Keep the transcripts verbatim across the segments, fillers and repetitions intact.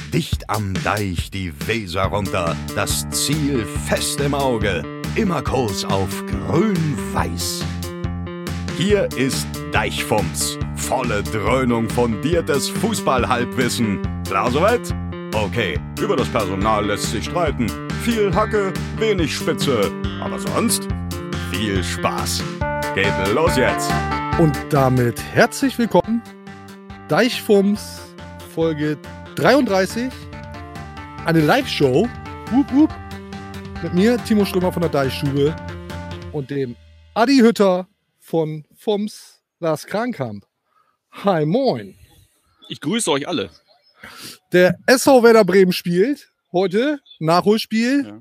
Dicht am Deich die Weser runter, das Ziel fest im Auge, immer Kurs auf grün-weiß. Hier ist Deichfumms, volle Dröhnung fundiertes Fußball-Halbwissen. Klar soweit? Okay, über das Personal lässt sich streiten. Viel Hacke, wenig Spitze, aber sonst viel Spaß. Geht los jetzt! Und damit herzlich willkommen, Deichfumms, Folge dreiunddreißig, eine Live-Show, wup, wup, mit mir, Timo Strömer von der Deichstube und dem Adi Hütter von Fumms, Lars Krankamp. Hi, moin. Ich grüße euch alle. Der S V Werder Bremen spielt heute, Nachholspiel. Ja.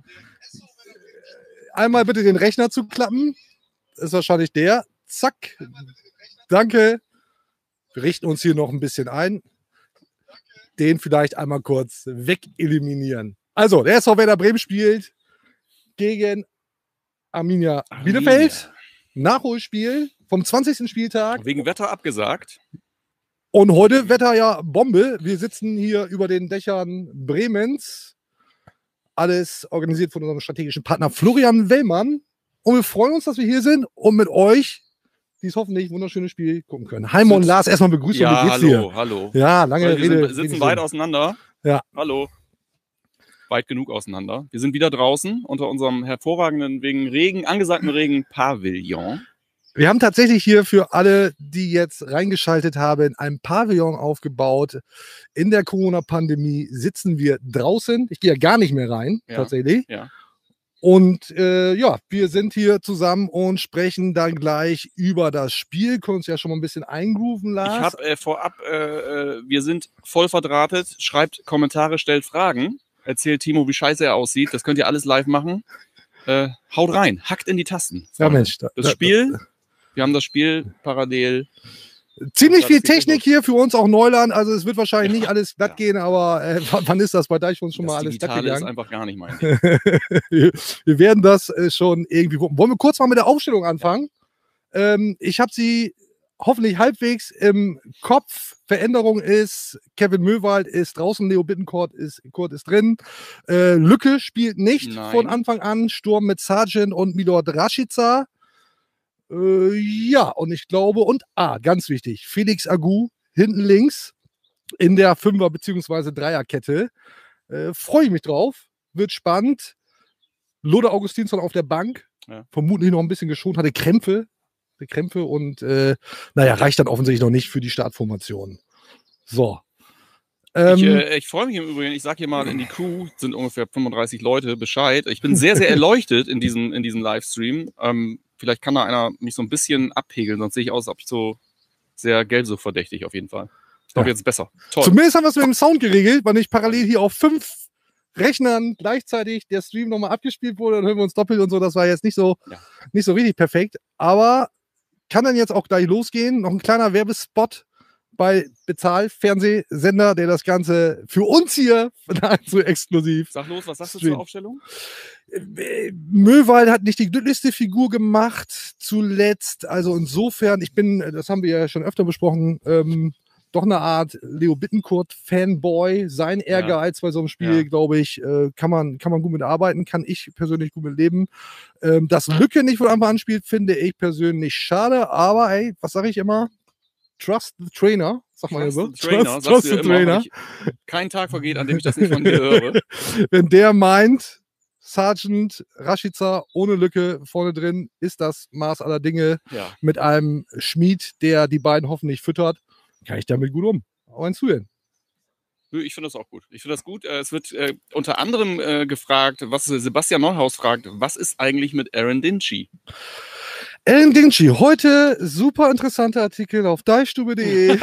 Einmal bitte den Rechner zu klappen, ist wahrscheinlich der. Zack, danke. Wir richten uns hier noch ein bisschen ein. Den vielleicht einmal kurz wegeliminieren. Also, der S V Werder Bremen spielt gegen Arminia Bielefeld. Nachholspiel vom zwanzigsten Spieltag. Wegen Wetter abgesagt. Und heute Wetter ja Bombe. Wir sitzen hier über den Dächern Bremens. Alles organisiert von unserem strategischen Partner Florian Wellmann. Und wir freuen uns, dass wir hier sind und mit euch dieses hoffentlich wunderschöne Spiel gucken können. Hi und Lars, erstmal Begrüßung. Ja, wie geht's hallo, dir? hallo. Ja, lange wir Rede. Wir sitzen weit auseinander. Ja. Hallo. Weit genug auseinander. Wir sind wieder draußen unter unserem hervorragenden, wegen Regen, angesagten Regen, Pavillon. Wir haben tatsächlich hier für alle, die jetzt reingeschaltet haben, ein Pavillon aufgebaut. In der Corona-Pandemie sitzen wir draußen. Ich gehe ja gar nicht mehr rein, ja, tatsächlich. Ja. Und äh, ja, wir sind hier zusammen und sprechen dann gleich über das Spiel. Können uns ja schon mal ein bisschen eingrooven, Lars. Ich habe äh, vorab, äh, wir sind voll verdrahtet. Schreibt Kommentare, stellt Fragen. Erzählt Timo, wie scheiße er aussieht. Das könnt ihr alles live machen. Äh, haut rein, hackt in die Tasten. Ja, Mensch. Da, das Spiel, wir haben das Spiel parallel. Ziemlich viel Technik hier für uns, auch Neuland. Also es wird wahrscheinlich ja, nicht alles glatt ja. gehen, aber äh, wann ist das bei Deichfumms schon das mal alles glatt gegangen? Das ist einfach gar nicht mein Ding. wir, wir werden das äh, schon irgendwie... Wollen wir kurz mal mit der Aufstellung anfangen? Ja. Ähm, ich habe sie hoffentlich halbwegs im Kopf. Veränderung ist, Kevin Möwald ist draußen, Leo Bittencourt ist, Kurt ist drin. Äh, Lücke spielt nicht Nein. von Anfang an. Sturm mit Sargent und Milord Rashica. Äh, ja, und ich glaube, und ah, ganz wichtig, Felix Agu hinten links in der Fünfer- bzw. Dreierkette. Äh, Freue ich mich drauf. Wird spannend. Lode Augustinsson auf der Bank. Ja. Vermutlich noch ein bisschen geschont, hatte Krämpfe. Krämpfe und äh, naja, reicht dann offensichtlich noch nicht für die Startformation. So. Ähm, ich, äh, ich freue mich im Übrigen, ich sage hier mal in die Crew, sind ungefähr fünfunddreißig Leute, Bescheid. Ich bin sehr, sehr erleuchtet in diesem, in diesem Livestream. Ähm, vielleicht kann da einer mich so ein bisschen abpegeln, sonst sehe ich aus, als ob ich so sehr gelbsuchtverdächtig auf jeden Fall. Ich glaube, ja. Jetzt ist besser. Toll. Zumindest haben wir es mit dem Sound geregelt, weil nicht parallel hier auf fünf Rechnern gleichzeitig der Stream nochmal abgespielt wurde, dann hören wir uns doppelt und so. Das war jetzt nicht so, ja. nicht so richtig perfekt. Aber kann dann jetzt auch gleich losgehen. Noch ein kleiner Werbespot bei Bezahl-Fernsehsender, der das Ganze für uns hier so exklusiv. Sag los, was sagst du zur Aufstellung? Möwald hat nicht die glücklichste Figur gemacht zuletzt. Also insofern, ich bin, das haben wir ja schon öfter besprochen, ähm, doch eine Art Leo Bittencourt-Fanboy. Sein Ehrgeiz ja. bei so einem Spiel, ja. glaube ich, äh, kann man, kann man gut mitarbeiten, kann ich persönlich gut mit leben. Ähm, dass Lücke nicht von Anfang an spielt, finde ich persönlich schade, aber ey, was sage ich immer? Trust the Trainer, sag mal ja so. Trainer, trust, trust the Trainer. Kein Tag vergeht, an dem ich das nicht von dir höre. Wenn der meint, Sargent, Rashica ohne Lücke vorne drin, ist das Maß aller Dinge ja. mit einem Schmied, der die beiden hoffentlich füttert. Kann ich damit gut um. Auch ein Zuhören. Ich finde das auch gut. Ich finde das gut. Es wird äh, unter anderem äh, gefragt, was Sebastian Neuhaus fragt, was ist eigentlich mit Aaron Dinchy? Aaron Dinchy, heute super interessanter Artikel auf deichstube punkt de.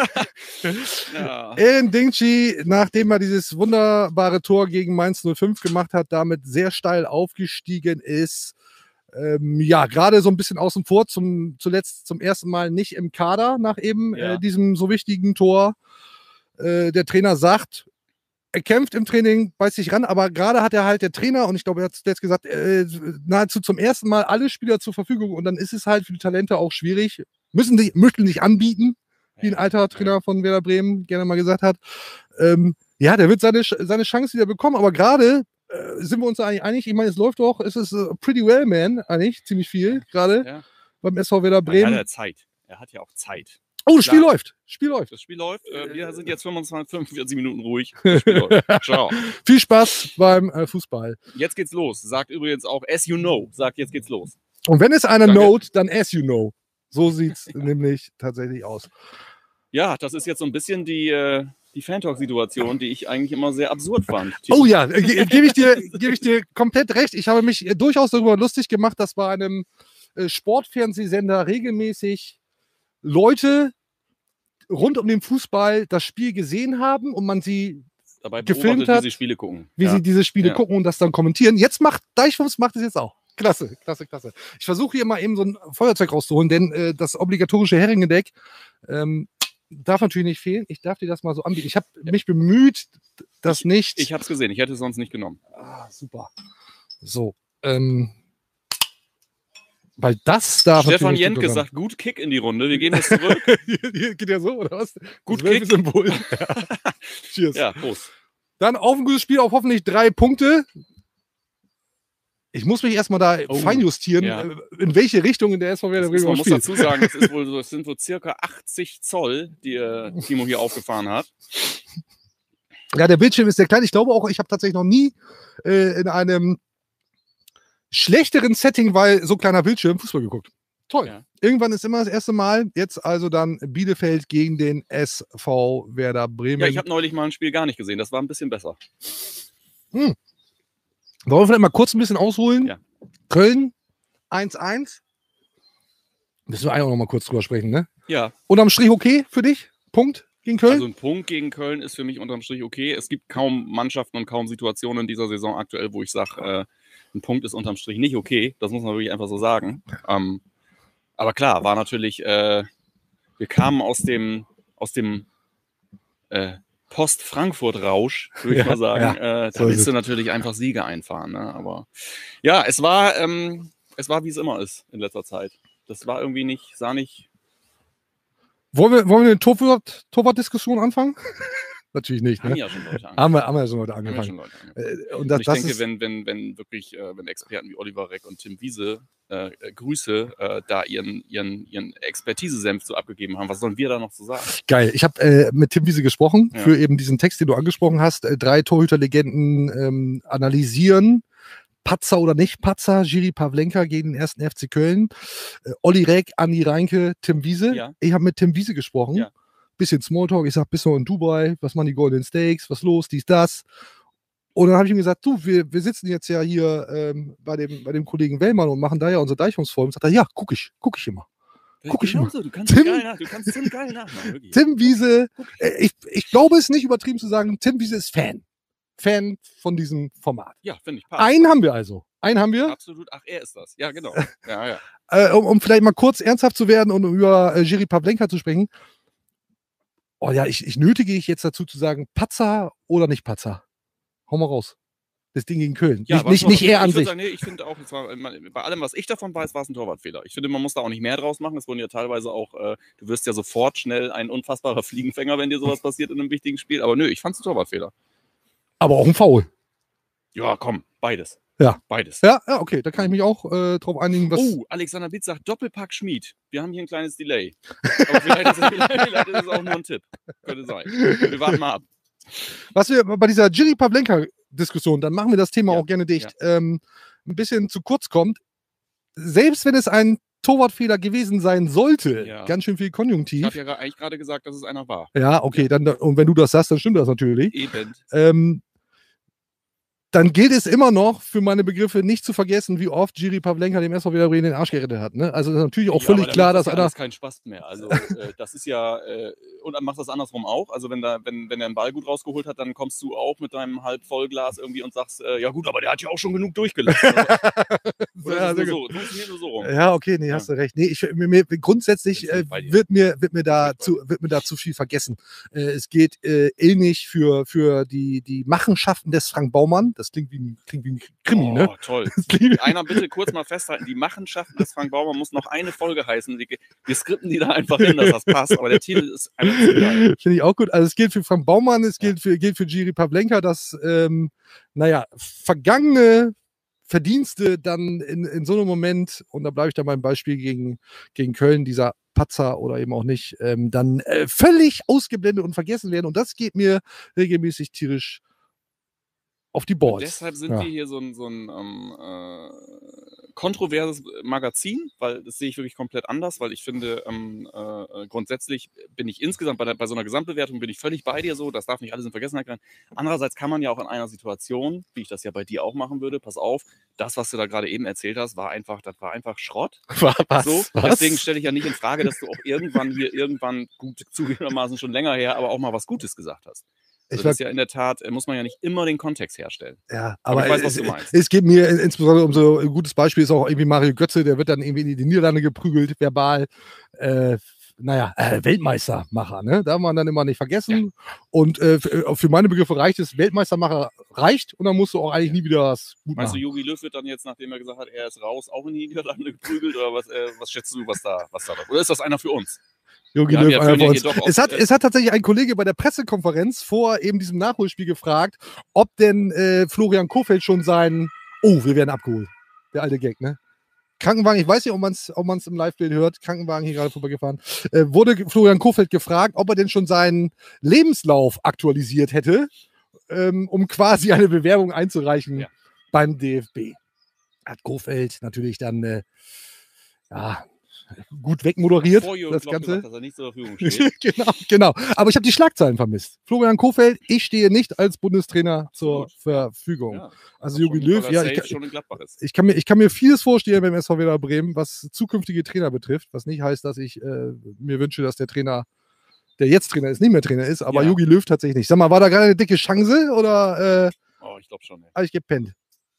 ja. Aaron Dinchy, nachdem er dieses wunderbare Tor gegen Mainz null fünf gemacht hat, damit sehr steil aufgestiegen ist, Ähm, ja, gerade so ein bisschen außen vor, zum, zuletzt zum ersten Mal nicht im Kader nach eben ja. äh, diesem so wichtigen Tor. Äh, der Trainer sagt, er kämpft im Training, beißt sich ran, aber gerade hat er halt der Trainer, und ich glaube, er hat jetzt gesagt, äh, nahezu zum ersten Mal alle Spieler zur Verfügung, und dann ist es halt für die Talente auch schwierig, müssen die, möchten sich anbieten, wie ein alter Trainer von Werder Bremen gerne mal gesagt hat. Ähm, Ja, der wird seine, seine Chance wieder bekommen, aber gerade äh, sind wir uns eigentlich einig, ich meine, es läuft doch, es ist uh, pretty well, man, eigentlich, ziemlich viel, gerade ja. beim S V Werder Bremen. Er hat ja Zeit, er hat ja auch Zeit. Oh, das Spiel Klar. läuft, Spiel läuft. Das Spiel läuft, äh, wir sind jetzt fünfundzwanzig, fünfundvierzig Minuten ruhig. Das Spiel läuft. Ciao. Viel Spaß beim äh, Fußball. Jetzt geht's los, sagt übrigens auch as you know, sagt jetzt geht's los. Und wenn es einer note, dann as you know. So sieht's nämlich tatsächlich aus. Ja, das ist jetzt so ein bisschen die... Äh, Die Fan-Talk-Situation, die ich eigentlich immer sehr absurd fand. Oh ja, ge gebe ich, dir, geb ich dir komplett recht. Ich habe mich durchaus darüber lustig gemacht, dass bei einem äh, Sportfernsehsender regelmäßig Leute rund um den Fußball das Spiel gesehen haben und man sie dabei gefilmt hat, wie sie Spiele gucken. Wie ja. sie diese Spiele ja. gucken und das dann kommentieren. Jetzt macht Deichfums macht es jetzt auch. Klasse, klasse, klasse. Ich versuche hier mal eben so ein Feuerzeug rauszuholen, denn äh, das obligatorische Heringedeck ähm, darf natürlich nicht fehlen. Ich darf dir das mal so anbieten. Ich habe ja. mich bemüht, das ich, nicht... Ich habe es gesehen. Ich hätte es sonst nicht genommen. Ah, super. So. Ähm, weil das darf Stefan Jentke sagt, gut Kick in die Runde. Wir gehen jetzt zurück. Geht ja so, oder was? Gut Kick. Symbol. Ja. Cheers. Ja, Prost. Dann auf ein gutes Spiel, auf hoffentlich drei Punkte. Ich muss mich erstmal da oh, feinjustieren, ja. in welche Richtung in der S V Werder Bremen Man spielt. muss dazu sagen, das, ist wohl so, das sind so circa achtzig Zoll, die äh, Timo hier aufgefahren hat. Ja, der Bildschirm ist sehr klein. Ich glaube auch, ich habe tatsächlich noch nie äh, in einem schlechteren Setting, weil so kleiner Bildschirm, Fußball geguckt. Toll. Ja. Irgendwann ist immer das erste Mal. Jetzt also dann Bielefeld gegen den S V Werder Bremen. Ja, ich habe neulich mal ein Spiel gar nicht gesehen. Das war ein bisschen besser. Hm. Wollen wir vielleicht mal kurz ein bisschen ausholen? Ja. Köln eins eins. Müssen wir eigentlich auch noch mal kurz drüber sprechen, ne? Ja. Unterm Strich okay für dich? Punkt gegen Köln? Also ein Punkt gegen Köln ist für mich unterm Strich okay. Es gibt kaum Mannschaften und kaum Situationen in dieser Saison aktuell, wo ich sage, äh, ein Punkt ist unterm Strich nicht okay. Das muss man wirklich einfach so sagen. Ähm, aber klar, war natürlich, äh, wir kamen aus dem, aus dem äh, Post-Frankfurt-Rausch, würde ich ja, mal sagen. Ja, äh, da so willst du natürlich einfach Siege einfahren. Ne? Aber ja, es war, ähm, es war, wie es immer ist in letzter Zeit. Das war irgendwie nicht, sah nicht. Wollen wir, wollen wir eine Torwart, Torwart-Diskussion anfangen? Natürlich nicht. Haben ne? ja schon Leute angefangen. Haben wir, haben wir schon Leute angefangen. Schon Leute angefangen. Äh, und das, und ich das denke, ist wenn, wenn, wenn wirklich, äh, wenn Experten wie Oliver Reck und Tim Wiese äh, äh, Grüße äh, da ihren, ihren, ihren Expertise-Senf so abgegeben haben, was sollen wir da noch zu sagen? Geil. Ich habe äh, mit Tim Wiese gesprochen Ja. für eben diesen Text, den du angesprochen hast. Äh, drei Torhüterlegenden ähm, analysieren. Patzer oder nicht Patzer, Jiri Pavlenka gegen den ersten F C Köln, äh, Olli Reck, Andi Reinke, Tim Wiese. Ja. Ich habe mit Tim Wiese gesprochen. Ja. Bisschen Smalltalk. Ich sag, bist du in Dubai? Was machen die Golden Steaks? Was los? Dies, das. Und dann habe ich ihm gesagt, du, wir, wir sitzen jetzt ja hier ähm, bei, dem, bei dem Kollegen Wellmann und machen da ja unsere Deichungsfolgen. Sagt er, ja, guck ich, guck ich immer. Guck ich immer. So, du kannst Tim, geil nach, du kannst Tim geil nachmachen. Wirklich. Tim Wiese, äh, ich, ich glaube es nicht übertrieben zu sagen, Tim Wiese ist Fan. Fan von diesem Format. Ja, finde ich. Passt. Einen haben wir also. Einen haben wir. Absolut. Ach, er ist das. Ja, genau. Ja, ja. äh, um, um vielleicht mal kurz ernsthaft zu werden und über äh, Jiri Pavlenka zu sprechen. Oh ja, ich, ich nötige ich jetzt dazu zu sagen, Patzer oder nicht Patzer? Hau mal raus. Das Ding gegen Köln. Ja, nicht nicht, nicht er an ich sich. Sagen, nee, ich finde auch, war, bei allem, was ich davon weiß, war es ein Torwartfehler. Ich finde, man muss da auch nicht mehr draus machen. Es wurden ja teilweise auch, äh, du wirst ja sofort schnell ein unfassbarer Fliegenfänger, wenn dir sowas passiert in einem wichtigen Spiel. Aber nö, ich fand es ein Torwartfehler. Aber auch ein Foul. Ja, komm, beides. Ja. Beides. Ja, ja, okay, da kann ich mich auch äh, drauf einigen. Was oh, Alexander Bitz sagt Doppelpack Schmied. Wir haben hier ein kleines Delay. Aber vielleicht ist, es, vielleicht ist es auch nur ein Tipp. Könnte sein. Wir warten mal ab. Was wir bei dieser Jiri Pavlenka-Diskussion, dann machen wir das Thema ja, auch gerne dicht, ja. ähm, ein bisschen zu kurz kommt. Selbst wenn es ein Torwartfehler gewesen sein sollte, ja. ganz schön viel Konjunktiv. Ich habe ja eigentlich gerade gesagt, dass es einer war. Ja, okay, dann, und wenn du das sagst, dann stimmt das natürlich. Eben. Ähm, dann gilt es immer noch, für meine Begriffe, nicht zu vergessen, wie oft Jiri Pavlenka dem S V Werder Bremen den Arsch gerettet hat. Ne? Also ist natürlich auch ja, völlig aber klar, dass dass ja einer... kein Spaß mehr. Also äh, das ist ja... Äh, und dann macht das andersrum auch. Also wenn, da, wenn, wenn er einen Ball gut rausgeholt hat, dann kommst du auch mit deinem Halbvollglas irgendwie und sagst, äh, ja gut, aber der hat ja auch schon genug durchgelassen. Also, ja, nur so, funktioniert nur so rum. Ja, okay, nee, hast ja. du recht. Nee, ich, mir, mir, grundsätzlich äh, wird, mir, wird, mir da zu, wird mir da zu viel vergessen. Äh, es geht äh, ähnlich für, für die, die Machenschaften des Frank Baumann. Das klingt wie ein, klingt wie ein Krimi, oh, ne? Toll. Einer bitte kurz mal festhalten, die Machenschaften des Frank Baumann muss noch eine Folge heißen. Wir skripten die da einfach hin, dass das passt, aber der Titel ist einfach zu geil. Finde ich auch gut. Also es gilt für Frank Baumann, es gilt für, gilt für Jiří Pavlenka, dass, ähm, naja, vergangene Verdienste dann in, in so einem Moment, und da bleibe ich da beim Beispiel gegen, gegen Köln, dieser Patzer oder eben auch nicht, ähm, dann äh, völlig ausgeblendet und vergessen werden. Und das geht mir regelmäßig tierisch auf die Balls. Und deshalb sind ja. wir hier so ein, so ein ähm, äh, kontroverses Magazin, weil das sehe ich wirklich komplett anders, weil ich finde, ähm, äh, grundsätzlich bin ich insgesamt bei, der, bei so einer Gesamtbewertung bin ich völlig bei dir so, das darf nicht alles in Vergessenheit geraten. Andererseits kann man ja auch in einer Situation, wie ich das ja bei dir auch machen würde, pass auf, das, was du da gerade eben erzählt hast, war einfach, das war einfach Schrott. Was? So, was? deswegen stelle ich ja nicht in Frage, dass du auch irgendwann hier irgendwann gut zugegebenermaßen schon länger her, aber auch mal was Gutes gesagt hast. Also das ist ja in der Tat, muss man ja nicht immer den Kontext herstellen. Ja, aber, aber ich weiß, was es, du meinst. Es geht mir insbesondere um so ein gutes Beispiel, ist auch irgendwie Mario Götze, der wird dann irgendwie in die Niederlande geprügelt, verbal. Äh, naja, äh, Weltmeistermacher, ne? Darf man dann immer nicht vergessen. Ja. Und äh, für meine Begriffe reicht es, Weltmeistermacher reicht und dann musst du auch eigentlich nie wieder was gut Meinst machen. du, Jogi Löw wird dann jetzt, nachdem er gesagt hat, er ist raus, auch in die Niederlande geprügelt? Oder was, äh, was schätzt du, was da, was da Oder ist das einer für uns? Jogi Löw, einer von uns. Es hat, es hat tatsächlich ein Kollege bei der Pressekonferenz vor eben diesem Nachholspiel gefragt, ob denn äh, Florian Kohfeldt schon seinen, oh, wir werden abgeholt. Der alte Gag, ne? Krankenwagen, ich weiß nicht, ob man es ob man's im Live-Bild hört, Krankenwagen hier gerade vorbeigefahren, äh, wurde Florian Kohfeldt gefragt, ob er denn schon seinen Lebenslauf aktualisiert hätte, ähm, um quasi eine Bewerbung einzureichen ja. beim D F B. Hat Kohfeldt natürlich dann, äh, ja, gut wegmoderiert, das Ganze. Gesagt, dass er nicht zur Verfügung steht. genau, genau. Aber ich habe die Schlagzeilen vermisst. Florian Kohfeldt, ich stehe nicht als Bundestrainer zur Verfügung. Ja, also Jogi Löw, ja, ich kann, ich, kann mir, ich kann mir vieles vorstellen beim S V Werder Bremen, was zukünftige Trainer betrifft, was nicht heißt, dass ich äh, mir wünsche, dass der Trainer, der jetzt Trainer ist, nicht mehr Trainer ist, aber ja. Jogi Löw tatsächlich nicht. Sag mal, war da gerade eine dicke Chance oder? Äh, oh, ich glaube schon. Ja. Habe ich gepennt.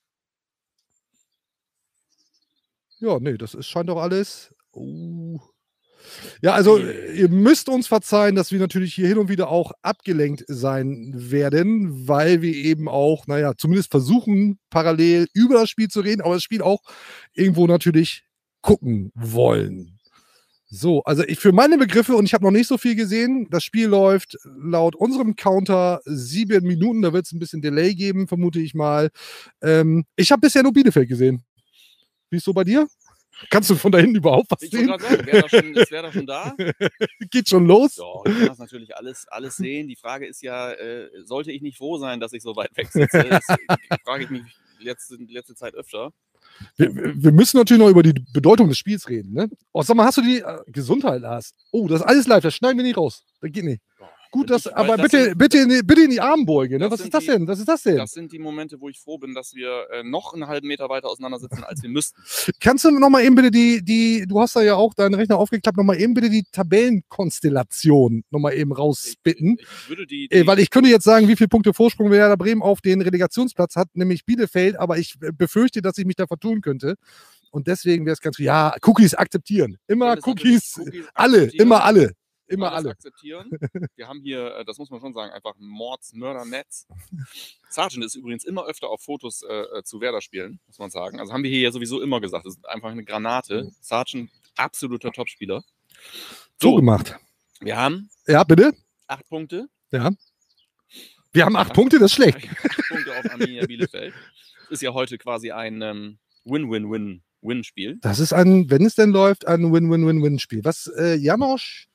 Ja, nee, das ist, scheint doch alles. Oh. Ja, also ihr müsst uns verzeihen, dass wir natürlich hier hin und wieder auch abgelenkt sein werden, weil wir eben auch, naja, zumindest versuchen, parallel über das Spiel zu reden, aber das Spiel auch irgendwo natürlich gucken wollen. So, also ich, für meine Begriffe, und ich habe noch nicht so viel gesehen, das Spiel läuft laut unserem Counter sieben Minuten, da wird es ein bisschen Delay geben, vermute ich mal. Ähm, ich habe bisher nur Bielefeld gesehen. Wie ist so bei dir? Kannst du von da hinten überhaupt was ich sehen? Ich wollte gerade sagen, wäre da schon da. Geht schon los? Ja, ich kann das natürlich alles, alles sehen. Die Frage ist ja, äh, sollte ich nicht froh sein, dass ich so weit weg sitze? Das frage ich mich letzte, letzte Zeit öfter. Wir, wir müssen natürlich noch über die Bedeutung des Spiels reden. Ne? Oh, sag mal, hast du die äh, Gesundheit, Lars? Oh, das ist alles live, das schneiden wir nicht raus. Das geht nicht. Boah. Gut, das, ich, aber das bitte, sind, bitte, in die, bitte in die Armbeuge. Ne? Was ist das die, denn? Was ist das denn? Das sind die Momente, wo ich froh bin, dass wir äh, noch einen halben Meter weiter auseinander sitzen, als wir müssten. Kannst du nochmal eben bitte die, die, du hast da ja auch deinen Rechner aufgeklappt, nochmal eben bitte die Tabellenkonstellation nochmal eben rausbitten. Ich, ich würde die, die äh, weil ich könnte jetzt sagen, wie viele Punkte Vorsprung Werder Bremen auf den Relegationsplatz hat, nämlich Bielefeld, aber ich befürchte, dass ich mich da vertun könnte. Und deswegen wäre es ganz, ja, Cookies akzeptieren. Immer Cookies, Cookies alle, immer alle. Immer alle. Akzeptieren. Wir haben hier, das muss man schon sagen, einfach Mordsmörder-Netz. Sargent ist übrigens immer öfter auf Fotos äh, zu Werder-Spielen, muss man sagen. Also haben wir hier ja sowieso immer gesagt, das ist einfach eine Granate. Sargent, absoluter Topspieler. So, so gemacht. Wir haben. Ja, bitte. Acht Punkte. Ja. Wir haben acht, acht Punkte, das ist schlecht. Acht Punkte auf Arminia Bielefeld. Ist ja heute quasi ein ähm, Win-Win-Win-Win-Spiel. Das ist ein, wenn es denn läuft, ein Win-Win-Win-Win-Spiel. Was, äh, Janosch?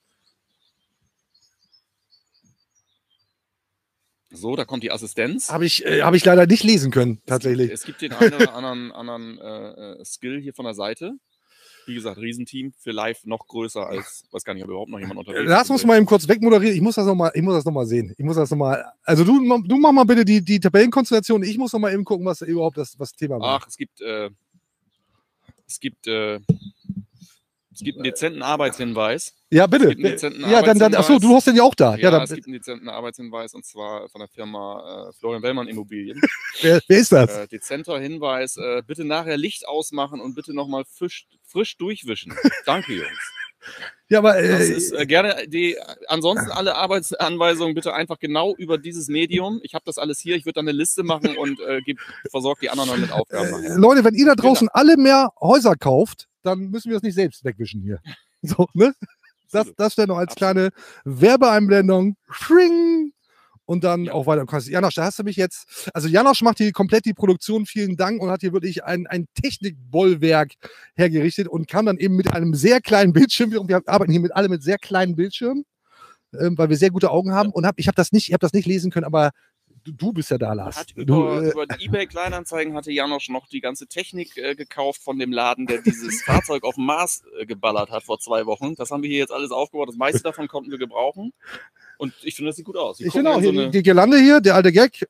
So, da kommt die Assistenz. Habe ich, äh, hab ich leider nicht lesen können, tatsächlich. Es gibt, es gibt den einen oder anderen, anderen äh, Skill hier von der Seite. Wie gesagt, Riesenteam, für live noch größer als, weiß gar nicht, ob überhaupt noch jemand unterwegs ist. Lass uns mal eben kurz wegmoderieren. Ich muss das nochmal noch sehen. Ich muss das noch mal, also du, du mach mal bitte die, die Tabellenkonstellation. Ich muss noch mal eben gucken, was überhaupt das was Thema war. Ach, es gibt, äh, es gibt, äh, es gibt einen dezenten Arbeitshinweis. Ja, bitte. Ja, dann, dann, achso, du hast den ja auch da. Ja, ja dann, es gibt einen dezenten Arbeitshinweis und zwar von der Firma äh, Florian Wellmann Immobilien. wer, wer ist das? Äh, dezenter Hinweis, äh, bitte nachher Licht ausmachen und bitte nochmal frisch, frisch durchwischen. Danke, Jungs. Ja, aber äh, das ist äh, gerne die. Ansonsten alle Arbeitsanweisungen bitte einfach genau über dieses Medium. Ich habe das alles hier. Ich würde dann eine Liste machen und äh, versorge die anderen mit Aufgaben. Äh, Leute, wenn ihr da draußen genau. alle mehr Häuser kauft, dann müssen wir das nicht selbst wegwischen hier. So, ne? Das, das wäre noch als Absolut. kleine Werbeeinblendung. Schring! Und dann ja. auch weiter. Janosch, da hast du mich jetzt. Also, Janosch macht hier komplett die Produktion. Vielen Dank und hat hier wirklich ein, ein Technikbollwerk hergerichtet und kam dann eben mit einem sehr kleinen Bildschirm. Wir arbeiten hier mit alle mit sehr kleinen Bildschirmen, ähm, weil wir sehr gute Augen haben. Ja. Und hab, ich habe das, hab das nicht lesen können, aber du, du bist ja da, Lars. Hat du, über, äh, über die eBay-Kleinanzeigen hatte Janosch noch die ganze Technik äh, gekauft von dem Laden, der dieses Fahrzeug auf dem Mars äh, geballert hat vor zwei Wochen. Das haben wir hier jetzt alles aufgebaut. Das meiste davon konnten wir gebrauchen. Und ich finde, das sieht gut aus. Die ich finde auch, so die, die Girlande hier, der alte Gag,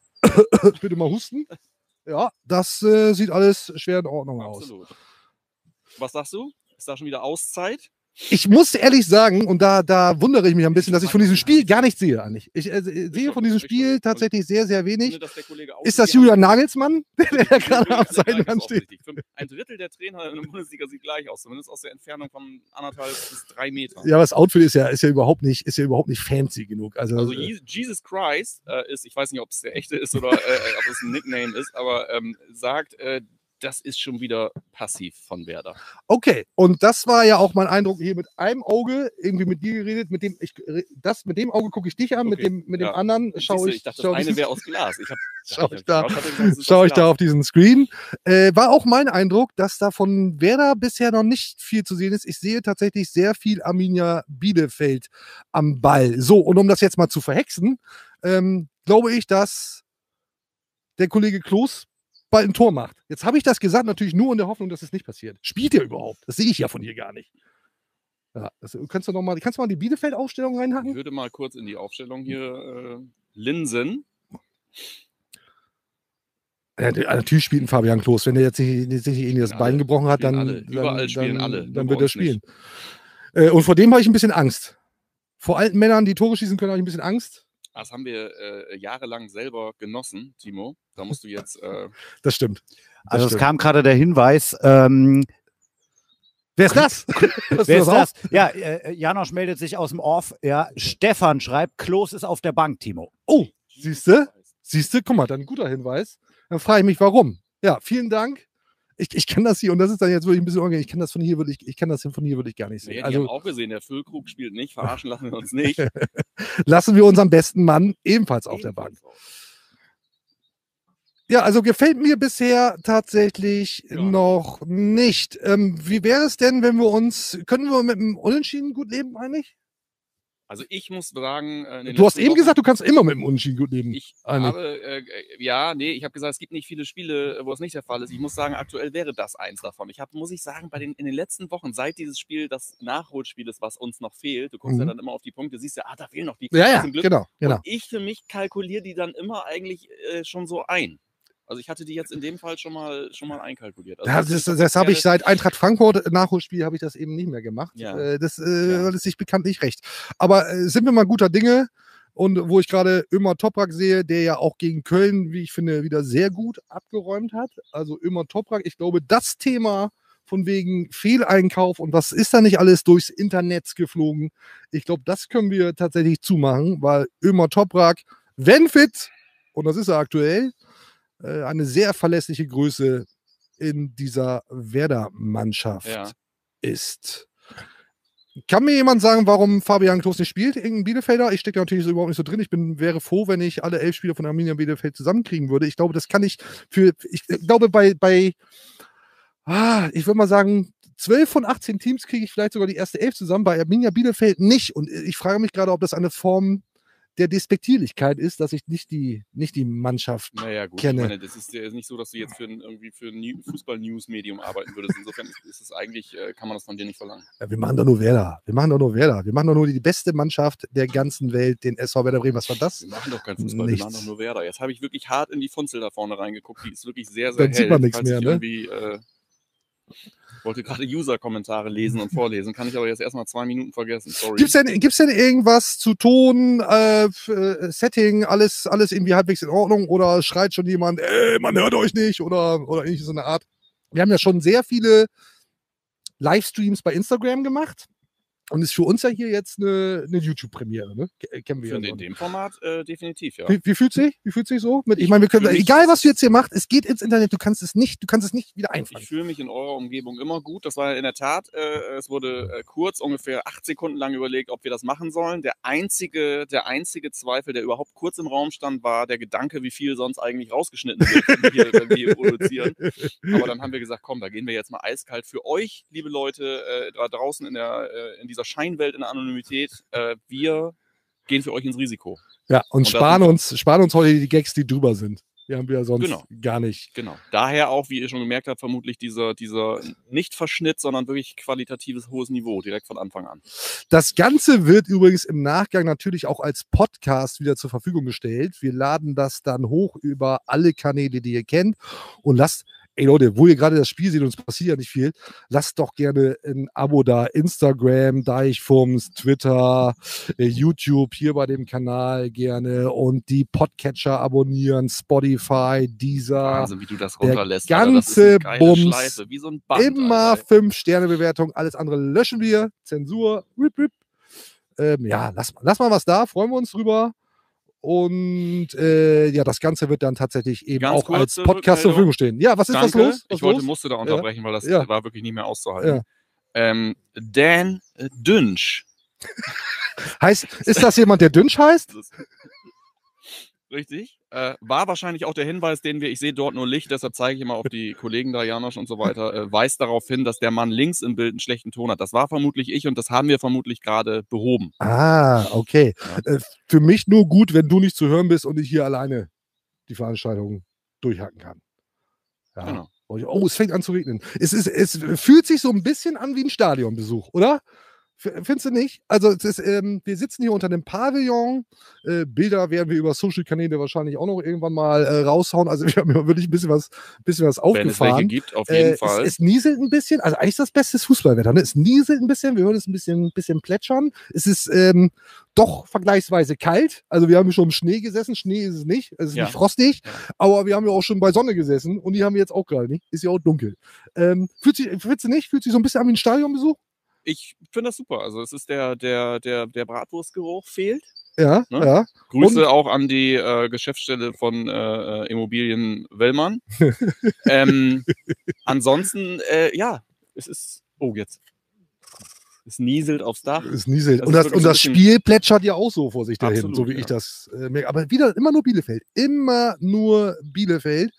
bitte mal husten. Ja, das äh, sieht alles schwer in Ordnung Absolut. aus. Was sagst du? Ist da schon wieder Auszeit? Ich muss ehrlich sagen, und da, da wundere ich mich ein bisschen, dass ich von diesem Spiel gar nichts sehe eigentlich. Ich äh, sehe von diesem Spiel tatsächlich sehr, sehr wenig. Ist das Julian Nagelsmann, der da gerade am Seitenrand steht? Ein Drittel der Trainer in der Bundesliga sieht gleich aus, zumindest aus der Entfernung von anderthalb bis drei Metern. Ja, aber das Outfit ist ja, ist ja überhaupt nicht, ist ja überhaupt nicht fancy genug. Also, also Jesus Christ äh, ist, ich weiß nicht, ob es der echte ist oder äh, ob es ein Nickname ist, aber ähm, sagt, äh, das ist schon wieder passiv von Werder. Okay, und das war ja auch mein Eindruck hier mit einem Auge, irgendwie mit dir geredet, mit dem, ich, das, mit dem Auge gucke ich dich an, okay. mit dem, mit dem ja. anderen schaue ich. Ich dachte, das eine wäre aus Glas. Ich hab, schau ich da, schau ich da auf diesen Screen. Äh, war auch mein Eindruck, dass da von Werder bisher noch nicht viel zu sehen ist. Ich sehe tatsächlich sehr viel Arminia Bielefeld am Ball. So, und um das jetzt mal zu verhexen, ähm, glaube ich, dass der Kollege Kloß bald ein Tor macht. Jetzt habe ich das gesagt, natürlich nur in der Hoffnung, dass es nicht passiert. Spielt er überhaupt? Das sehe ich ja von hier gar nicht. Ja, das, kannst du noch mal, kannst du mal die Bielefeld-Aufstellung reinhacken? Ich würde mal kurz in die Aufstellung hier äh, linsen. Ja, natürlich spielt ein Fabian Klos. Wenn er jetzt nicht, nicht irgendwie das Bein gebrochen hat, dann, alle. Überall dann, spielen dann, alle. dann wird er spielen. Äh, und vor dem habe ich ein bisschen Angst. Vor alten Männern, die Tore schießen können, habe ich ein bisschen Angst. Das haben wir äh, jahrelang selber genossen, Timo. Da musst du jetzt... Äh das stimmt. Das also stimmt. Es kam gerade der Hinweis... Ähm, Wer ist das? Wer ist das? Ja, äh, Janosch meldet sich aus dem Off. Ja, Stefan schreibt, Klos ist auf der Bank, Timo. Oh, siehst du? Siehst du? Guck mal, dann ein guter Hinweis. Dann frage ich mich, warum. Ja, vielen Dank. Ich, ich kenne das hier, und das ist dann jetzt wirklich ein bisschen unangenehm. Ich kenne das von hier wirklich, ich kenne das von hier wirklich gar nicht sehen. Nee, die also, haben auch gesehen, der Füllkrug spielt nicht, verarschen lassen wir uns nicht. Lassen wir unseren besten Mann ebenfalls auf der Bank. Ja, also gefällt mir bisher tatsächlich ja. noch nicht. Ähm, wie wäre es denn, wenn wir uns, können wir mit einem Unentschieden gut leben eigentlich? Also ich muss sagen... Äh, du hast eben Wochen, gesagt, du kannst immer mit dem Unentschieden gut leben. Ich eigentlich. habe, äh, ja, nee, ich habe gesagt, es gibt nicht viele Spiele, wo es nicht der Fall ist. Ich muss sagen, aktuell wäre das eins davon. Ich habe, muss ich sagen, bei den, in den letzten Wochen, seit dieses Spiel das Nachholspiel ist, was uns noch fehlt, du guckst mhm. ja dann immer auf die Punkte, siehst ja, ah, da fehlen noch die. Ja, ja, genau, genau. Und ich für mich kalkuliere die dann immer eigentlich äh, schon so ein. Also ich hatte die jetzt in dem Fall schon mal, schon mal einkalkuliert. Also ja, das das, das habe ich seit Eintracht Frankfurt Nachholspiel habe ich das eben nicht mehr gemacht. Ja. Das äh, ja. ist sich bekanntlich recht. Aber äh, sind wir mal guter Dinge, und wo ich gerade Ömer Toprak sehe, der ja auch gegen Köln, wie ich finde, wieder sehr gut abgeräumt hat. Also Ömer Toprak, ich glaube, das Thema von wegen Fehleinkauf und was ist da nicht alles durchs Internet geflogen, ich glaube, das können wir tatsächlich zumachen, weil Ömer Toprak, wenn fit, und das ist er aktuell, eine sehr verlässliche Größe in dieser Werder-Mannschaft ja. ist. Kann mir jemand sagen, warum Fabian Klos nicht spielt? Irgendein Bielefelder? Ich stecke natürlich so überhaupt nicht so drin. Ich bin, wäre froh, wenn ich alle elf Spieler von Arminia Bielefeld zusammenkriegen würde. Ich glaube, das kann ich für, ich glaube, bei, bei ah, ich würde mal sagen, zwölf von achtzehn Teams kriege ich vielleicht sogar die erste elf zusammen, bei Arminia Bielefeld nicht. Und ich frage mich gerade, ob das eine Form der Despektierlichkeit ist, dass ich nicht die, nicht die Mannschaft naja, gut, kenne. Ich meine, das ist ja nicht so, dass du jetzt für ein, irgendwie für ein Fußball-News-Medium arbeiten würdest. Insofern ist, ist es eigentlich, äh, kann man das von dir nicht verlangen. Ja, wir machen doch nur Werder. Wir machen doch nur Werder. Wir machen doch nur die beste Mannschaft der ganzen Welt, den S V Werder Bremen. Was war das? Wir machen doch keinen Fußball, Nichts. Wir machen doch nur Werder. Jetzt habe ich wirklich hart in die Funzel da vorne reingeguckt. Die ist wirklich sehr, sehr Dann hell. sieht man nichts Falls mehr, ich ne? Irgendwie, äh, wollte gerade User-Kommentare lesen und vorlesen, kann ich aber jetzt erstmal zwei Minuten vergessen. Sorry. Gibt's denn, gibt's denn irgendwas zu Ton, äh, Setting, alles, alles irgendwie halbwegs in Ordnung, oder schreit schon jemand, ey, man hört euch nicht, oder, oder irgendwie so eine Art? Wir haben ja schon sehr viele Livestreams bei Instagram gemacht. Und ist für uns ja hier jetzt eine, eine YouTube-Premiere, ne? Kennen wir Für ja. in dem Format äh, definitiv, ja. Wie, wie fühlt sich? Wie fühlt sich so? Mit, ich meine, wir können, Für mich egal ist was du jetzt hier machst, es geht ins Internet, du kannst es nicht, du kannst es nicht wieder einfangen. Ich fühle mich in eurer Umgebung immer gut. Das war in der Tat, äh, es wurde äh, kurz, ungefähr acht Sekunden lang überlegt, ob wir das machen sollen. Der einzige, der einzige Zweifel, der überhaupt kurz im Raum stand, war der Gedanke, wie viel sonst eigentlich rausgeschnitten wird, wenn wir hier, wenn wir hier produzieren. Aber dann haben wir gesagt, komm, da gehen wir jetzt mal eiskalt für euch, liebe Leute, äh, da draußen in, der, äh, in dieser Scheinwelt, in der Anonymität. Äh, wir gehen für euch ins Risiko. Ja, und, Und sparen uns, sparen uns heute die Gags, die drüber sind. Die haben wir ja sonst Genau. gar nicht. Genau. Daher auch, wie ihr schon gemerkt habt, vermutlich dieser, dieser nicht Verschnitt, sondern wirklich qualitatives hohes Niveau direkt von Anfang an. Das Ganze wird übrigens im Nachgang natürlich auch als Podcast wieder zur Verfügung gestellt. Wir laden das dann hoch über alle Kanäle, die ihr kennt. Und lasst, ey Leute, wo ihr gerade das Spiel seht, uns passiert ja nicht viel, lasst doch gerne ein Abo da. Instagram, Deichfums, Twitter, äh, YouTube hier bei dem Kanal gerne und die Podcatcher abonnieren, Spotify, Deezer. Wahnsinn, wie du das runterlässt. Der Alter. Das ist ganze eine geile Bums. Schleife, wie so ein Band, Immer Alter. fünf Sterne Bewertung, alles andere löschen wir. Zensur, rip, rip. Ähm, ja, lass, lass mal was da, freuen wir uns drüber. Und äh, ja, das Ganze wird dann tatsächlich eben Ganz auch als kurze Podcast zur Rückmeldung. Verfügung stehen. Ja, was ist Danke. was los? Was ich wollte, los? musste da unterbrechen, weil das Ja. war wirklich nicht mehr auszuhalten. Ja. Ähm, Dan Dünsch. Heißt, ist das jemand, der Dünsch heißt? Das- Richtig. Äh, war wahrscheinlich auch der Hinweis, den wir, ich sehe dort nur Licht, deshalb zeige ich immer auf die Kollegen da, Janosch und so weiter, äh, weist darauf hin, dass der Mann links im Bild einen schlechten Ton hat. Das war vermutlich ich und das haben wir vermutlich gerade behoben. Ah, okay. Äh, für mich nur gut, wenn du nicht zu hören bist und ich hier alleine die Veranstaltung durchhacken kann. Ja. Genau. Oh, es fängt an zu regnen. Es, ist, es fühlt sich so ein bisschen an wie ein Stadionbesuch, oder? F- Findest du nicht? Also es ist, ähm, wir sitzen hier unter einem Pavillon. Äh, Bilder werden wir über Social-Kanäle wahrscheinlich auch noch irgendwann mal äh, raushauen. Also wir haben ja wirklich ein bisschen was, bisschen was Wenn es welche aufgefahren. gibt, auf jeden Äh, Fall. Es, es nieselt ein bisschen. Also eigentlich ist das beste Fußballwetter. Ne? Es nieselt ein bisschen. Wir hören es ein bisschen, bisschen plätschern. Es ist ähm, doch vergleichsweise kalt. Also wir haben schon im Schnee gesessen. Schnee ist es nicht. Es ist Ja. nicht frostig. Ja. Aber wir haben ja auch schon bei Sonne gesessen. Und die haben wir jetzt auch gerade nicht. Ist ja auch dunkel. Ähm, fühlt sich, findest du nicht? Fühlt sich so ein bisschen an wie ein Stadionbesuch? Ich finde das super. Also es ist der, der, der, der Bratwurstgeruch fehlt. Ja, Ne? ja. Grüße Und- auch an die äh, Geschäftsstelle von äh, Immobilien Wellmann. ähm, ansonsten, äh, ja, es ist. Oh, jetzt. Es nieselt aufs Dach. Es nieselt. Das und ist das, wirklich und so ein das bisschen- Spiel plätschert ja auch so vor sich dahin, Absolut, so wie ja. ich das äh, merke. Aber wieder immer nur Bielefeld. Immer nur Bielefeld.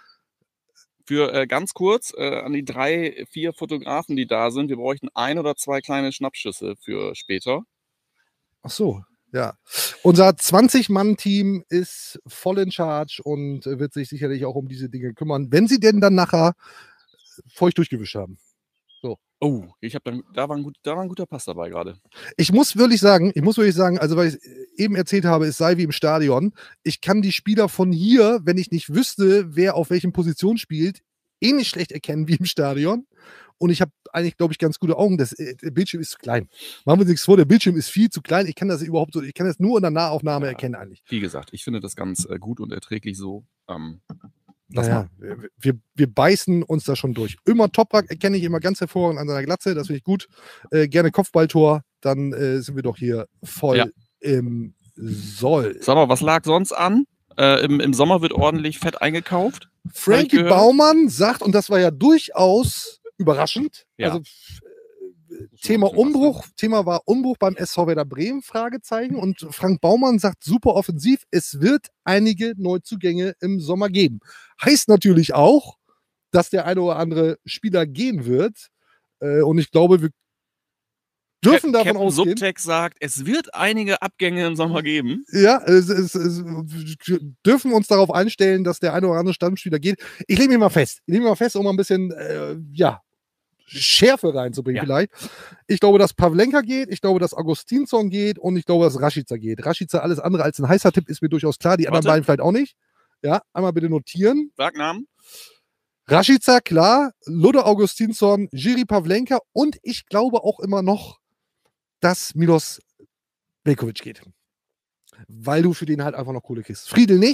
Für äh, ganz kurz äh, an die drei, vier Fotografen, die da sind. Wir bräuchten ein oder zwei kleine Schnappschüsse für später. Ach so, ja. Unser zwanzig-Mann-Team ist voll in Charge und äh, wird sich sicherlich auch um diese Dinge kümmern, wenn sie denn dann nachher feucht durchgewischt haben. Oh, ich habe dann, da war ein gut, da war ein guter Pass dabei gerade. Ich muss wirklich sagen, ich muss wirklich sagen, also weil ich eben erzählt habe, es sei wie im Stadion. Ich kann die Spieler von hier, wenn ich nicht wüsste, wer auf welchen Position spielt, eh nicht schlecht erkennen wie im Stadion. Und ich habe eigentlich, glaube ich, ganz gute Augen. Das, äh, der Bildschirm ist zu klein. Machen wir uns nichts vor, der Bildschirm ist viel zu klein. Ich kann das überhaupt so, ich kann das nur in der Nahaufnahme Ja. erkennen eigentlich. Wie gesagt, ich finde das ganz äh, gut und erträglich so. Ähm, lass Naja, wir, wir, wir beißen uns da schon durch. Immer Toprak erkenne ich immer ganz hervorragend an seiner Glatze, das finde ich gut. Äh, gerne Kopfballtor, dann äh, sind wir doch hier voll Ja. im Soll. Sag mal, was lag sonst an? Äh, im, Im Sommer wird ordentlich Fett eingekauft. Frankie gehört. Baumann sagt, und das war ja durchaus überraschend, Ja. also äh, Thema Umbruch, Thema war Umbruch beim S V Werder Bremen, Fragezeichen, und Frank Baumann sagt super offensiv, es wird einige Neuzugänge im Sommer geben. Heißt natürlich auch, dass der eine oder andere Spieler gehen wird, äh, und ich glaube, wir dürfen Cap- davon Captain ausgehen. Subtext sagt, es wird einige Abgänge im Sommer geben. Ja, es, es, es, wir dürfen uns darauf einstellen, dass der eine oder andere Stammspieler geht. Ich lege mich mal fest. Ich lege mich mal fest, um mal ein bisschen äh, ja, Schärfe reinzubringen Ja. vielleicht. Ich glaube, dass Pavlenka geht, ich glaube, dass Augustinsson geht und ich glaube, dass Rashica geht. Rashica alles andere als ein heißer Tipp ist mir durchaus klar. Die anderen Warte. beiden vielleicht auch nicht. Ja, einmal bitte notieren. Sag Namen. Rashica, klar. Ludo Augustinsson, Jiri Pavlenka und ich glaube auch immer noch, dass Milos Veljković geht. Weil du für den halt einfach noch Kohle kriegst. Friedel nicht,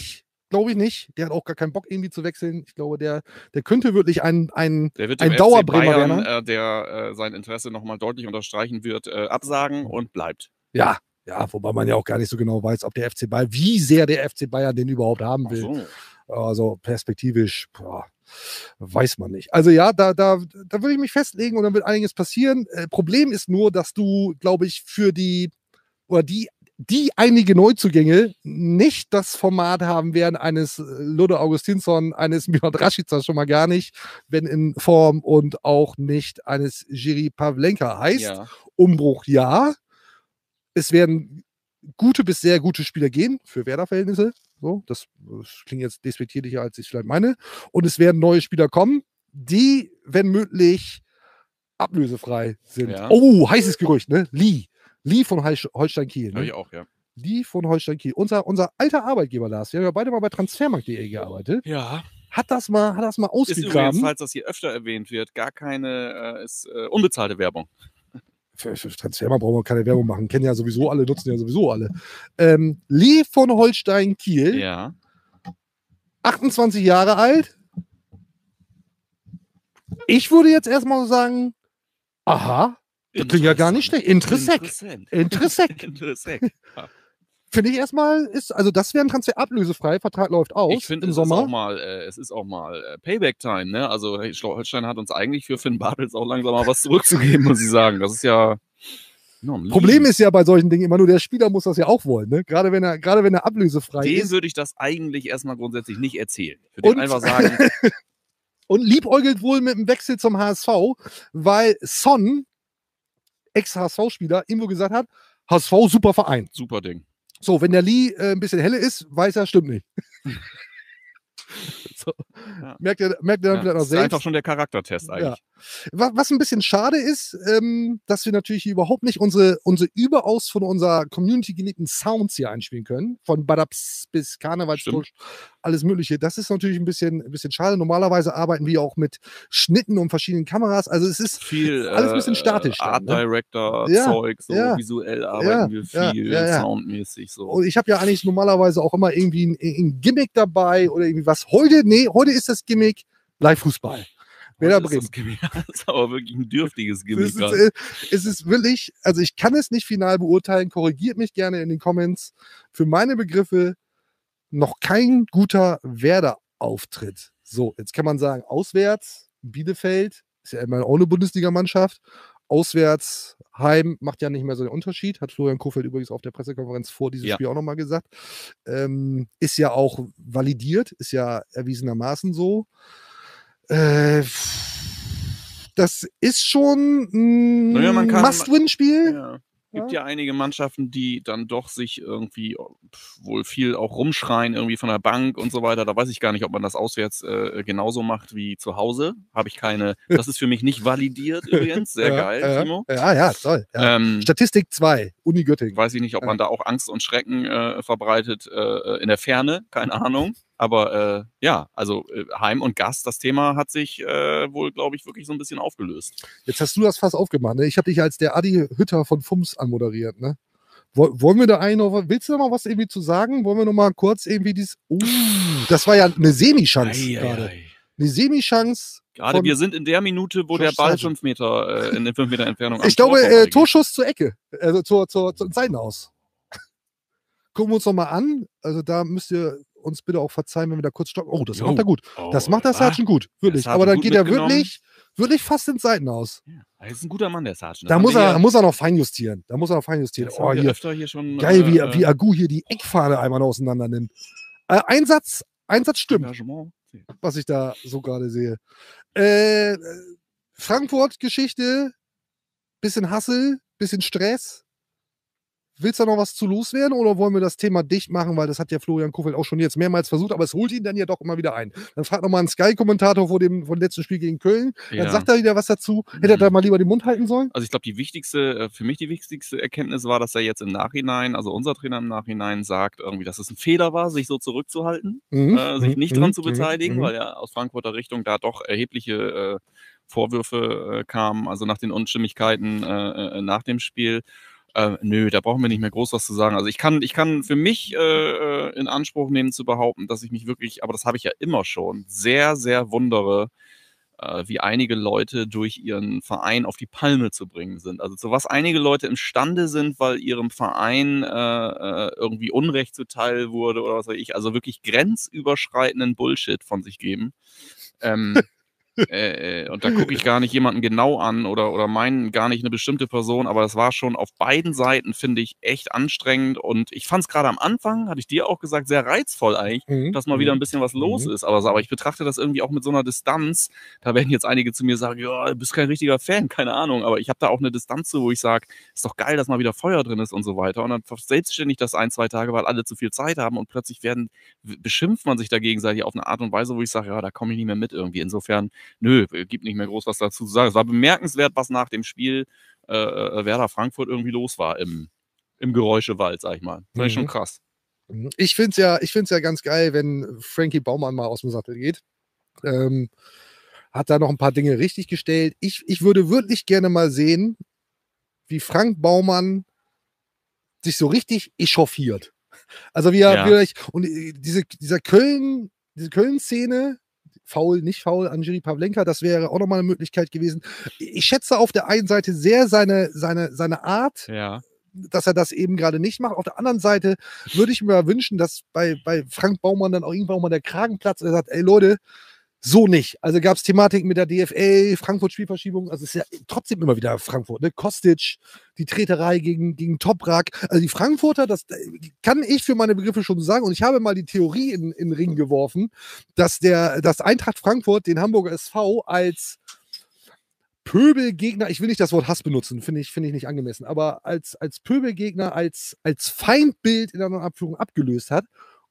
glaube ich nicht. Der hat auch gar keinen Bock, irgendwie zu wechseln. Ich glaube, der, der könnte wirklich ein, ein, Der wird ein dem Dauerbremer Bayern, werden. äh, der äh, sein Interesse nochmal deutlich unterstreichen wird, äh, absagen und bleibt. Ja, ja, wobei man ja auch gar nicht so genau weiß, ob der F C Bayern, wie sehr der F C Bayern den überhaupt haben will. So. Also perspektivisch, boah, weiß man nicht. Also ja, da, da, da würde ich mich festlegen und dann wird einiges passieren. Äh, Problem ist nur, dass du, glaube ich, für die oder die die einige Neuzugänge nicht das Format haben werden eines Ludde Augustinsson, eines Milot Rashica schon mal gar nicht, wenn in Form, und auch nicht eines Jiri Pavlenka. Heißt, Ja. Umbruch ja, es werden gute bis sehr gute Spieler gehen, für Werder-Verhältnisse, so, das, das klingt jetzt despektierlicher, als ich vielleicht meine, und es werden neue Spieler kommen, die, wenn möglich, ablösefrei sind. Ja. Oh, heißes Gerücht, ne? Lee. Lee von Holstein Kiel. Hab Ne? ich auch, ja. Lee von Holstein Kiel. Unser, unser alter Arbeitgeber, Lars, wir haben ja beide mal bei transfermarkt punkt de gearbeitet. Ja. Hat das mal, hat das mal Ist übrigens, ausgegraben. falls das hier öfter erwähnt wird, gar keine, äh, ist äh, unbezahlte Werbung. Für, für Transfermarkt brauchen wir keine Werbung machen. Kennen ja sowieso alle, nutzen ja sowieso alle. Ähm, Lee von Holstein Kiel. Ja. achtundzwanzig Jahre alt. Ich würde jetzt erstmal sagen, aha, das klingt ja gar nicht schlecht. Interessant. Interessant. Interessant. Interessant. Ja. Finde ich erstmal, ist, also das wäre ein Transfer ablösefrei, Vertrag läuft aus Ich finde, im es, Sommer. ist auch mal, äh, es ist auch mal äh, Payback-Time. Ne? Also hey, Holstein hat uns eigentlich für Finn Bartels auch langsam mal was zurückzugeben, muss ich sagen. Das ist ja... No, Problem ist ja bei solchen Dingen immer nur, der Spieler muss das ja auch wollen. Ne? Gerade wenn er, gerade wenn er ablösefrei Dem ist. würde ich das eigentlich erstmal grundsätzlich nicht erzählen. Ich würde Und- ihm einfach sagen, Und liebäugelt wohl mit dem Wechsel zum H S V, weil Son, Ex-H S V-Spieler, ihm wohl gesagt hat, H S V, super Verein. super Ding. So, wenn der Lee äh, ein bisschen helle ist, weiß er, stimmt nicht. so. Ja. Merkt er, merkt er dann Ja, vielleicht noch das ist selbst. einfach schon der Charaktertest eigentlich. Was, was ein bisschen schade ist, ähm, dass wir natürlich hier überhaupt nicht unsere, unsere überaus von unserer Community geliebten Sounds hier einspielen können. Von Badaps bis Karnevalsdurch, alles Mögliche. Das ist natürlich ein bisschen, ein bisschen schade. Normalerweise arbeiten wir auch mit Schnitten und verschiedenen Kameras. Also es ist Viel alles ein bisschen äh, statisch dann, Art ne? Director, Ja, Zeug, so ja. visuell arbeiten Ja, wir ja, viel, ja, ja. soundmäßig so. Und ich habe ja eigentlich normalerweise auch immer irgendwie ein, ein Gimmick dabei oder irgendwie was. Heute, nee, heute ist das Gimmick Live-Fußball. Werder Heute ist Bremen. das Gimmick- das ist aber wirklich ein dürftiges Gimmick. Es ist, gerade. äh, es ist wirklich, also ich kann es nicht final beurteilen, korrigiert mich gerne in den Comments. Für meine Begriffe noch kein guter Werder-Auftritt. So, jetzt kann man sagen, auswärts, Bielefeld, ist ja immer auch eine Bundesligamannschaft. Auswärts, Heim macht ja nicht mehr so den Unterschied, hat Florian Kohfeldt übrigens auf der Pressekonferenz vor diesem Ja. Spiel auch nochmal gesagt. Ähm, ist ja auch validiert, ist ja erwiesenermaßen so. Äh, das ist schon ein Naja, man kann- Must-Win-Spiel. Ja. Gibt ja einige Mannschaften, die dann doch sich irgendwie pf, wohl viel auch rumschreien, irgendwie von der Bank und so weiter. Da weiß ich gar nicht, ob man das auswärts äh, genauso macht wie zu Hause. Habe ich keine. Das ist für mich nicht validiert übrigens. Sehr ja, geil, ja, Timo. Ja, ja, toll. Ja. Ähm, Statistik zwei, Uni Göttingen. weiß ich nicht, ob man da auch Angst und Schrecken äh, verbreitet äh, in der Ferne. Keine Ahnung. Aber äh, ja, also äh, Heim und Gast, das Thema hat sich äh, wohl, glaube ich, wirklich so ein bisschen aufgelöst. Jetzt hast du das fast aufgemacht. Ne? Ich habe dich als der Adi Hütter von F U M S anmoderiert. Ne? Woll- Wollen wir da eigentlich noch, willst du da noch was irgendwie zu sagen? Wollen wir noch mal kurz irgendwie dieses, uh, das war ja eine Semi-Chance Ei, ei, gerade. ei. Eine Semi-Chance. Gerade von- wir sind in der Minute, wo Josh der Ball Sargent. fünf Meter äh, in den fünf Meter Entfernung am Ich glaube, Tor äh, vorbeigeht. Torschuss zur Ecke, also zur, zur, zur Seitenaus. Gucken wir uns noch mal an. Also da müsst ihr uns bitte auch verzeihen, wenn wir da kurz stoppen. Oh, das Jo. macht er gut. Oh, Das macht der ah, Sargent gut, wirklich. Sargent Aber dann gut geht er mitgenommen. wirklich, wirklich fast ins Seitenaus. Ja, er ist ein guter Mann, der Sargent. Da Das muss haben wir er, hier- muss er noch feinjustieren. Da muss er noch feinjustieren. das Oh, haben wir hier. öfter hier schon. Geil, wie, äh, wie Agu hier die Eckfahne einmal noch auseinander nimmt. Äh, Einsatz, Einsatz stimmt, Engagement. was ich da so gerade sehe. Äh, Frankfurt-Geschichte, bisschen Hassel, bisschen Stress. Willst du da noch was zu loswerden oder wollen wir das Thema dicht machen, weil das hat ja Florian Kohfeldt auch schon jetzt mehrmals versucht, aber es holt ihn dann ja doch immer wieder ein. Dann fragt nochmal ein Sky-Kommentator vor dem, vor dem letzten Spiel gegen Köln, dann Ja. sagt er wieder was dazu. Hätte er Mhm. da mal lieber den Mund halten sollen? Also ich glaube, die wichtigste, äh, für mich die wichtigste Erkenntnis war, dass er jetzt im Nachhinein, also unser Trainer im Nachhinein sagt irgendwie, dass es ein Fehler war, sich so zurückzuhalten, Mhm. äh, sich Mhm. nicht Mhm. dran zu Mhm. beteiligen, Mhm. weil ja aus Frankfurter Richtung da doch erhebliche äh, Vorwürfe äh, kamen, also nach den Unstimmigkeiten äh, äh, nach dem Spiel. Äh, nö, da brauchen wir nicht mehr groß was zu sagen. Also ich kann, ich kann für mich äh, in Anspruch nehmen zu behaupten, dass ich mich wirklich, aber das habe ich ja immer schon, sehr, sehr wundere, äh, wie einige Leute durch ihren Verein auf die Palme zu bringen sind. Also zu was einige Leute imstande sind, weil ihrem Verein äh, irgendwie Unrecht zuteil wurde oder was weiß ich. Also wirklich grenzüberschreitenden Bullshit von sich geben. Ähm, Äh, und da gucke ich gar nicht jemanden genau an oder, oder meinen gar nicht eine bestimmte Person, aber das war schon auf beiden Seiten, finde ich, echt anstrengend und ich fand es gerade am Anfang, hatte ich dir auch gesagt, sehr reizvoll eigentlich, Mhm. dass mal wieder ein bisschen was los Mhm. ist, aber, aber ich betrachte das irgendwie auch mit so einer Distanz, da werden jetzt einige zu mir sagen, ja, du bist kein richtiger Fan, keine Ahnung, aber ich habe da auch eine Distanz zu, wo ich sage, ist doch geil, dass mal wieder Feuer drin ist und so weiter und dann selbstständig das ein, zwei Tage, weil alle zu viel Zeit haben und plötzlich werden, beschimpft man sich da gegenseitig auf eine Art und Weise, wo ich sage, ja, da komme ich nicht mehr mit irgendwie, insofern nö, gibt nicht mehr groß was dazu zu sagen. Es war bemerkenswert, was nach dem Spiel äh, Werder Frankfurt irgendwie los war im, im Geräuschewald, sag ich mal. Fand ich schon krass. Ich finde es ja, ich find's ja ganz geil, wenn Frankie Baumann mal aus dem Sattel geht. Ähm, hat da noch ein paar Dinge richtig gestellt. Ich, ich würde wirklich gerne mal sehen, wie Frank Baumann sich so richtig echauffiert. Also wie er, Ja. wie er und diese, dieser Köln, diese Köln-Szene, faul, nicht faul, Anjiri Pavlenka, das wäre auch nochmal eine Möglichkeit gewesen. Ich schätze auf der einen Seite sehr seine, seine, seine Art, Ja. dass er das eben gerade nicht macht. Auf der anderen Seite würde ich mir wünschen, dass bei, bei Frank Baumann dann auch irgendwann mal der Kragen platzt und er sagt, ey Leute, so nicht. Also gab es Thematiken mit der D F L, Frankfurt-Spielverschiebung, also es ist ja trotzdem immer wieder Frankfurt, ne? Kostic, die Treterei gegen, gegen Toprak. Also die Frankfurter, das kann ich für meine Begriffe schon sagen und ich habe mal die Theorie in, in den Ring geworfen, dass der, dass Eintracht Frankfurt den Hamburger S V als Pöbelgegner, ich will nicht das Wort Hass benutzen, finde ich, finde ich nicht angemessen, aber als, als Pöbelgegner, als, als Feindbild in einer Abführung abgelöst hat.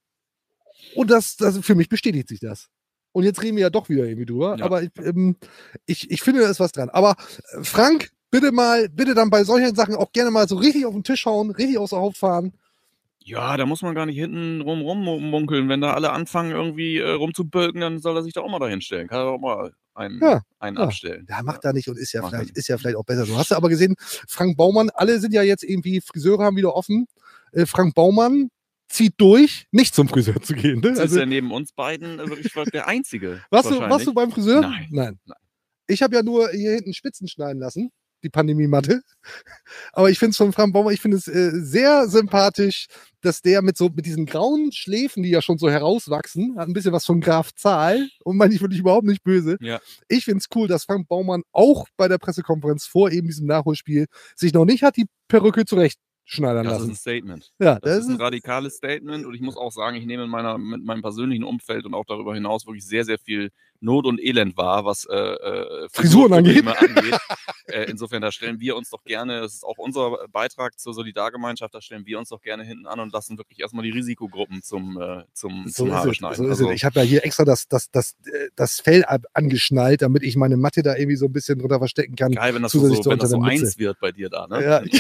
Und das, das, für mich bestätigt sich das. Und jetzt reden wir ja doch wieder irgendwie drüber, Ja. aber ich, ähm, ich, ich finde, da ist was dran. Aber äh, Frank, bitte mal, bitte dann bei solchen Sachen auch gerne mal so richtig auf den Tisch hauen, richtig aus der Haut fahren. Ja, da muss man gar nicht hinten rum rummunkeln. Wenn da alle anfangen, irgendwie äh, rumzubölken, dann soll er sich da auch mal dahin stellen. Kann er auch mal einen, Ja, einen ja. abstellen. Ja, macht er nicht und ist ja, Macht er vielleicht, nicht. ist ja vielleicht auch besser. Du hast ja aber gesehen, Frank Baumann, alle sind ja jetzt irgendwie, Friseure haben wieder offen. Äh, Frank Baumann zieht durch, nicht zum Friseur zu gehen. Ne? Das Also, ist ja neben uns beiden äh, wirklich der Einzige. warst, du, wahrscheinlich. warst du beim Friseur? Nein. Nein. Nein. Ich habe ja nur hier hinten Spitzen schneiden lassen, die Pandemie-Matte. Aber ich finde es von Frank Baumann, ich finde es äh, sehr sympathisch, dass der mit so mit diesen grauen Schläfen, die ja schon so herauswachsen, hat ein bisschen was von Graf Zahl und meine ich wirklich überhaupt nicht böse. Ja. Ich finde es cool, dass Frank Baumann auch bei der Pressekonferenz vor eben diesem Nachholspiel sich noch nicht hat die Perücke zurechtschneidern Das ist lassen. ein Statement. Ja, Das, ist ein radikales Statement und ich muss auch sagen, ich nehme in meiner, mit meinem persönlichen Umfeld und auch darüber hinaus wirklich sehr, sehr viel Not und Elend wahr, was äh, äh, Frisuren angeht. angeht. äh, insofern, da stellen wir uns doch gerne, das ist auch unser Beitrag zur Solidargemeinschaft, da stellen wir uns doch gerne hinten an und lassen wirklich erstmal die Risikogruppen zum, äh, zum, So zum Haare ist es, schneiden. so ist Also, es. Ich habe ja hier extra das, das, das, äh, das Fell ab- angeschnallt, damit ich meine Matte da irgendwie so ein bisschen drunter verstecken kann. geil, wenn das so, zusätzlich zu wenn das so unter der Mütze. eins wird bei dir da, ne? Ja.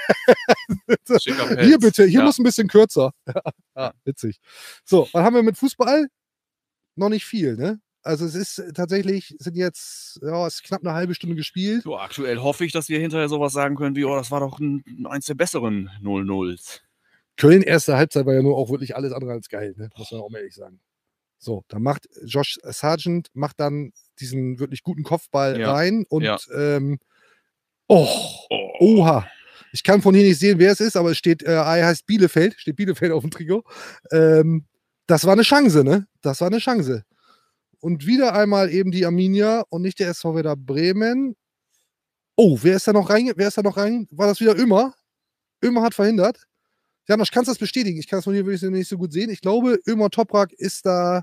Schicker Pelz. Hier bitte, hier Ja. muss ein bisschen kürzer. Ja, witzig. So, was haben wir mit Fußball? Noch nicht viel, ne? Also es ist tatsächlich, sind jetzt, ja, es ist knapp eine halbe Stunde gespielt. So, aktuell hoffe ich, dass wir hinterher sowas sagen können wie, oh, das war doch ein, eins der besseren null nulls. Köln erste Halbzeit war ja nur auch wirklich alles andere als geil, ne? Muss man auch mal ehrlich sagen. So, da macht Josh Sargent macht dann diesen wirklich guten Kopfball Ja. rein und Ja. ähm, oh, Oh. oha. Ich kann von hier nicht sehen, wer es ist, aber es steht, äh, er heißt Bielefeld, steht Bielefeld auf dem Trikot. Ähm, das war eine Chance, ne? Das war eine Chance. Und wieder einmal eben die Arminia und nicht der S V Werder Bremen. Oh, wer ist da noch rein? Wer ist da noch rein? War das wieder Ömer? Ömer hat verhindert. Janosch, kannst du das bestätigen? Ich kann es von hier wirklich nicht so gut sehen. Ich glaube, Ömer Toprak ist da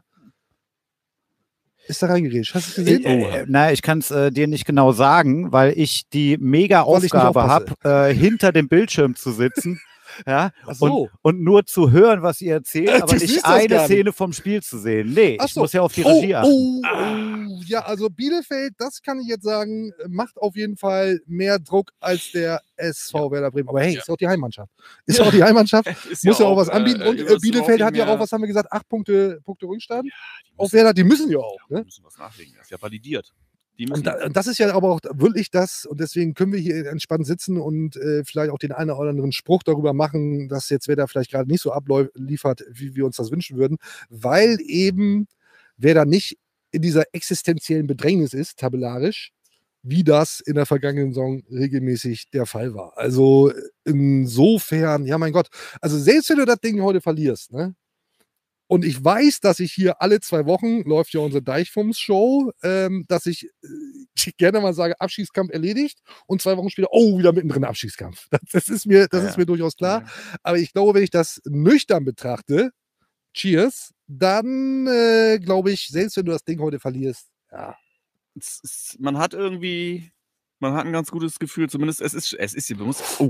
ist da reingeredet. Hast du es gesehen? Äh, äh, na, ich kann es äh, dir nicht genau sagen, weil ich die mega Weil ich nicht Aufgabe aufpasse. habe, äh, hinter dem Bildschirm zu sitzen. Ja, Ach so. und, und nur zu hören, was ihr erzählt, Äh, aber du nicht siehst das eine gar nicht. Szene vom Spiel zu sehen. Nee, Ach ich so. muss ja auf die Oh, Regie achten. oh, oh, ja, also Bielefeld, das kann ich jetzt sagen, macht auf jeden Fall mehr Druck als der S V Werder Bremen. Aber hey, Ja. ist auch die Heimmannschaft. Ist auch die Heimmannschaft. Ist Muss ja auch was anbieten. äh, Und äh, übers Bielefeld hat ja überhaupt auch, was haben wir gesagt, acht Punkte, Punkte Rückstand. nicht mehr- Ja, die Auf müssen- Werder, die müssen ja auch. Ja, Ne? müssen was nachlegen. Das ist ja validiert. Die und, da, und das ist ja aber auch wirklich das, und deswegen können wir hier entspannt sitzen und äh, vielleicht auch den einen oder anderen Spruch darüber machen, dass jetzt wer da vielleicht gerade nicht so abliefert, wie wir uns das wünschen würden, weil eben wer da nicht in dieser existenziellen Bedrängnis ist, tabellarisch, wie das in der vergangenen Saison regelmäßig der Fall war. Also insofern, ja mein Gott, also selbst wenn du das Ding heute verlierst, ne? Und ich weiß, dass ich hier alle zwei Wochen, läuft ja unsere Deichfums-Show, ähm, dass ich äh, gerne mal sage, Abschiedskampf erledigt und zwei Wochen später, oh, wieder mittendrin Abschiedskampf. Das, das, ist, mir, das ja, ist mir durchaus klar. Ja. Aber ich glaube, wenn ich das nüchtern betrachte, cheers, dann äh, glaube ich, selbst wenn du das Ding heute verlierst, ja. Es ist, man hat irgendwie, man hat ein ganz gutes Gefühl, zumindest es ist, es ist, man muss, oh.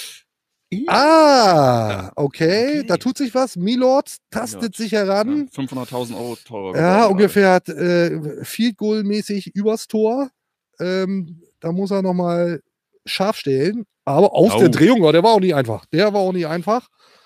Ah, okay. okay, da tut sich was. Milord tastet Milord. sich heran. Ja, fünfhunderttausend Euro teurer. Ja, ungefähr äh, Field Goal-mäßig übers Tor. Ähm, da muss er nochmal scharf stellen. Aber aus oh. der Drehung, der war auch nicht einfach. Der war auch nicht einfach.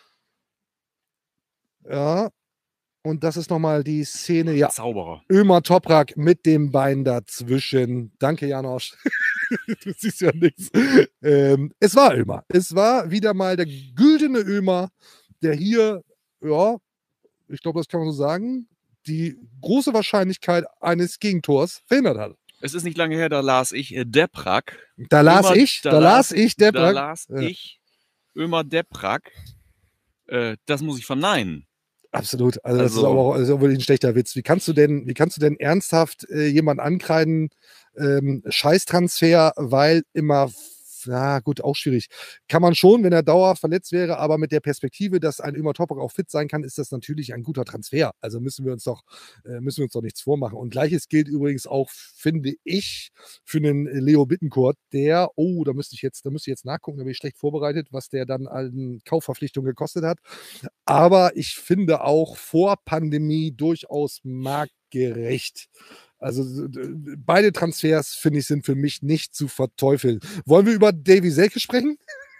Ja. Und das ist nochmal die Szene. Ja, Zauberer. Ömer Toprak mit dem Bein dazwischen. Danke, Janosch. Du siehst ja nichts. Ähm, es war Ömer. Es war wieder mal der güldene Ömer, der hier, ja, ich glaube, das kann man so sagen, die große Wahrscheinlichkeit eines Gegentors verhindert hat. Es ist nicht lange her, da las ich äh, Deprak. Da las Ömer, ich, da, da las ich Deprak. Da las ja. ich Ömer Deprak. Äh, das muss ich verneinen. Absolut. Also, das also, ist aber auch, also wirklich ein schlechter Witz. Wie kannst du denn, wie kannst du denn ernsthaft äh, jemanden ankreiden, ähm, Scheißtransfer, weil immer, na gut, auch schwierig. Kann man schon, wenn er dauerhaft verletzt wäre, aber mit der Perspektive, dass ein Ömer Toprak auch fit sein kann, ist das natürlich ein guter Transfer. Also müssen wir uns doch, äh, müssen wir uns doch nichts vormachen. Und Gleiches gilt übrigens auch, finde ich, für einen Leo Bittencourt, der, oh, da müsste ich jetzt, da müsste ich jetzt nachgucken, da bin ich schlecht vorbereitet, was der dann an Kaufverpflichtungen gekostet hat. Aber ich finde auch vor Pandemie durchaus marktgerecht. Also beide Transfers, finde ich, sind für mich nicht zu verteufeln. Wollen wir über Davy Selke sprechen?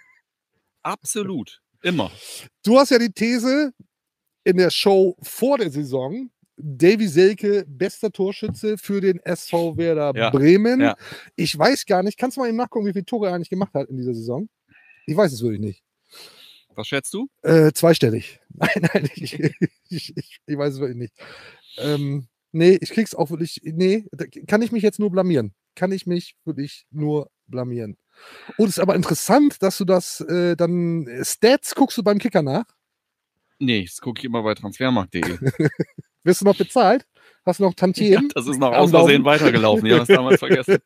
Absolut. Immer. Du hast ja die These in der Show vor der Saison, Davy Selke, bester Torschütze für den S V Werder ja. Bremen. Ja. Ich weiß gar nicht, kannst du mal eben nachgucken, wie viele Tore er eigentlich gemacht hat in dieser Saison? Ich weiß es wirklich nicht. Was schätzt du? Äh, zweistellig. Nein, nein, ich, ich, ich, ich weiß es wirklich nicht. Ähm, nee, ich krieg's auch wirklich, nee, kann ich mich jetzt nur blamieren. Kann ich mich wirklich nur blamieren. Und es ist aber interessant, dass du das äh, dann, Stats guckst du beim Kicker nach? Nee, das gucke ich immer bei transfermarkt punkt de. Wirst du noch bezahlt? Hast du noch Tantiemen? Ja, das ist noch aus Versehen weitergelaufen. Ja, das damals vergessen.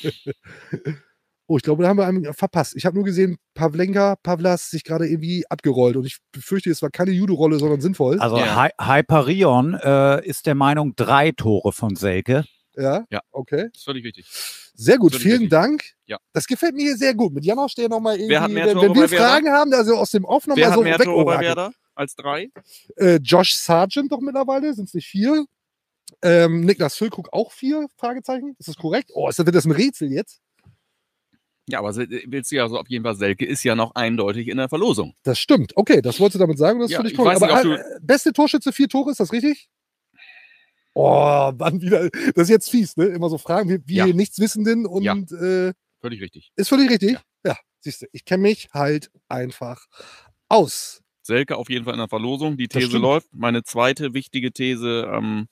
Oh, ich glaube, da haben wir einen verpasst. Ich habe nur gesehen, Pavlenka, Pavlas sich gerade irgendwie abgerollt und ich befürchte, es war keine Judo-Rolle, sondern sinnvoll. Also ja. Hyperion äh, ist der Meinung, drei Tore von Selke. Ja, ja. Okay. Das ist völlig richtig. Sehr gut, vielen richtig. Dank. Ja. Das gefällt mir hier sehr gut. Mit Janosch, der nochmal irgendwie, Wer hat mehr wenn, Tore wenn wir bei Fragen Werder? haben, also aus dem Off nochmal Wer so hat mehr Tore bei Werder als drei? Äh, Josh Sargent doch mittlerweile, sind es nicht vier. Ähm, Niklas Füllkrug auch vier, Fragezeichen. Ist das korrekt? Oh, ist das, wird das ein Rätsel jetzt? Ja, aber willst du ja so auf jeden Fall, Selke ist ja noch eindeutig in der Verlosung. Das stimmt. Okay, das wolltest du damit sagen. Das ja, finde ich cool. Aber äh, beste Torschütze, vier Tore, ist das richtig? Oh, wann wieder. Das ist jetzt fies, ne? Immer so Fragen wie, wie ja. Nichtswissenden und. Ja. Äh, völlig richtig. Ist völlig richtig? Ja, ja siehst du. Ich kenne mich halt einfach aus. Selke auf jeden Fall in der Verlosung. Die These läuft. Meine zweite wichtige These ähm,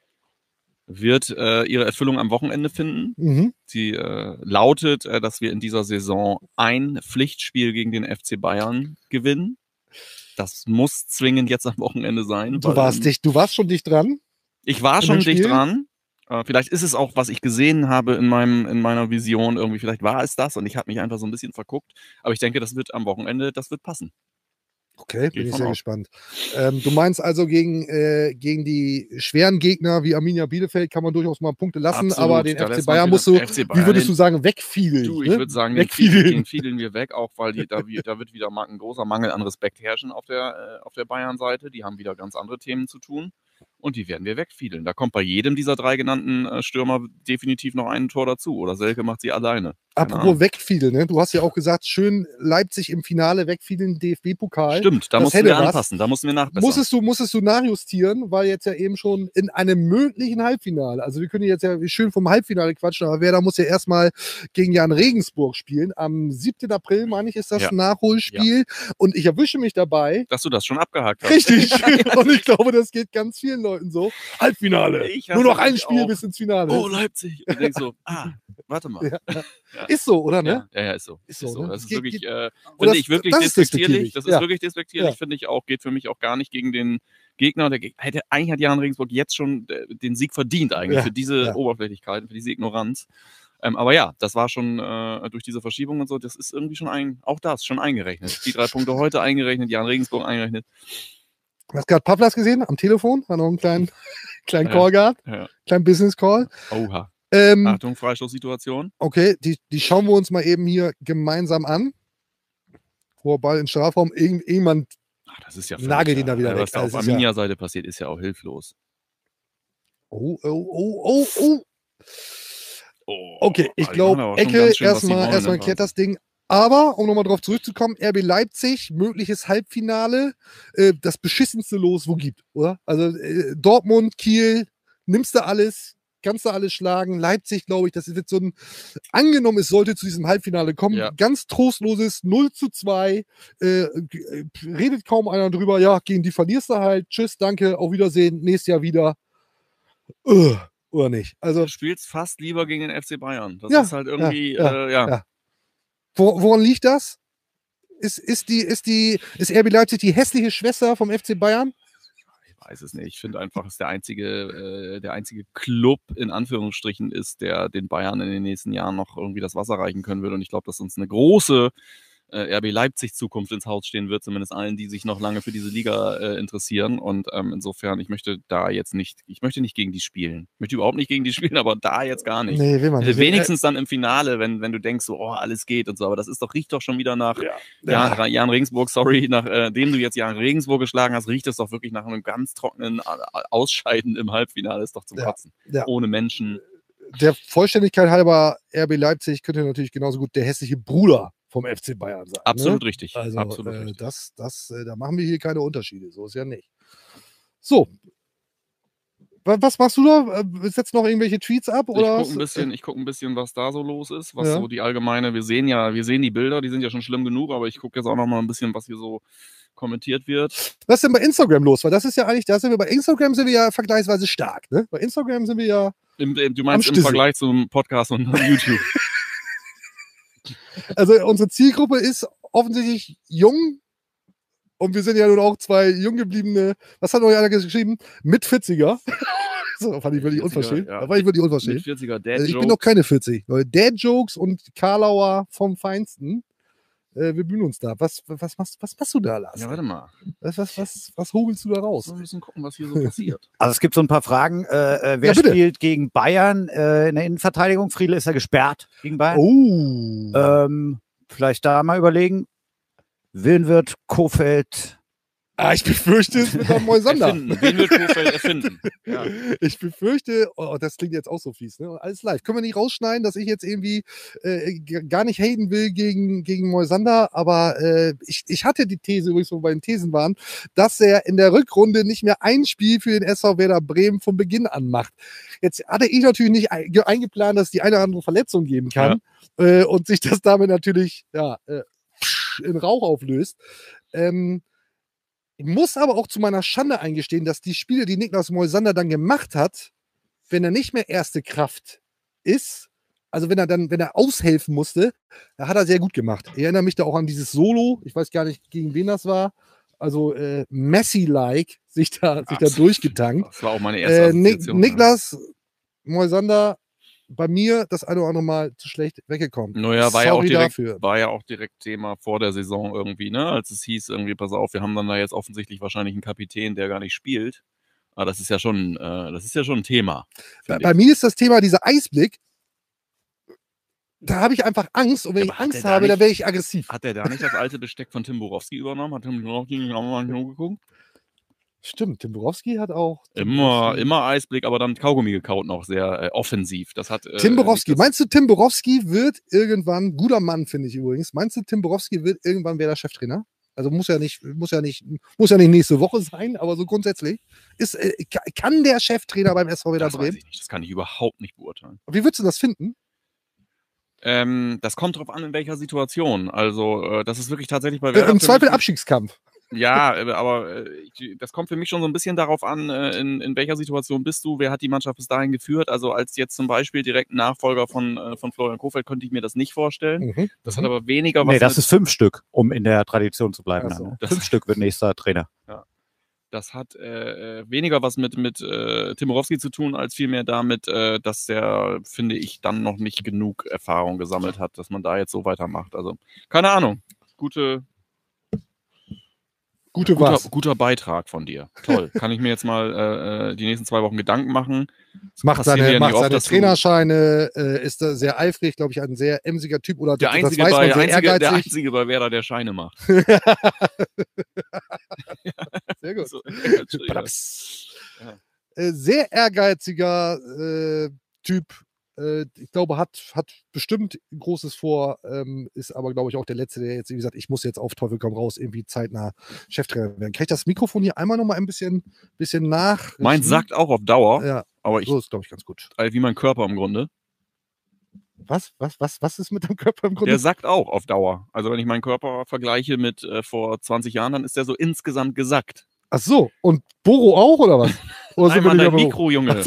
wird äh, ihre Erfüllung am Wochenende finden. Mhm. Sie äh, lautet, äh, dass wir in dieser Saison ein Pflichtspiel gegen den F C Bayern gewinnen. Das muss zwingend jetzt am Wochenende sein. Du warst, dicht, du warst schon dicht dran? Ich war schon dicht dran. Äh, vielleicht ist es auch, was ich gesehen habe in, meinem, in meiner Vision. Irgendwie, vielleicht war es das und ich habe mich einfach so ein bisschen verguckt. Aber ich denke, das wird am Wochenende, das wird passen. Okay, bin ich sehr gespannt. Ähm, du meinst also, gegen, äh, gegen die schweren Gegner wie Arminia Bielefeld kann man durchaus mal Punkte lassen, Absolut. aber den ja, F C Bayern musst du, F C Bayern, wie würdest du sagen, wegfiedeln? Du, ich ne? würde sagen, den fiedeln, den fiedeln wir weg, auch weil die, da, da wird wieder ein großer Mangel an Respekt herrschen auf der, äh, auf der Bayern-Seite. Die haben wieder ganz andere Themen zu tun. Und die werden wir wegfiedeln. Da kommt bei jedem dieser drei genannten äh, Stürmer definitiv noch ein Tor dazu. Oder Selke macht sie alleine. Keine Apropos Ahnung. wegfiedeln, ne? Du hast ja auch gesagt, schön Leipzig im Finale wegfiedeln, D F B-Pokal. Stimmt, da Das mussten hätte wir was. anpassen. Da mussten wir nachbessern. Musstest du, musstest du nachjustieren, weil jetzt ja eben schon in einem möglichen Halbfinale, also wir können jetzt ja schön vom Halbfinale quatschen, aber wer da muss ja erstmal gegen Jan Regensburg spielen. Am siebten April, meine ich, ist das Ja. ein Nachholspiel. Und ich erwische mich dabei. Dass du das schon abgehakt hast. Richtig. Und ich glaube, das geht ganz vielen Leuten so. Halbfinale. Ich Nur noch hasse ein mich Spiel auch. bis ins Finale. Oh, Leipzig. Und denkst so, ah, warte mal. Ja. Ja. Ist so, oder ne? Ja, ja, ja, ist so. Ist Ist so, so. ne? Das Es ist geht- wirklich, geht- äh, Und finde das- ich wirklich das ist despektierlich. despektierlich. Das ist Ja. wirklich despektierlich, Ja. finde ich auch. Geht für mich auch gar nicht gegen den Gegner. Der Geg- hätte, eigentlich hat Jan Regensburg jetzt schon äh, den Sieg verdient eigentlich Ja, für diese ja. Oberflächlichkeit, für diese Ignoranz. Ähm, aber ja, das war schon äh, durch diese Verschiebung und so, das ist irgendwie schon ein, auch das schon eingerechnet. Die drei Punkte heute eingerechnet, Jan Regensburg eingerechnet. Hast gerade Pavlas gesehen am Telefon? Hat noch einen kleinen, kleinen Ja. Call gehabt, Ja. kleinen Business Call. Oha. Ähm, Achtung, Freistoßsituation. okay, die, die schauen wir uns mal eben hier gemeinsam an. Hoher Ball in Strafraum, irgend, irgendjemand. Ach, das ist ja Nagelt ihn da klar. wieder weg. Was da Also auf es ist ja- Arminia-Seite passiert, ist ja auch hilflos. Oh, oh, oh, oh, oh. Oh, Okay, ich die glaube, machen aber schon Ecke, ganz schön, was sie erstmal wollen, erstmal ne? kehrt das Ding. Aber, um nochmal drauf zurückzukommen, R B Leipzig, mögliches Halbfinale, äh, das beschissenste Los, wo gibt, oder? Also äh, Dortmund, Kiel, nimmst du alles, kannst du alles schlagen. Leipzig, glaube ich, das wird so ein, angenommen, es sollte zu diesem Halbfinale kommen, Ja. ganz trostloses null zu zwei, äh, g- äh, redet kaum einer drüber, ja, gegen die verlierst du halt, tschüss, danke, auf Wiedersehen, nächstes Jahr wieder. Ugh, oder nicht? Also, Du spielst fast lieber gegen den F C Bayern. Das Ja, ist halt irgendwie, ja, ja, äh, ja. ja. Wo, woran liegt das? Ist, ist, die, ist, die, ist R B Leipzig die hässliche Schwester vom F C Bayern? Ich weiß es nicht. Ich finde einfach, es ist der einzige, äh, der einzige Club in Anführungsstrichen ist, der den Bayern in den nächsten Jahren noch irgendwie das Wasser reichen können wird. Und ich glaube, dass uns eine große äh, R B Leipzig Zukunft ins Haus stehen wird, zumindest allen, die sich noch lange für diese Liga äh, interessieren. Und ähm, insofern, ich möchte da jetzt nicht, ich möchte nicht gegen die spielen. Ich möchte überhaupt nicht gegen die spielen, aber da jetzt gar nicht. Nee, will man Äh, nicht. Wenigstens dann im Finale, wenn, wenn du denkst, so, oh, alles geht und so. Aber das ist doch, riecht doch schon wieder nach Ja. Jan, Jan Regensburg, sorry, nachdem du jetzt Jan Regensburg geschlagen hast, riecht es doch wirklich nach einem ganz trockenen äh, Ausscheiden im Halbfinale. Ist doch zum Ja. Kotzen. Ja. Ohne Menschen. Der Vollständigkeit halber, R B Leipzig könnte natürlich genauso gut der hässliche Bruder vom F C Bayern sein. Absolut ne? richtig. Also, Absolut äh, richtig. das, das, äh, da machen wir hier keine Unterschiede. So ist ja nicht. So. Wa- Was machst du da? Äh, Setzt noch irgendwelche Tweets ab? Ich Oder? gucke ein bisschen, ich guck ein bisschen, was da so los ist, was Ja. so die allgemeine, wir sehen ja, wir sehen die Bilder, die sind ja schon schlimm genug, aber ich gucke jetzt auch noch mal ein bisschen, was hier so kommentiert wird. Was ist denn bei Instagram los? Weil das ist ja eigentlich, da sind wir bei Instagram sind wir ja vergleichsweise stark. Ne? Bei Instagram sind wir ja. Im, im, du meinst Am im Stissel. Vergleich zum Podcast und YouTube. Also unsere Zielgruppe ist offensichtlich jung. Und wir sind ja nun auch zwei jung gebliebene, was hat noch einer geschrieben? Mit vierziger. So, fand ich wirklich vierziger, unverschämt. ja. Da war ich wirklich Mit unverschämt. vierziger Also ich Dad-Joke. bin noch keine vierzig. Leute. Dad-Jokes und Karlauer vom Feinsten. Äh, wir bemühen uns da. Was, was, machst, was machst du da, Lars? Ja, warte mal. Was, was, was, was hobelst du da raus? So ein bisschen gucken, was hier so passiert. Also es gibt so ein paar Fragen. Äh, äh, wer Ja, bitte. spielt gegen Bayern äh, in der Innenverteidigung? Friedel ist ja gesperrt gegen Bayern. Oh. Ähm, vielleicht da mal überlegen. Willenwirt, Kofeld. Ah, ich befürchte, es wird dann Moisander. Erfinden. Wen wird Kofeld erfinden? Ja. Ich befürchte, oh, das klingt jetzt auch so fies, ne? Alles live. Können wir nicht rausschneiden, dass ich jetzt irgendwie äh, g- gar nicht haten will gegen, gegen Moisander, aber äh, ich, ich hatte die These, übrigens, wo wir bei den Thesen waren, dass er in der Rückrunde nicht mehr ein Spiel für den S V Werder Bremen von Beginn an macht. Jetzt hatte ich natürlich nicht ein- ge- eingeplant, dass es die eine oder andere Verletzung geben kann äh, und sich das damit natürlich ja, äh, in Rauch auflöst. Ähm, Ich muss aber auch zu meiner Schande eingestehen, dass die Spiele, die Niklas Moisander dann gemacht hat, wenn er nicht mehr erste Kraft ist, also wenn er dann, wenn er aushelfen musste, da hat er sehr gut gemacht. Ich erinnere mich da auch an dieses Solo, ich weiß gar nicht, gegen wen das war, also äh, Messi-like sich da, sich da Absolut. durchgetankt. Das war auch meine erste Äh, Nik Assoziation. Niklas Moisander bei mir das eine oder andere Mal zu schlecht weggekommen. Naja, war ja, auch Sorry direkt, dafür. war ja auch direkt Thema vor der Saison irgendwie, ne? Als es hieß, irgendwie, pass auf, wir haben dann da jetzt offensichtlich wahrscheinlich einen Kapitän, der gar nicht spielt. Aber das ist ja schon, äh, das ist ja schon ein Thema. Bei, find bei ich. mir ist das Thema dieser Eisblick. Da habe ich einfach Angst und wenn Ja, ich aber hat Angst der da habe, dann nicht- wäre ich aggressiv. Hat der da nicht das alte Besteck von Tim Borowski übernommen? Hat Tim Borowski auch mal geguckt? Stimmt, Tim Borowski hat auch. Tim Immer, Borowski. immer Eisblick, aber dann Kaugummi gekaut noch sehr äh, offensiv. Das hat, äh, Tim Borowski. nicht das- Meinst du, Tim Borowski wird irgendwann, guter Mann, finde ich übrigens, meinst du, Tim Borowski wird irgendwann wieder Cheftrainer? Also muss ja nicht, muss ja nicht, muss ja nicht nächste Woche sein, aber so grundsätzlich. Ist, äh, ka- kann der Cheftrainer beim S V Werder Das weiß Bremen? ich nicht. Das kann ich überhaupt nicht beurteilen. Wie würdest du das finden? Ähm, das kommt drauf an, in welcher Situation. Also, äh, das ist wirklich tatsächlich bei Äh, Werder Im für Zweifel mich- Abstiegskampf. Ja, äh, aber äh, ich- das kommt für mich schon so ein bisschen darauf an, äh, in, in welcher Situation bist du, wer hat die Mannschaft bis dahin geführt. Also als jetzt zum Beispiel direkt ein Nachfolger von, äh, von Florian Kohfeldt könnte ich mir das nicht vorstellen. Mhm. Das hat aber weniger was Nee, das mit, ist fünf Stück, um in der Tradition zu bleiben. Ach so. Dann, ne? Das- Fünf Stück wird nächster Trainer. das hat äh, äh, weniger was mit, mit äh, Tim Borowski zu tun, als vielmehr damit, äh, dass der, finde ich, dann noch nicht genug Erfahrung gesammelt hat, dass man da jetzt so weitermacht. Also, keine Ahnung. Gute, Gute guter, was. guter Beitrag von dir. Toll. Kann ich mir jetzt mal äh, äh, die nächsten zwei Wochen Gedanken machen. Macht passiert seine, ja nicht macht oft, seine dass du- Trainerscheine, äh, ist da sehr eifrig, glaube ich, ein sehr emsiger Typ oder Der das einzige, weiß bei, man, der, sehr einzige, der ehrgeizig. einzige bei Werder, der Scheine macht. Sehr gut. So, Entschuldigung. Padaps. Ja. Äh, sehr ehrgeiziger äh, Typ. Äh, ich glaube, hat, hat bestimmt Großes vor, ähm, ist aber, glaube ich, auch der Letzte, der jetzt, wie gesagt, ich muss jetzt auf Teufel komm raus, irgendwie zeitnah Cheftrainer werden. Kann ich das Mikrofon hier einmal nochmal ein bisschen, bisschen nach? Mein sagt auch auf Dauer, Ja, aber ich, so ist, glaube ich, ganz gut. äh, wie mein Körper im Grunde, Was, was, was, was ist mit deinem Körper im Grunde? der sagt auch auf Dauer. Also wenn ich meinen Körper vergleiche mit äh, vor zwanzig Jahren, dann ist der so insgesamt gesackt. Ach so, und Boro auch, oder was? Oder sind wir Einmal wieder dein bei- Mikro, Junge.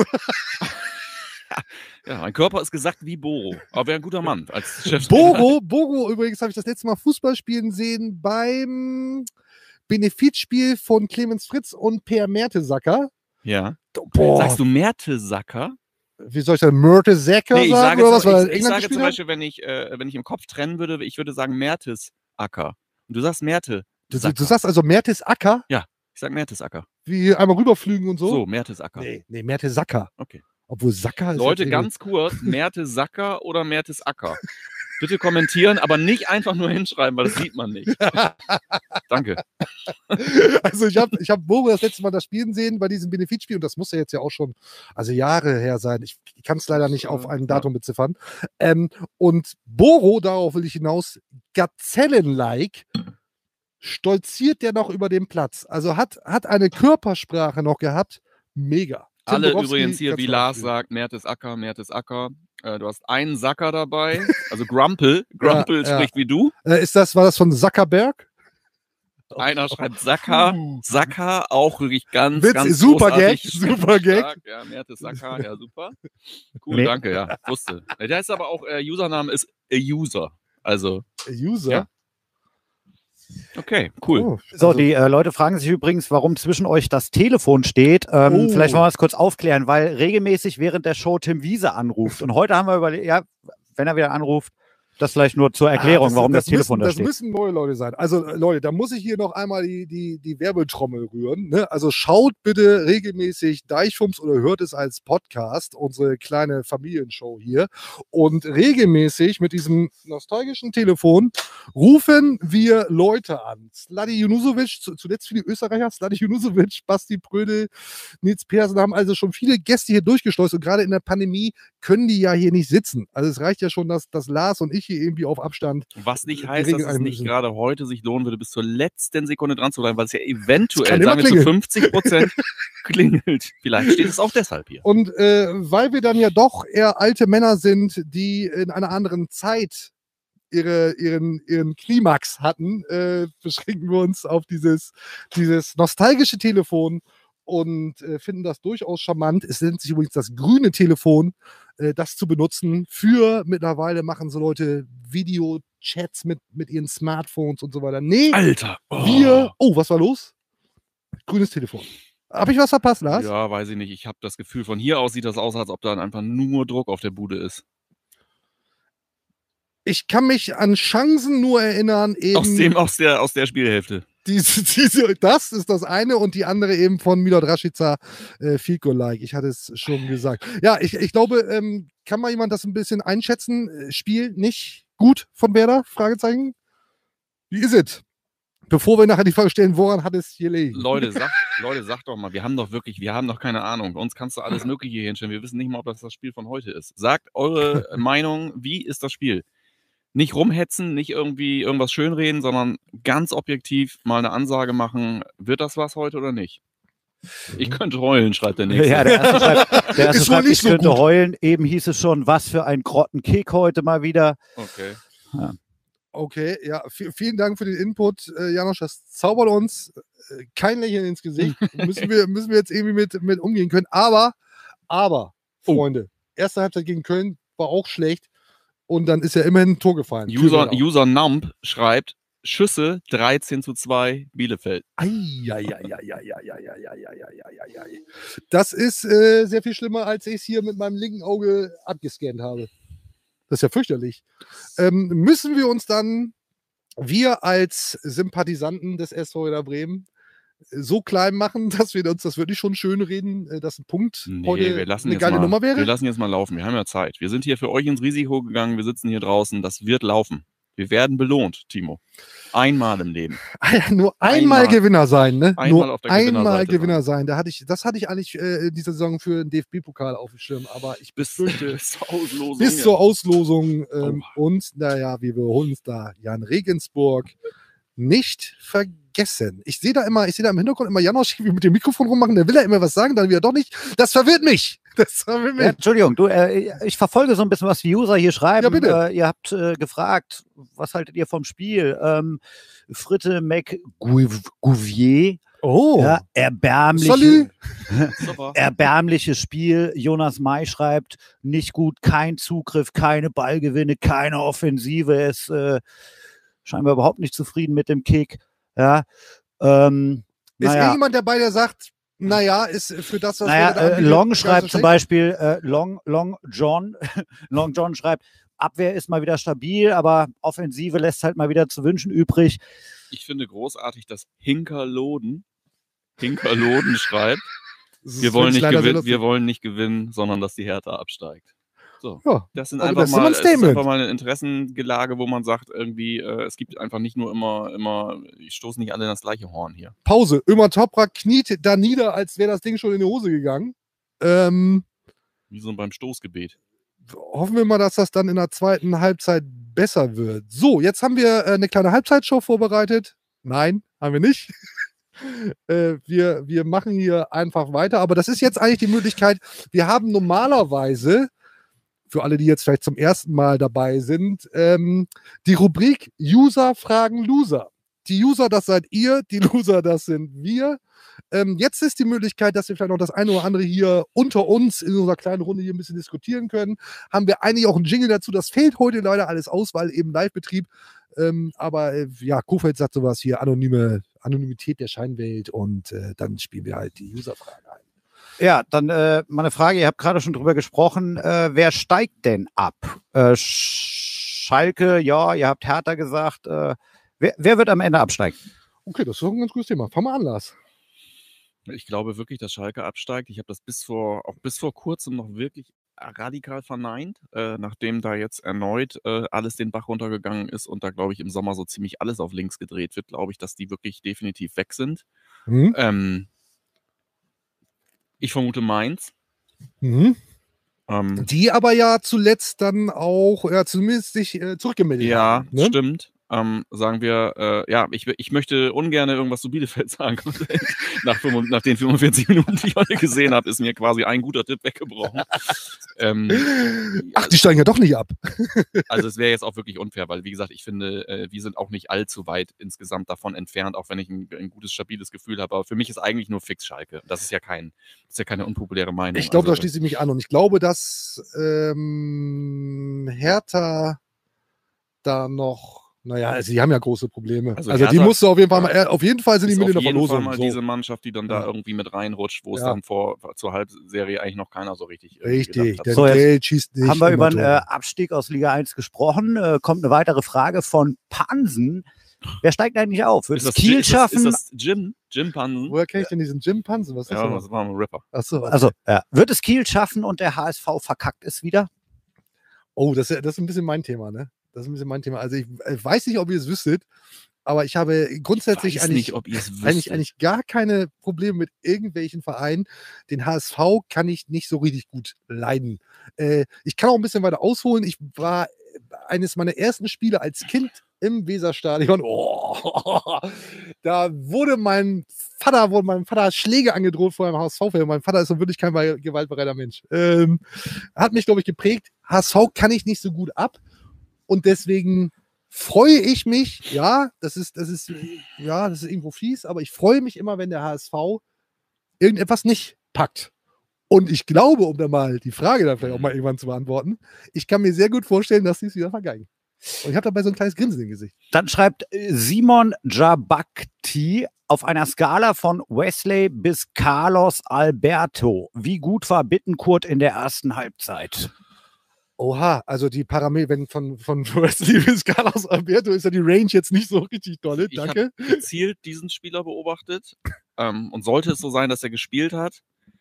Ja, mein Körper ist gesackt wie Boro. Aber wäre ein guter Mann als Chef. Boro, Boro, übrigens habe ich das letzte Mal Fußball spielen sehen beim Benefizspiel von Clemens Fritz und Per Mertesacker. Ja. Boah, Sagst du Mertesacker? wie soll ich das? Mertesacker Nee, ich sagen? sage, oder zum- was, weil er ich, ich England sage gespielt zum hat? Beispiel, wenn ich, äh, wenn ich im Kopf trennen würde, ich würde sagen Mertesacker. Und du sagst Merte. Du, du, du sagst also Mertesacker, Ich sag Mertesacker. wie einmal rüberfliegen und so? So, Mertesacker. Nee, nee, Mertesacker. Okay. Obwohl Sacker ist. Leute, ja ganz kurz, Mertesacker oder Mertesacker? Bitte kommentieren, aber nicht einfach nur hinschreiben, weil das sieht man nicht. Danke. Also ich habe ich hab Boro das letzte Mal das Spielen sehen bei diesem Benefizspiel und das muss ja jetzt ja auch schon, also Jahre her sein. Ich kann es leider nicht auf ein Datum beziffern. Ähm, und Boro, darauf will ich hinaus, Gazellen-like, stolziert der noch über den Platz. Also hat, hat eine Körpersprache noch gehabt. Mega. Tim Alle Borowski, übrigens hier, kannst wie du Lars abspielen. sagt, Mertesacker, Mertesacker. Äh, du hast einen Sacker dabei, also Grumpel. Grumpel ja. spricht wie du. Äh, ist das, war das von Zuckerberg? Einer schreibt Sacker, Sacker, auch wirklich ganz, Witz, ganz super großartig. Gag, super Gag. Stark. Ja, Mertesacker, ja, super. Cool, Nee. danke, ja, wusste. Der ist aber auch, äh, Username ist a User. Also, User? Ja. okay, cool. Oh, So, also- die äh, Leute fragen sich übrigens, warum zwischen euch das Telefon steht. Ähm, Oh. Vielleicht wollen wir es kurz aufklären, weil regelmäßig während der Show Tim Wiese anruft. Und heute haben wir überlegt, ja, wenn er wieder anruft, das vielleicht nur zur Erklärung, Ah, das, warum das, das Telefon müssen, da das steht. müssen neue Leute sein. Also äh, Leute, da muss ich hier noch einmal die, die, die Werbetrommel rühren. Ne? Also schaut bitte regelmäßig Deichfumms oder hört es als Podcast, unsere kleine Familienshow hier. Und regelmäßig mit diesem nostalgischen Telefon rufen wir Leute an. Sladi Junusovic, zu, zuletzt viele Österreicher, Sladi Junusovic, Basti Prödel, Nils Petersen haben also schon viele Gäste hier durchgeschleust und gerade in der Pandemie können die ja hier nicht sitzen. Also es reicht ja schon, dass, dass Lars und ich hier irgendwie auf Abstand. Was nicht Die heißt, Regeln dass es nicht einlösen. gerade heute sich lohnen würde, bis zur letzten Sekunde dran zu bleiben, weil es ja eventuell, kann immer sagen wir zu klingeln. fünfzig Prozent klingelt. Vielleicht steht es auch deshalb hier. Und äh, weil wir dann ja doch eher alte Männer sind, die in einer anderen Zeit ihre, ihren, ihren Klimax hatten, äh, beschränken wir uns auf dieses, dieses nostalgische Telefon und äh, finden das durchaus charmant. Es nennt sich übrigens das grüne Telefon, äh, das zu benutzen. Für mittlerweile machen so Leute Videochats mit, mit ihren Smartphones und so weiter. Nee, Alter! Oh. wir. Oh, was war los? Grünes Telefon. Habe ich was verpasst, Lars? Ja, weiß ich nicht. Ich habe das Gefühl, von hier aus sieht das aus, als ob da einfach nur Druck auf der Bude ist. Ich kann mich an Chancen nur erinnern, eben Aus, dem, aus, der, aus der Spielhälfte. diese, diese, das ist das eine und die andere eben von Milot Rashica, äh, Field Goal Like. Ich hatte es schon gesagt. Ja, ich, ich glaube, ähm, kann mal jemand das ein bisschen einschätzen? Äh, Spiel nicht gut von Werder? Fragezeichen. Wie ist es? Bevor wir nachher die Frage stellen, woran hat es gelegen? Leute, sagt, Leute, sagt doch mal, wir haben doch wirklich, wir haben doch keine Ahnung. Bei uns kannst du alles Mögliche hier hinstellen. Wir wissen nicht mal, ob das das Spiel von heute ist. Sagt eure Meinung, wie ist das Spiel? Nicht rumhetzen, nicht irgendwie irgendwas schönreden, sondern ganz objektiv mal eine Ansage machen, wird das was heute oder nicht? Ich könnte heulen, schreibt der Nächste. Ja, der erste schreibt, der erste Ist wohl schreibt nicht ich so könnte gut. heulen. Eben hieß es schon, was für ein Grottenkick heute mal wieder. Okay. Okay, ja, v- vielen Dank für den Input, äh, Janosch. Das zaubert uns äh, kein Lächeln ins Gesicht. müssen, wir, müssen wir jetzt irgendwie mit, mit umgehen können. Aber, aber, Oh. Freunde, erste Halbzeit gegen Köln war auch schlecht. Und dann ist ja immerhin ein Tor gefallen. User, Für User Nump schreibt, Schüsse dreizehn zu zwei Bielefeld. Eieieiei. Das ist äh, sehr viel schlimmer, als ich es hier mit meinem linken Auge abgescannt habe. Das ist ja fürchterlich. Ähm, müssen wir uns dann, wir als Sympathisanten des S V Werder Bremen, so klein machen, dass wir uns das wirklich schon schön reden, äh, dass ein Punkt Nee, heute wir lassen eine jetzt geile mal, Nummer wäre? Wir lassen jetzt mal laufen. Wir haben ja Zeit. Wir sind hier für euch ins Risiko gegangen. Wir sitzen hier draußen. Das wird laufen. Wir werden belohnt, Timo. Einmal im Leben. Ah ja, nur einmal, Einmal- Gewinner sein, ne? einmal Nur auf der einmal Gewinnerseite Gewinner sein. Da hatte ich, das hatte ich eigentlich äh, in dieser Saison für den D F B-Pokal auf dem Schirm, aber ich Bis, befürchte, bis zur Auslosung. bis zur Auslosung ähm, Oh. und naja, wir holen uns da Jan Regensburg nicht vergessen. Ich sehe da immer, ich sehe da im Hintergrund immer Janosch wie mit dem Mikrofon rummachen, der will ja immer was sagen, dann wieder doch nicht. Das verwirrt mich. Das verwirrt mich. Ja, Entschuldigung, du, äh, ich verfolge so ein bisschen, was die User hier schreiben. Ja, bitte. Äh, ihr habt äh, gefragt, was haltet ihr vom Spiel? Ähm, Fritte McGouvier, Oh, ja, erbärmliche, Salut. Super. erbärmliches Spiel. Jonas May schreibt, nicht gut, kein Zugriff, keine Ballgewinne, keine Offensive. Er ist äh, scheinbar überhaupt nicht zufrieden mit dem Kick. Ja, ähm, Ist naja. irgendjemand dabei, der sagt, naja, ist für das, was Naja, wir da äh, anbieten, Long gar nicht so schreibt zum schlecht? Beispiel, äh, Long, Long John, Long John schreibt, Abwehr ist mal wieder stabil, aber Offensive lässt halt mal wieder zu wünschen übrig. Ich finde großartig, dass Hinkerloden, Hinkerloden schreibt, Das ist wir wollen, wirklich nicht leider sehr gewinnen, lustig. wir wollen nicht gewinnen, sondern dass die Hertha absteigt. So. Ja, Das sind aber einfach das ist mal, immer ein es ist Statement. einfach mal eine Interessengelage, wo man sagt, irgendwie, äh, es gibt einfach nicht nur immer, immer, ich stoße nicht alle in das gleiche Horn hier. Pause. Ömer Toprak kniet da nieder, als wäre das Ding schon in die Hose gegangen. Ähm, Wie so beim Stoßgebet. hoffen wir mal, dass das dann in der zweiten Halbzeit besser wird. So, jetzt haben wir äh, eine kleine Halbzeitshow vorbereitet. Nein, haben wir nicht. äh, wir, wir machen hier einfach weiter. Aber das ist jetzt eigentlich die Möglichkeit. Wir haben normalerweise, für alle, die jetzt vielleicht zum ersten Mal dabei sind, ähm, die Rubrik User fragen Loser. Die User, das seid ihr, die Loser, das sind wir. Ähm, jetzt ist die Möglichkeit, dass wir vielleicht noch das eine oder andere hier unter uns in unserer kleinen Runde hier ein bisschen diskutieren können. Haben wir eigentlich auch einen Jingle dazu? Das fehlt heute leider alles aus, weil eben Live-Betrieb. Ähm, aber äh, ja, Kofeld sagt sowas hier, anonyme Anonymität der Scheinwelt und äh, dann spielen wir halt die User-Fragen ein. Ja, dann äh, mal eine Frage, ihr habt gerade schon drüber gesprochen, äh, wer steigt denn ab? Äh, Schalke, ja, ihr habt Hertha gesagt, äh, wer, wer wird am Ende absteigen? Okay, das ist doch ein ganz gutes Thema. Fang mal an, Lars. Ich glaube wirklich, dass Schalke absteigt. Ich habe das bis vor, auch bis vor kurzem noch wirklich radikal verneint, äh, nachdem da jetzt erneut äh, alles den Bach runtergegangen ist und da, glaube ich, im Sommer so ziemlich alles auf links gedreht wird, glaube ich, dass die wirklich definitiv weg sind. Mhm. Ähm, ich vermute Mainz. Mhm. Ähm, Die aber ja zuletzt dann auch, ja, zumindest sich äh, zurückgemeldet ja, haben. Ne? stimmt. Ähm, sagen wir, äh, ja, ich, ich möchte ungern irgendwas zu Bielefeld sagen. nach, fünfund- nach den fünfundvierzig Minuten, die ich heute gesehen habe, ist mir quasi ein guter Tipp weggebrochen. ähm, Ach, die steigen ja doch nicht ab. Also es wäre jetzt auch wirklich unfair, weil wie gesagt, ich finde, äh, wir sind auch nicht allzu weit insgesamt davon entfernt, auch wenn ich ein, ein gutes, stabiles Gefühl habe. Aber für mich ist eigentlich nur fix Schalke. Das ist ja kein, das ist ja keine unpopuläre Meinung. Ich glaube, da also, schließe ich mich an. Und ich glaube, dass ähm, Hertha da noch, naja, also die haben ja große Probleme. Also Also, die Hertha- musst du auf jeden Fall mal, äh, auf jeden Fall sind die ist mit in auf der jeden Fall Verlosung. mal So. diese Mannschaft, die dann da Ja. irgendwie mit reinrutscht, wo es Ja. dann vor zur Halbserie eigentlich noch keiner so richtig irgendwie Richtig, gedacht hat. denn So, jetzt Geld schießt nicht. Haben wir über immer den äh, Tore. Abstieg aus Liga eins gesprochen? Äh, kommt eine weitere Frage von Pansen. Wer steigt eigentlich auf? Wird Ist es das, Kiel ist schaffen? Das, ist das Jim? Jim Pansen? Woher kenne ich denn diesen Jim Pansen? Was ist das Ja, denn? das war ein Rapper. Achso, also, ja. Wird es Kiel schaffen und der H S V verkackt es wieder? oh, das, ist- das ist ein bisschen mein Thema, ne? Das ist ein bisschen mein Thema. Also ich, ich weiß nicht, ob ihr es wüsstet, Aber ich habe grundsätzlich Weiß eigentlich, nicht, ob ihr's eigentlich, wüsstet. eigentlich gar keine Probleme mit irgendwelchen Vereinen. Den H S V kann ich nicht so richtig gut leiden. Äh, ich kann auch ein bisschen weiter ausholen. Ich war eines meiner ersten Spiele als Kind im Weserstadion. Oh, da wurde mein Vater, wurde meinem Vater Schläge angedroht vor einem H S V-Fan. Mein Vater ist so wirklich kein gewaltbereiter Mensch. Ähm, hat mich, glaube ich, geprägt. H S V kann ich nicht so gut ab. Und deswegen freue ich mich, ja, das ist, das ist, ja, das ist irgendwo fies, aber ich freue mich immer, wenn der H S V irgendetwas nicht packt. Und ich glaube, um da mal die Frage dann vielleicht auch mal irgendwann zu beantworten, ich kann mir sehr gut vorstellen, dass sie es wieder vergeigen. Und ich habe dabei so ein kleines Grinsen im Gesicht. Dann schreibt Simon Jabakti auf einer Skala von Wesley bis Carlos Alberto. Wie gut war Bittencourt in der ersten Halbzeit? Oha, also die Parameter, wenn von, von Wesley bis Carlos Alberto ist ja die Range jetzt nicht so richtig dolle. Ich Danke. habe gezielt diesen Spieler beobachtet ähm, und sollte es so sein, dass er gespielt hat,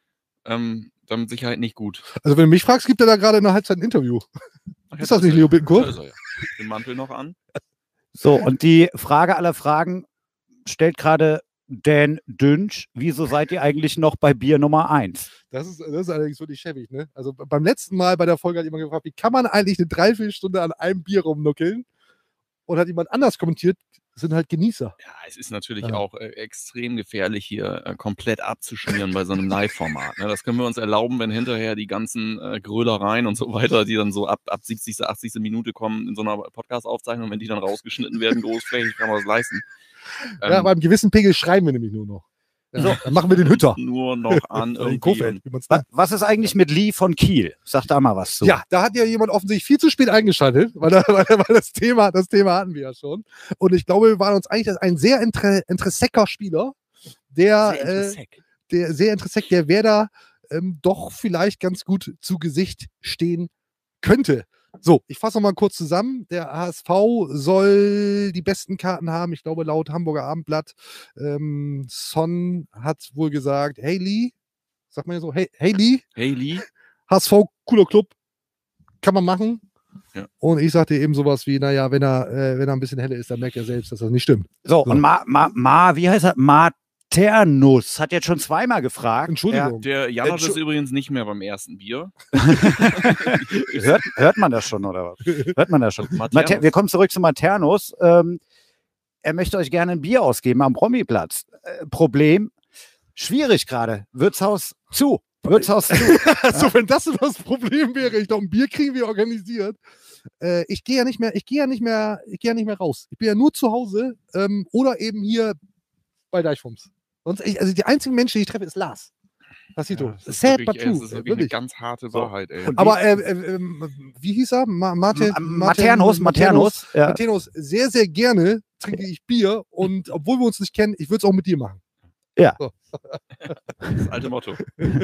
ähm, dann mit Sicherheit nicht gut. Also wenn du mich fragst, gibt er da gerade in der Halbzeit ein Interview. Ach, Ist das nicht Leo Bittencourt? Ja, ist er ja. Den Mantel noch an. So, und die Frage aller Fragen stellt gerade Dan Dünsch. Wieso seid ihr eigentlich noch bei Bier Nummer eins? Das ist, das ist allerdings wirklich schäbig, ne? Also beim letzten Mal bei der Folge hat jemand gefragt, wie kann man eigentlich eine Dreiviertelstunde an einem Bier rumnuckeln? Und hat jemand anders kommentiert, das sind halt Genießer. Ja, es ist natürlich Ja. auch äh, extrem gefährlich, hier äh, komplett abzuschmieren bei so einem Live-Format. Ne? Das können wir uns erlauben, wenn hinterher die ganzen äh, Grölereien und so weiter, die dann so ab, ab siebzigste, achtzigste Minute kommen in so einer Podcast-Aufzeichnung, wenn die dann rausgeschnitten werden, großflächig, kann man das leisten. Ja, Ähm, beim gewissen Pegel schreiben wir nämlich nur noch. Ja, so, dann machen wir den Hütter. Nur noch an Oder den irgendwie. Kofeld, wie man's Wa- nennt. Was ist eigentlich mit Lee von Kiel? Sag da mal was zu. Ja, da hat ja jemand offensichtlich viel zu spät eingeschaltet, weil, da, weil, weil das Thema, das Thema hatten wir ja schon. Und ich glaube, wir waren uns eigentlich ein sehr inter, interessecker Spieler, der, Sehr äh, interessant. der sehr interessant, der Werder ähm, doch vielleicht ganz gut zu Gesicht stehen könnte. So, ich fasse noch mal kurz zusammen. Der H S V soll die besten Karten haben. Ich glaube, laut Hamburger Abendblatt. Ähm, Son hat wohl gesagt, hey Lee, sagt man ja so, hey, hey Lee, Hey Lee, H S V, cooler Club, kann man machen. Ja. Und ich sagte eben sowas wie, naja, wenn er, äh, wenn er ein bisschen heller ist, dann merkt er selbst, dass das nicht stimmt. So, So. und Ma, Ma, Ma, wie heißt er? Maternus hat jetzt schon zweimal gefragt. Entschuldigung. der Janosch Entschu- ist übrigens nicht mehr beim ersten Bier. Ja. Hört, hört man das schon, oder was? Hört man das schon? Maternus. Mater wir kommen zurück zu Maternus. Ähm, er möchte euch gerne ein Bier ausgeben am Promiplatz. Äh, Problem, schwierig gerade. Wirtshaus zu. Wirtshaus zu. Also, wenn das das Problem wäre, ich glaube, ein Bier kriegen wir organisiert. Äh, ich gehe ja nicht mehr, ich gehe ja nicht mehr, ich gehe ja nicht mehr raus. Ich bin ja nur zu Hause ähm, oder eben hier bei Deichfums. Sonst, ich, also die einzigen Menschen, die ich treffe, ist Lars. Passito. Ja, das ist Sad wirklich, but ey, true. das ist wirklich eine wirklich. ganz harte So. Wahrheit, ey. Und Aber äh, äh, ähm, wie hieß er? Ma Marte, M- Maternus, Maternus. Ja. Maternus, sehr, sehr gerne trinke ich Bier und obwohl wir uns nicht kennen, ich würde es auch mit dir machen. Das alte Motto.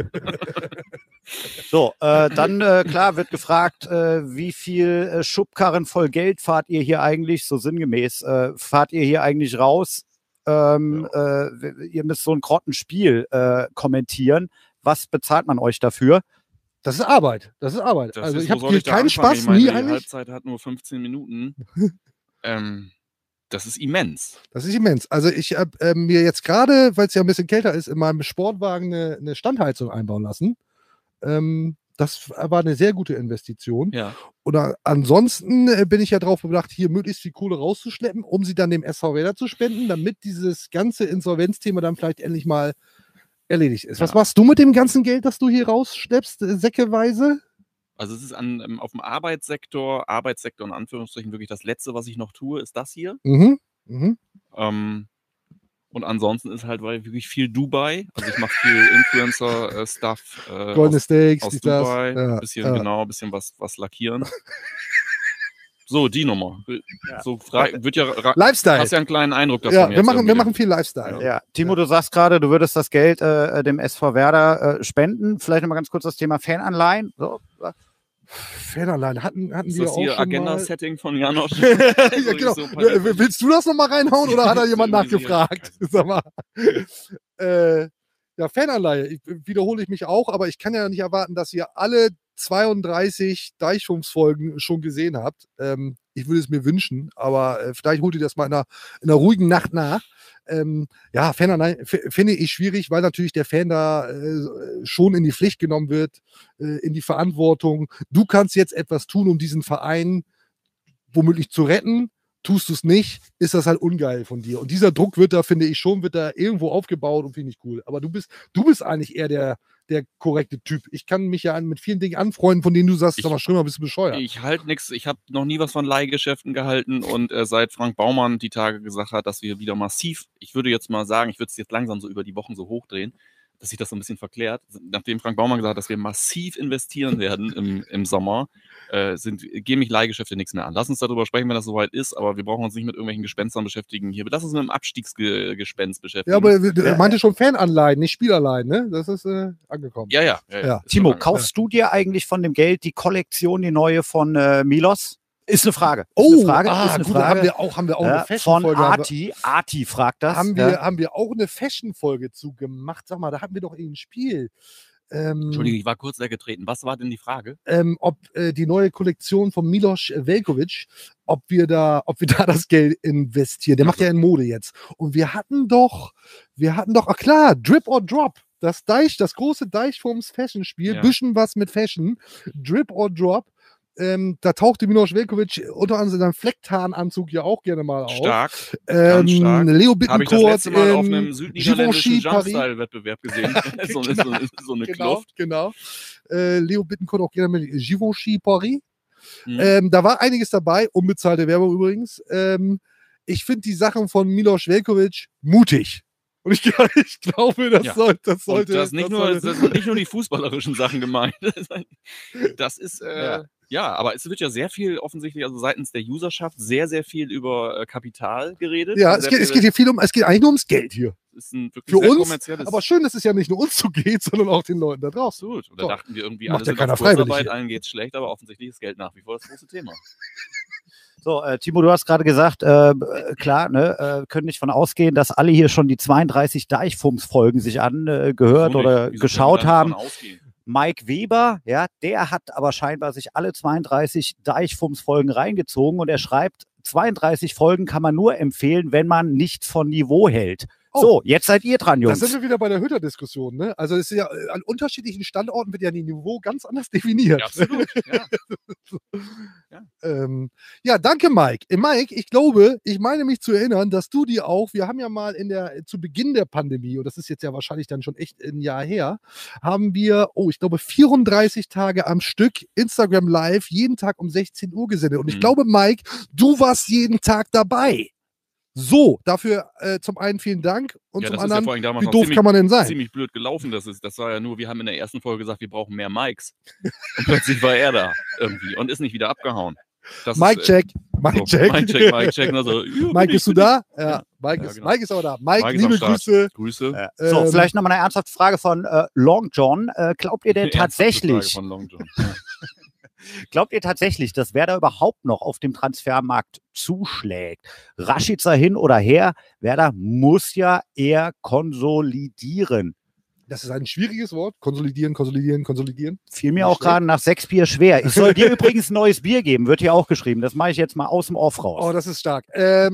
So, äh, dann äh, klar wird gefragt, äh, wie viel äh, Schubkarren voll Geld fahrt ihr hier eigentlich, so sinngemäß, äh, fahrt ihr hier eigentlich raus? Ähm, äh, ihr müsst so ein Grottenspiel äh, kommentieren. Was bezahlt man euch dafür? Das ist Arbeit. Das ist Arbeit. Das also ist, ich wo habe soll hier da keinen anfangen? Spaß, Ich meine, nie die eigentlich. Halbzeit hat nur fünfzehn Minuten. ähm, das ist immens. Das ist immens. Also ich habe äh, mir jetzt gerade, weil es ja ein bisschen kälter ist, in meinem Sportwagen eine, eine Standheizung einbauen lassen. Ähm, das war eine sehr gute Investition. Ja. Oder ansonsten äh, bin ich ja drauf bedacht, hier möglichst viel Kohle rauszuschleppen, um sie dann dem S V Werder zu spenden, damit dieses ganze Insolvenzthema dann vielleicht endlich mal erledigt ist. Was Ja. machst du mit dem ganzen Geld, das du hier rausschleppst, äh, säckeweise? Also es ist an, ähm, auf dem Arbeitssektor, Arbeitssektor in Anführungsstrichen wirklich das Letzte, was ich noch tue, ist das hier. Mhm. Mhm. Ähm, und ansonsten ist halt weil wirklich viel Dubai. Also ich mache viel Influencer-Stuff äh, Goldene aus, Steaks, aus dies, das. Dubai. Ja, Ein bisschen, ja. genau, ein bisschen was, was lackieren. So, die Nummer. Ja. So fra- wird ja, ra- Lifestyle. hast ja einen kleinen Eindruck davon Ja, jetzt wir machen, wir irgendwie. machen viel Lifestyle. Ja, Timo, du sagst gerade, du würdest das Geld äh, dem S V Werder äh, spenden. Vielleicht nochmal ganz kurz das Thema Fananleihen. So. Fananleihen hatten, hatten Ist wir das auch hier schon mal. Agenda-Setting von Janosch? Ja, genau. So ein Willst du das nochmal reinhauen oder hat da jemand Irgendwie so, ja. nachgefragt? Sag mal. Äh, Ja, Fananleihe, ich, wiederhole ich mich auch, aber ich kann ja nicht erwarten, dass ihr alle zweiunddreißig Deichfumms-Folgen schon gesehen habt. Ähm, ich würde es mir wünschen, aber äh, vielleicht holt ihr das mal in einer, in einer ruhigen Nacht nach. Ähm, ja, Fananleihe finde ich schwierig, weil natürlich der Fan da äh, schon in die Pflicht genommen wird, äh, in die Verantwortung. Du kannst jetzt etwas tun, um diesen Verein womöglich zu retten. Tust du es nicht, ist das halt ungeil von dir. Und dieser Druck wird da, finde ich schon, wird da irgendwo aufgebaut und finde ich cool. Aber du bist, du bist eigentlich eher der, der korrekte Typ. Ich kann mich ja mit vielen Dingen anfreunden, von denen du sagst, sag mal, schlimmer, bist du bescheuert. Ich halte nichts. Ich habe noch nie was von Leihgeschäften gehalten und äh, seit Frank Baumann die Tage gesagt hat, dass wir wieder massiv, ich würde jetzt mal sagen, ich würde es jetzt langsam so über die Wochen so hochdrehen, dass sich das so ein bisschen verklärt. Nachdem Frank Baumann gesagt hat, dass wir massiv investieren werden im, im Sommer, äh, sind, gehen mich Leihgeschäfte nichts mehr an. Lass uns darüber sprechen, wenn das soweit ist, aber wir brauchen uns nicht mit irgendwelchen Gespenstern beschäftigen hier. Lass uns mit einem Abstiegsgespenst beschäftigen. Ja, aber er meinte schon Fananleihen, nicht Spielanleihen, ne? Das ist äh, angekommen. Ja, ja. ja, ja. Timo, kaufst du dir eigentlich von dem Geld die Kollektion, die neue von äh, Milos? Ist eine Frage. Ist Oh, eine Frage. ah, ist eine gut, Frage. haben wir auch, haben wir auch ja, eine Fashion-Folge. von Arti. Arti fragt das. Haben wir, ja. haben wir auch eine Fashion-Folge zu gemacht. Sag mal, da hatten wir doch ein Spiel. Ähm, Entschuldigung, ich war kurz weggetreten. Was war denn die Frage? Ähm, ob äh, die neue Kollektion von Milos Veljković, ob wir da, ob wir da das Geld investieren. Der macht ja in Mode jetzt. Und wir hatten doch, wir hatten doch, ach klar, Drip or Drop. Das Deich, das große Deichfumms Fashion-Spiel, Ja. bisschen was mit Fashion. Drip or Drop. Ähm, da tauchte Milos Veljković unter anderem in seinem Flecktarnanzug ja auch gerne mal auf. Stark. Ähm, Ganz stark. Leo Habe ich das Bittencourt letzte Mal auf in einem südniederländischen Givenchy Paris. Jumpstyle-Wettbewerb gesehen. so, eine, so, eine, so eine Genau, Kluft. genau. Äh, Leo Bittencourt auch gerne mit Givenchy Paris. Mhm. Ähm, da war einiges dabei, unbezahlte Werbung übrigens. Ähm, ich finde die Sachen von Milos Veljković mutig. Und ich, ich glaube, das, Ja. soll, das sollte. Und das, nicht das nur, sollte, das sind nicht nur die fußballerischen Sachen gemeint. Das ist, äh, ja. ja, aber es wird ja sehr viel offensichtlich, also seitens der Userschaft, sehr, sehr viel über äh, Kapital geredet. ja, es geht, es geht hier viel um, es geht eigentlich nur ums Geld hier. Ist ein wirklich Für sehr uns, kommerzielles. aber schön, dass es ja nicht nur uns so geht, sondern auch den Leuten da draußen. Absolut. Und da So. dachten wir irgendwie, Macht alle ja sind keiner auf freiwillig Kurzarbeit, hier. allen geht's schlecht, aber offensichtlich ist Geld nach wie vor das große Thema. So, äh, Timo, du hast gerade gesagt, äh, klar, ne, äh, können nicht von ausgehen, dass alle hier schon die zweiunddreißig Deichfumms-Folgen sich angehört Wieso oder nicht? Wieso geschaut können wir da haben. nicht von ausgehen? Mike Weber, ja, der hat aber scheinbar sich alle zweiunddreißig Deichfumms-Folgen reingezogen und er schreibt, zweiunddreißig Folgen kann man nur empfehlen, wenn man nichts von Niveau hält. Oh. So, jetzt seid ihr dran, Da Jungs. sind wir wieder bei der Hütter-Diskussion. Ne? Also es ist ja, äh, an unterschiedlichen Standorten wird ja die Niveau ganz anders definiert. Ja, absolut. Ja. Ja. Ähm, ja, danke, Mike. Äh, Mike, ich glaube, ich meine mich zu erinnern, dass du dir auch, wir haben ja mal in der, zu Beginn der Pandemie, und das ist jetzt ja wahrscheinlich dann schon echt ein Jahr her, haben wir, oh, ich glaube, vierunddreißig Tage am Stück Instagram Live jeden Tag um sechzehn Uhr gesendet. Und ich Mhm. glaube, Mike, du warst jeden Tag dabei. So, dafür äh, zum einen vielen Dank und Ja, zum das ist ja anderen, vor allem damals wie noch doof ziemlich- kann man denn sein? Ziemlich blöd gelaufen. Das, ist, das war ja nur, wir haben in der ersten Folge gesagt, wir brauchen mehr Mikes. Und plötzlich war er da irgendwie und ist nicht wieder abgehauen. Das Mike ist, äh, check, Mike so, check. Mike check, Mike check. Also, ja, Mike, bin bist du ich, bin da? Ja, Mike, Ja, ist, genau. Mike ist aber da. Mike, Mike ist am liebe Start. Grüße. ich. Grüße. Ja. So, Ähm, vielleicht nochmal eine ernsthafte Frage von äh, Long John. Äh, glaubt ihr denn Ernsthafte Frage tatsächlich, Von Long John. Ja. glaubt ihr tatsächlich, dass Werder überhaupt noch auf dem Transfermarkt zuschlägt? Rashica hin oder her, Werder muss ja eher konsolidieren. Das ist ein schwieriges Wort. Konsolidieren, konsolidieren, konsolidieren. Fiel mir Nicht auch schlecht. gerade nach sechs Bier schwer. Ich soll dir übrigens ein neues Bier geben, wird hier auch geschrieben. Das mache ich jetzt mal aus dem Off raus. Oh, das ist stark.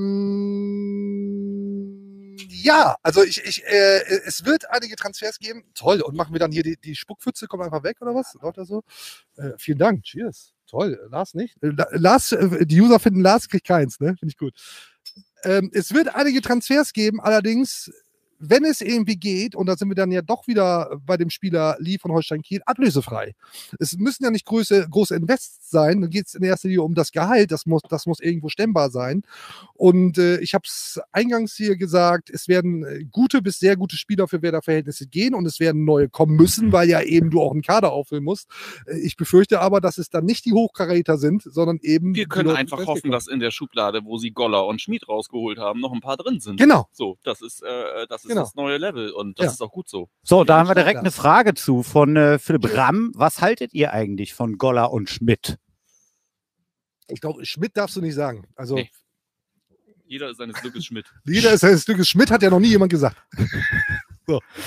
Ähm, ja, also ich, ich, äh, es wird einige Transfers geben. Toll. Und machen wir dann hier die, die Spuckpfütze, kommt einfach weg oder was? Läuft das so? Äh, vielen Dank. Cheers. Toll. Lars nicht? Äh, La- Lars, äh, die User finden Lars kriegt keins, ne? Finde ich gut. Ähm, es wird einige Transfers geben, allerdings, wenn es irgendwie geht, und da sind wir dann ja doch wieder bei dem Spieler Lee von Holstein Kiel, ablösefrei. Es müssen ja nicht große, große Invests sein, da geht es in erster Linie um das Gehalt, das muss, das muss irgendwo stemmbar sein. Und äh, ich habe es eingangs hier gesagt, es werden äh, gute bis sehr gute Spieler für Werder-Verhältnisse gehen und es werden neue kommen müssen, weil ja eben du auch einen Kader auffüllen musst. Äh, ich befürchte aber, dass es dann nicht die Hochkaräter sind, sondern eben... Wir die können Leute, die einfach vielleicht hoffen, kommen. dass in der Schublade, wo sie Goller und Schmid rausgeholt haben, noch ein paar drin sind. Genau. So, das ist, äh, das, ist Genau. das neue Level und das Ja. ist auch gut so. So, da haben wir stark, direkt ja. eine Frage zu von äh, Philipp Ramm. Was haltet ihr eigentlich von Goller und Schmidt? Ich glaube, Schmidt darfst du nicht sagen. Also Nee. Jeder ist seines Glückes Schmidt. jeder ist ein Stück. Schmidt hat ja noch nie jemand gesagt.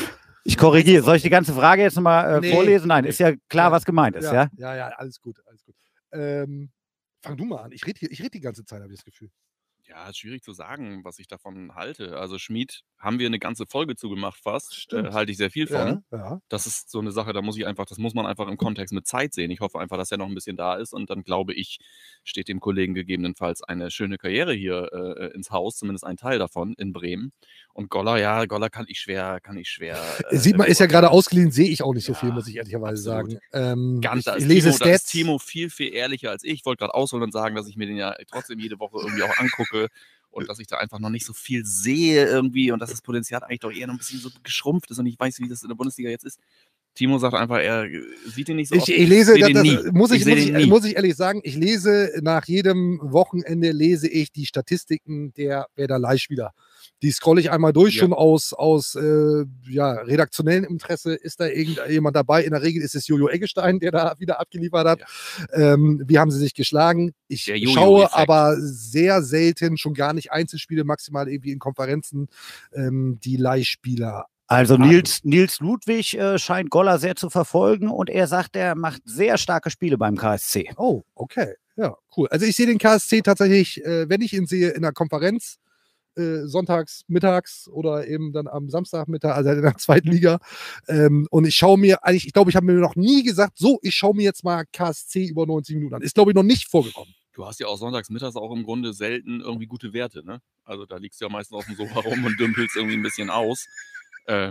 Ich korrigiere. Soll ich die ganze Frage jetzt nochmal äh, Nee. vorlesen? Nein, ist ja klar, Ja. was gemeint ist, ja? Ja, ja, ja, alles gut, alles gut. Ähm, fang du mal an. Ich rede hier- ich red die ganze Zeit, habe ich das Gefühl. Ja, ist schwierig zu sagen, was ich davon halte. Also Schmied haben wir eine ganze Folge zugemacht fast. Stimmt. Äh, halte ich sehr viel von. Ja, ja. Das ist so eine Sache, da muss ich einfach, das muss man einfach im Kontext mit Zeit sehen. Ich hoffe einfach, dass er noch ein bisschen da ist und dann glaube ich, steht dem Kollegen gegebenenfalls eine schöne Karriere hier äh, ins Haus, zumindest ein Teil davon in Bremen. Und Goller, ja, Goller kann ich schwer, kann ich schwer. Äh, Sieht man, ist ja gerade ausgeliehen, sehe ich auch nicht so Ja, viel, muss ich ehrlicherweise absolut. sagen. Ähm, Ganz, ich, da ich ist lese Timo, da ist Stats. Timo viel, viel ehrlicher als ich. Ich wollte gerade ausholen und sagen, dass ich mir den ja trotzdem jede Woche irgendwie auch angucke und dass ich da einfach noch nicht so viel sehe irgendwie und dass das Potenzial eigentlich doch eher noch ein bisschen so geschrumpft ist und ich weiß, wie das in der Bundesliga jetzt ist. Timo sagt einfach, er sieht ihn nicht so Ich, oft. ich lese, seh das, den das, nie. muss, ich, Ich seh muss, den ich, nie. muss ich ehrlich sagen, ich lese nach jedem Wochenende lese ich die Statistiken der Werder Leihspieler. Die scrolle ich einmal durch, Ja. schon aus, aus äh, ja, redaktionellem Interesse. Ist da irgendjemand dabei? In der Regel ist es Jojo Eggestein, der da wieder abgeliefert hat. Ähm, wie haben sie sich geschlagen? Ich Der Jojo-Effekt. schaue aber sehr selten, schon gar nicht Einzelspiele, maximal irgendwie in Konferenzen, ähm, die Leihspieler. Also Ah. Nils, Nils Ludwig äh, scheint Goller sehr zu verfolgen und er sagt, er macht sehr starke Spiele beim K S C. Oh, okay. Ja, cool. Also ich sehe den K S C tatsächlich, äh, wenn ich ihn sehe, in der Konferenz, äh, sonntags, mittags oder eben dann am Samstagmittag, also in der zweiten Liga. Ähm, und ich schaue mir, eigentlich, ich glaube, ich habe mir noch nie gesagt, so, ich schaue mir jetzt mal K S C über neunzig Minuten an. Ist, glaube ich, noch nicht vorgekommen. Du hast ja auch sonntags, mittags auch im Grunde selten irgendwie gute Werte, ne? Also da liegst du ja meistens auf dem Sofa rum und dümpelst irgendwie ein bisschen aus. Äh,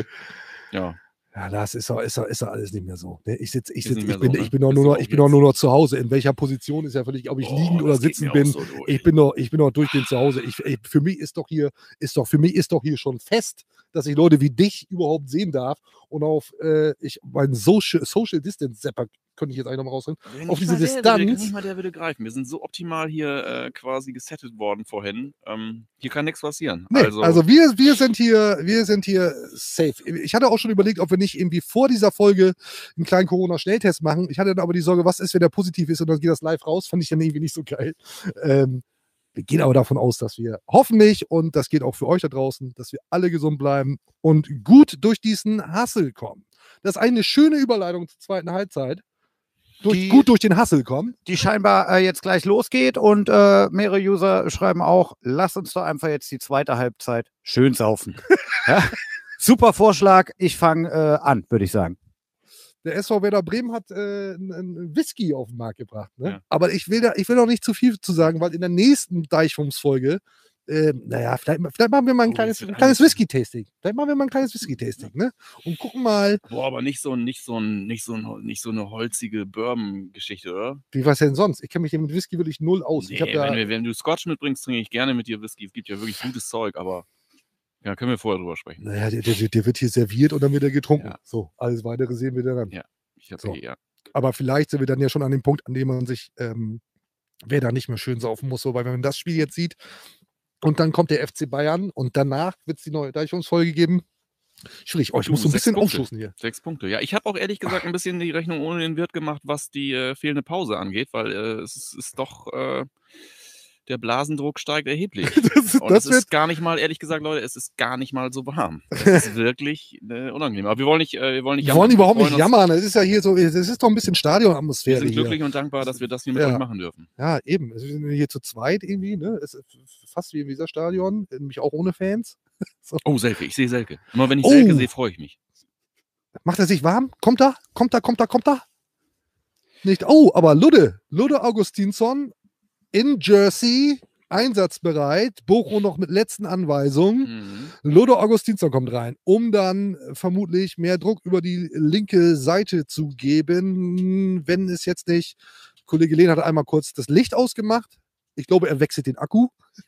ja. Ja, das ist doch, ist doch, ist doch alles nicht mehr so. Ne? Ich, sitz, ich, Ist sitz, nicht ich, mehr bin, so, ne? ich bin doch Bist nur du noch, auch ich bin doch jetzt? nur noch zu Hause. In welcher Position ist ja völlig, ob ich Oh, liegend oder das geht sitzen mir bin. auch so durch. Ich bin doch, ich bin doch durchgehend zu Hause. Ich, ich, für mich ist doch hier, ist doch, für mich ist doch hier schon fest, dass ich Leute wie dich überhaupt sehen darf und auf äh, ich meinen Social, Social Distance Zapper könnte ich jetzt eigentlich nochmal rausholen. Wenn Auf nicht diese mal der würde- Distanz. Nicht mal der würde greifen. Wir sind so optimal hier äh, quasi gesettet worden vorhin. Ähm, hier kann nichts passieren. Nee, also, also, wir, wir sind hier, wir sind hier safe. Ich hatte auch schon überlegt, ob wir nicht irgendwie vor dieser Folge einen kleinen Corona-Schnelltest machen. Ich hatte dann aber die Sorge, was ist, wenn der positiv ist und dann geht das live raus? Fand ich dann irgendwie nicht so geil. Ähm, wir gehen aber davon aus, dass wir hoffentlich, und das geht auch für euch da draußen, dass wir alle gesund bleiben und gut durch diesen Hustle kommen. Das ist eine schöne Überleitung zur zweiten Halbzeit. Durch, Die- gut durch den Hustle kommen. Die scheinbar äh, jetzt gleich losgeht und äh, mehrere User schreiben auch, lass uns doch einfach jetzt die zweite Halbzeit schön saufen. Ja? Super Vorschlag, ich fange äh, an, würde ich sagen. Der S V Werder Bremen hat äh, einen Whisky auf den Markt gebracht. Ne? Ja. Aber ich will da, ich will noch nicht zu viel zu sagen, weil in der nächsten Deichfums-Folge, äh, naja, vielleicht, vielleicht machen wir mal ein Oh, kleines, das wird ein kleines alles- Whisky-Tasting. Vielleicht machen wir mal ein kleines Whisky-Tasting, ne? Und gucken mal, boah, aber nicht so, ein- nicht so, ein, nicht so, ein, nicht so eine holzige Bourbon-Geschichte, oder? wie was denn sonst? Ich kenne mich hier mit Whisky wirklich null aus. Nee, ich hab wenn, da, wir, wenn du Scotch mitbringst, trinke ich gerne mit dir Whisky. Es gibt ja wirklich gutes Zeug, aber ja, können wir vorher drüber sprechen. naja, der, der, der wird hier serviert und dann wird er getrunken. Ja. So, alles weitere sehen wir dann. Ja. Ich hab So. eh, ja. Aber vielleicht sind wir dann ja schon an dem Punkt, an dem man sich, ähm, wer da nicht mehr schön saufen muss. So, weil wenn man das Spiel jetzt sieht und dann kommt der F C Bayern und danach wird es die neue Deichungsfolge geben. Schwierig, oh, ich Du, muss so ein sechs bisschen Punkte. aufstoßen hier. Sechs Punkte. Ja, ich habe auch ehrlich gesagt ein bisschen die Rechnung ohne den Wirt gemacht, was die äh, fehlende Pause angeht, weil äh, es ist, ist doch, äh, der Blasendruck steigt erheblich. Das, Und das es wird, ist gar nicht mal, ehrlich gesagt, Leute, es ist gar nicht mal so warm. Es ist wirklich äh, unangenehm. Aber wir wollen nicht, äh, wir wollen nicht wir wollen überhaupt nicht freuen uns- jammern. Es ist ja hier so, es ist doch ein bisschen Wir Stadionatmosphäre sind hier. glücklich und dankbar, dass wir das hier mit Ja. euch machen dürfen. Ja, eben. Wir sind hier zu zweit irgendwie, ne? Es ist fast wie im Weserstadion, nämlich auch ohne Fans. So. Oh, Selke, ich sehe Selke. Immer wenn ich Oh. Selke sehe, freue ich mich. Macht er sich warm? Kommt er? Kommt er? Kommt er? Kommt er? Nicht. Oh, aber Ludde. Ludde Augustinsson in Jersey, einsatzbereit. Bochum noch mit letzten Anweisungen. Mhm. Ludde Augustinsson kommt rein, um dann vermutlich mehr Druck über die linke Seite zu geben. Wenn es jetzt nicht, Kollege Lehn hat einmal kurz das Licht ausgemacht. Ich glaube, er wechselt den Akku.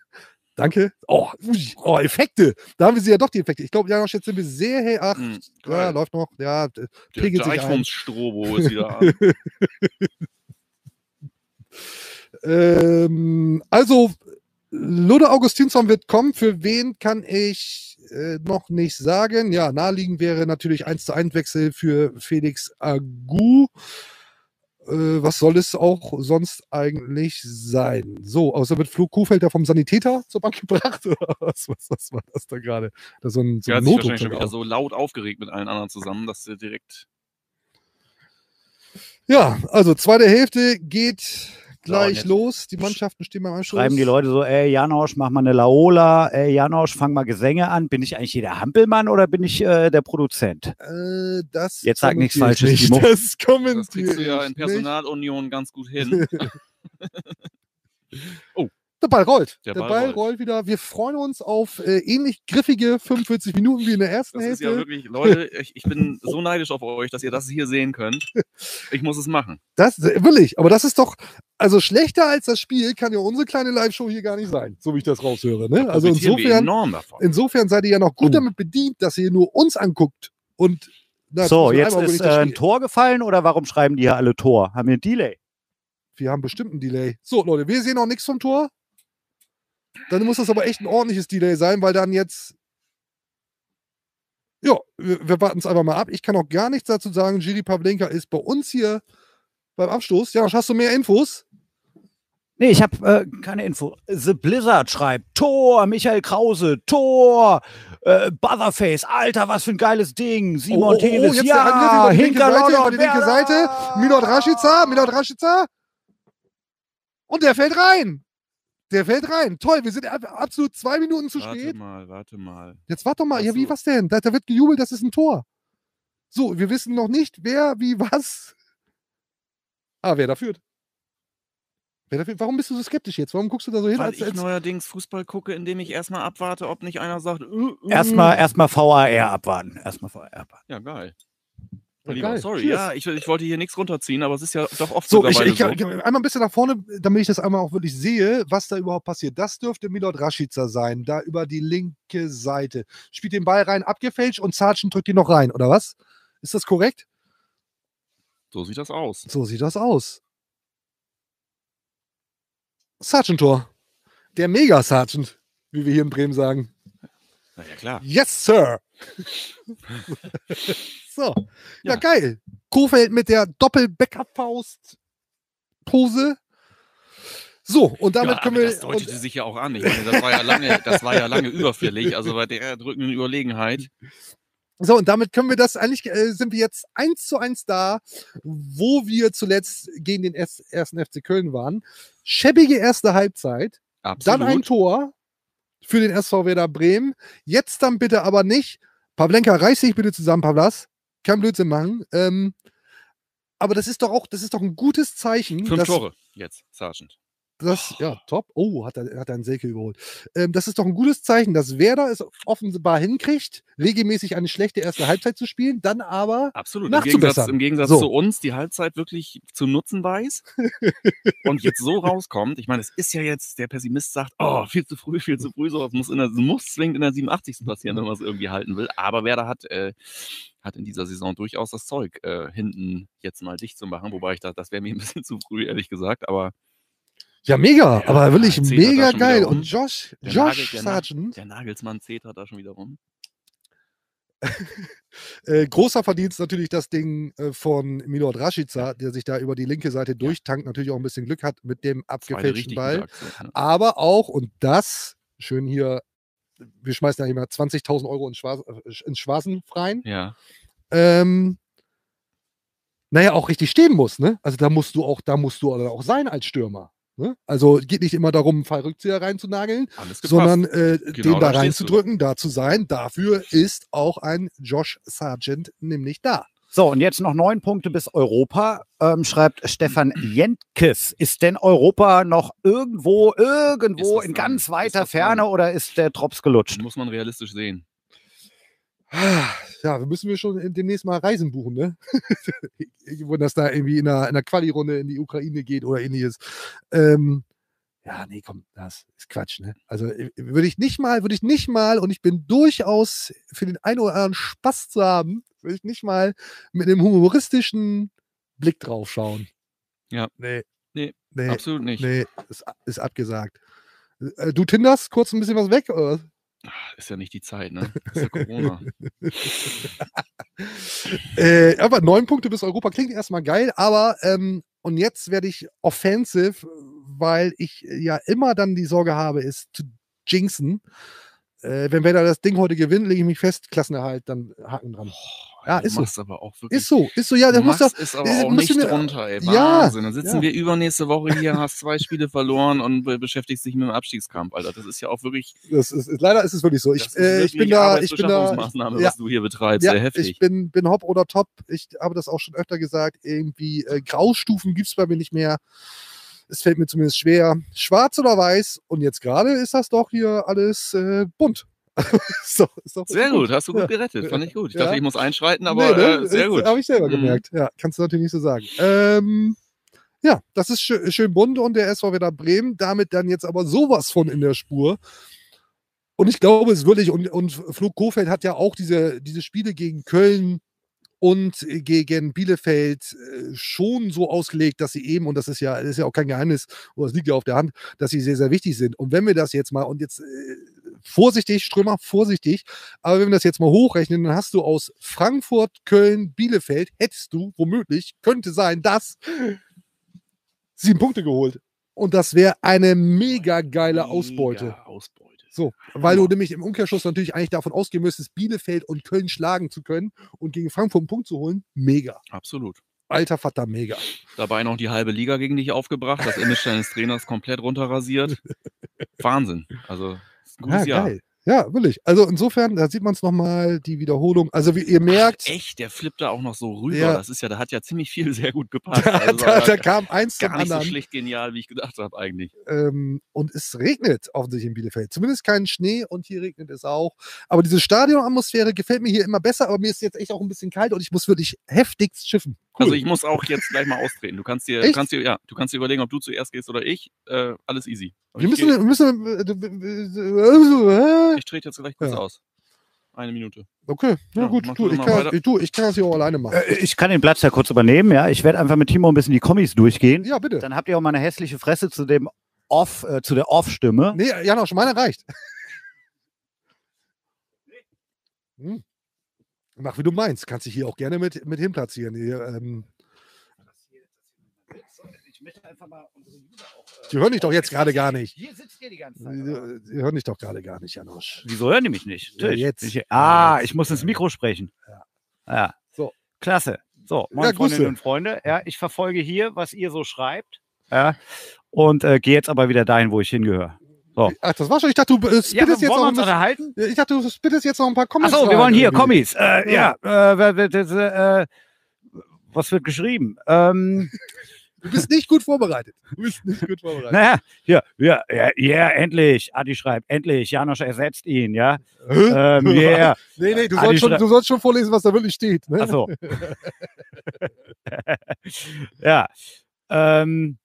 Danke. Oh, ui, oh, Effekte. Da haben wir sie ja doch, die Effekte. Ich glaube, ja, jetzt sind wir sehr, hey, ach, Mhm. ja, Geil. läuft noch. Ja, d- Der pegelt sich ein. Deichwumms-Strobo ist wieder an. Ähm, also, Ludde Augustinsson wird kommen. Für wen kann ich äh, noch nicht sagen? Ja, naheliegend wäre natürlich eins zu eins Wechsel für Felix Agu. Äh, was soll es auch sonst eigentlich sein? So, außer wird Flo Kuhfelder vom Sanitäter zur Bank gebracht? Oder was, was, was war das da gerade? Da so ein, so Der ein hat sich Notruf wahrscheinlich schon dann wieder auch. so laut aufgeregt mit allen anderen zusammen, dass er direkt. Ja, also zweite Hälfte geht gleich jetzt los. Die Mannschaften stehen beim Anschluss. Schreiben die Leute so, ey Janosch, mach mal eine Laola, ey Janosch, fang mal Gesänge an. Bin ich eigentlich hier der Hampelmann oder bin ich äh, der Produzent? Äh, das Jetzt sag nichts kommentiere ich Falsches, nicht. Timo. Das kommentiere Das kriegst du ja ich in nicht. Personalunion ganz gut hin. Oh. Der Ball rollt. Der Der, Ball Ball, rollt. rollt wieder. Wir freuen uns auf äh, ähnlich griffige fünfundvierzig Minuten wie in der ersten Das ist Hälfte. ja wirklich, Leute, ich, ich bin so neidisch auf euch, dass ihr das hier sehen könnt. Ich muss es machen. Das äh, will ich. Aber das ist doch, also schlechter als das Spiel kann ja unsere kleine Live-Show hier gar nicht sein, so wie ich das raushöre. Ne? Also Profitieren wir insofern, enorm davon. insofern seid ihr ja noch gut Uh. damit bedient, dass ihr nur uns anguckt. Und na, So, müssen wir jetzt einmal über ist das äh, ein Spiel- Tor gefallen oder warum schreiben die hier alle Tor? Haben wir ein Delay? Wir haben bestimmt ein Delay. So, Leute, wir sehen noch nichts vom Tor. Dann muss das aber echt ein ordentliches Delay sein, weil dann jetzt. Ja, wir, wir warten es einfach mal ab. Ich kann auch gar nichts dazu sagen. Jiri Pavlenka ist bei uns hier beim Abstoß. Ja, hast du mehr Infos? Nee, ich habe äh, keine Info. The Blizzard schreibt, Tor, Michael Krause, Tor, äh, Botherface, Alter, was für ein geiles Ding. Simon Teles, jetzt ja, der Angriff über die linke hinter Seite, über London die linke Werder. Seite. Milot Rashica, Milot Rashica. Und der fällt rein. Der fällt rein. Toll, wir sind ab- absolut zwei Minuten zu Warte spät. mal, warte mal. Jetzt warte doch mal. Ja, Ach wie, so. was denn? Da, da wird gejubelt, das ist ein Tor. So, wir wissen noch nicht, wer, wie, was. Ah, wer da führt. Wer da führt. Warum bist du so skeptisch jetzt? Warum guckst du da so hin? Weil Als, ich als, neuerdings Fußball gucke, indem ich erstmal abwarte, ob nicht einer sagt, äh, äh, Erstmal erstmal V A R abwarten. Erstmal V A R abwarten. Ja, geil. Ja, Lieber, geil. Sorry, Cheers. ja, ich, ich wollte hier nichts runterziehen, aber es ist ja doch oft so, ich, mittlerweile ich, so. ich, einmal ein bisschen nach vorne, damit ich das einmal auch wirklich sehe, was da überhaupt passiert. Das dürfte Milot Rashica sein, da über die linke Seite. Spielt den Ball rein, abgefälscht und Sargent drückt ihn noch rein, oder was? Ist das korrekt? So sieht das aus. So sieht das aus. Sargent-Tor. Der Mega-Sargent, wie wir hier in Bremen sagen. Na ja, klar. Yes, Sir. so, ja, Ja. geil. Kofeld mit der Doppel-Backup-Faust-Pose. So, und damit ja, können aber wir. das deutete und, sich ja auch an. Ich meine, das war ja lange, das war ja lange überfällig, also bei der drückenden Überlegenheit. so, und damit können wir das eigentlich, äh, sind wir jetzt eins zu eins da, wo wir zuletzt gegen den S- ersten F C Köln waren. Schäbige erste Halbzeit. Absolut. Dann ein Tor für den S V Werder Bremen. Jetzt dann bitte aber nicht. Pavlenka, reiß dich bitte zusammen, Pavlas. Kein Blödsinn machen. Ähm, aber das ist doch auch, das ist doch ein gutes Zeichen. Fünf dass, Tore jetzt, Sargent. Das, ja, top. Oh, hat er, hat er einen Selke überholt. Ähm, das ist doch ein gutes Zeichen, dass Werder es offenbar hinkriegt, regelmäßig eine schlechte erste Halbzeit zu spielen, dann aber Absolut. Im Gegensatz, nachzubessern. im Gegensatz So. zu uns die Halbzeit wirklich zu nutzen weiß und jetzt so rauskommt. Ich meine, es ist ja jetzt, der Pessimist sagt, oh, viel zu früh, viel zu früh, sowas muss, in der, muss zwingend in der siebenundachtzigsten passieren, wenn man es irgendwie halten will. Aber Werder hat, äh, hat in dieser Saison durchaus das Zeug, äh, hinten jetzt mal dicht zu machen, wobei ich da, das wäre mir ein bisschen zu früh, ehrlich gesagt, aber Ja, mega, Ja, aber wirklich zählt er mega da schon geil. wieder rum? Und Josh, Der Josh Nagel- der Na- Sargent, der Nagelsmann zetert da schon wieder rum. äh, großer Verdienst natürlich das Ding äh, von Milot Rashica, der sich da über die linke Seite durchtankt, natürlich auch ein bisschen Glück hat mit dem Zweite abgefälschten richtig Ball. gute Aktion, ne? Aber auch, und das, schön hier, wir schmeißen ja immer zwanzigtausend Euro ins, Schwarz, äh, ins Schwarzenfreien, Ja, ähm, naja, auch richtig stehen muss, ne? Also da musst du auch, da musst du auch sein als Stürmer. Ne? Also geht nicht immer darum, einen Fallrückzieher reinzunageln, alles gepasst. sondern äh, Genau den da da stehst du. reinzudrücken, da zu sein. Dafür ist auch ein Josh Sargent nämlich da. So, und jetzt noch neun Punkte bis Europa, ähm, schreibt Stefan Jentkes. Ist denn Europa noch irgendwo, irgendwo Ist was in dran. ganz Ist weiter was Ferne dran. oder ist der Drops gelutscht? Muss man realistisch sehen. Ja, wir müssen wir schon demnächst mal Reisen buchen, ne? Wenn das da irgendwie in einer, in einer Quali-Runde in die Ukraine geht oder ähnliches. Ähm, ja, nee, komm, das ist Quatsch, ne? Also äh, würde ich nicht mal, würde ich nicht mal, und ich bin durchaus für den einen oder anderen Spaß zu haben, würde ich nicht mal mit einem humoristischen Blick drauf schauen. Ja. Nee. Nee, nee, Absolut nicht. nee, ist, ist abgesagt. Äh, du tinderst kurz ein bisschen was weg, oder? Ah, Ist ja nicht die Zeit, ne? Ist ja Corona. Äh, aber neun Punkte bis Europa klingt erstmal geil, aber ähm, und jetzt werde ich offensive, weil ich ja immer dann die Sorge habe, es zu jinxen. Äh, wenn Werder das Ding heute gewinnt, lege ich mich fest, Klassenerhalt, dann Haken dran. Oh, ja, du ist so. machst aber auch wirklich. Ist so, ist so, ja, Du das muss doch. machst es aber das auch musst du nicht mir- drunter, ey. Ja, Wahnsinn. Dann sitzen ja. wir übernächste Woche hier, hast zwei Spiele verloren und be- beschäftigst dich mit dem Abstiegskampf, Alter. Das ist ja auch wirklich. Das ist, ist, leider ist es wirklich so. Ich, das ist äh, ich wirklich bin da, ich bin da. Arbeitsbeschaffungsmaßnahme, ja, was du hier betreibst. ja, Sehr heftig. ich bin, bin hopp oder top. Ich habe das auch schon öfter gesagt. Irgendwie äh, Graustufen gibt es bei mir nicht mehr. Es fällt mir zumindest schwer. Schwarz oder weiß. Und jetzt gerade ist das doch hier alles äh, bunt. ist doch, ist doch Sehr bunt. gut, hast du gut Ja. gerettet. Fand ich gut. Ich Ja. dachte, ich muss einschreiten, aber Nee, ne? äh, sehr gut. Habe ich selber Mhm. gemerkt. Ja, kannst du natürlich nicht so sagen. Ähm, ja, das ist schön, schön bunt und der S V Werder Bremen damit dann jetzt aber sowas von in der Spur. Und ich glaube es wirklich, und, und Flo Kofeld hat ja auch diese, diese Spiele gegen Köln und gegen Bielefeld äh, schon so ausgelegt, dass sie eben, und das ist ja, das ist ja auch kein Geheimnis, oder das liegt ja auf der Hand, dass sie sehr, sehr wichtig sind. Und wenn wir das jetzt mal, und jetzt äh, vorsichtig, Strömer, vorsichtig, aber wenn wir das jetzt mal hochrechnen, dann hast du aus Frankfurt, Köln, Bielefeld, hättest du womöglich, könnte sein, dass sieben Punkte geholt. Und das wäre eine mega geile Ausbeute. Mega Ausbeute. So, weil du nämlich im Umkehrschluss natürlich eigentlich davon ausgehen müsstest, Bielefeld und Köln schlagen zu können und gegen Frankfurt einen Punkt zu holen. Mega. Absolut. Alter Vater, mega. Dabei noch die halbe Liga gegen dich aufgebracht, das Image deines Trainers komplett runterrasiert. Wahnsinn. Also, ist ein gutes Ja, Jahr. geil. Ja, wirklich. Also insofern, da sieht man es nochmal, die Wiederholung. Also wie ihr merkt, Ach, echt, der flippt da auch noch so rüber. Ja. Das ist ja, da hat ja ziemlich viel sehr gut gepasst. da, Also, da, da war kam eins zum gar nicht so anderen. schlecht genial, wie ich gedacht habe eigentlich. Ähm, und es regnet offensichtlich in Bielefeld. Zumindest kein Schnee und hier regnet es auch. Aber diese Stadionatmosphäre gefällt mir hier immer besser, aber mir ist jetzt echt auch ein bisschen kalt und ich muss wirklich heftigst schiffen. Cool. Also ich muss auch jetzt gleich mal austreten. Du kannst dir, du Echt? kannst dir, ja, du kannst dir überlegen, ob du zuerst gehst oder ich. Äh, alles easy. wir Ich müssen, geh- wir müssen, äh, Ich trete jetzt gleich kurz Ja. aus. Eine Minute. okay, na Ja, gut, mach du, du ich, mal kann, weiter. ich, du, ich kann das hier auch alleine machen. Äh, Ich kann den Platz ja kurz übernehmen, ja. Ich werde einfach mit Timo ein bisschen die Kommis durchgehen. Ja, bitte. Dann habt ihr auch mal eine hässliche Fresse zu dem Off, äh, zu der Off-Stimme. Nee, Janosch, meine reicht. Hm. Mach wie du meinst. Kannst dich hier auch gerne mit, mit hinplatzieren. Hier, ähm, Ich möchte einfach mal unsere User auch. die hören dich doch jetzt gerade gar nicht. Hier sitzt ihr die ganze Die, Zeit. oder? die hören dich doch gerade gar nicht, Janosch. Wieso hören die mich nicht? Ja, Natürlich. jetzt. Ich, ah, Ja, jetzt. ich muss ins Mikro sprechen. Ja. Ja. So. Klasse. So, Ja, meine Grüße. Freundinnen und Freunde, ja, ich verfolge hier, was ihr so schreibt. Ja, und äh, gehe jetzt aber wieder dahin, wo ich hingehöre. So. Ach, das war schon. Ich dachte, du äh, Ja, spittest jetzt wollen wir noch uns ein unterhalten? bisschen, ich dachte, du spittest jetzt noch ein paar Comments. Achso, wir rein wollen hier irgendwie. Kommis. Äh, ja, äh, wer- wer- das, äh, was wird geschrieben? Ähm, Du bist nicht gut vorbereitet. Du bist nicht gut vorbereitet. naja, hier, ja, ja, ja, endlich. Adi schreibt, endlich. Janosch ersetzt ihn, ja. Hä? Ähm, yeah. Nee, nee, du Adi sollst, schon, schrei- du sollst schon vorlesen, was da wirklich steht. Ne? Achso. Ja. Ähm,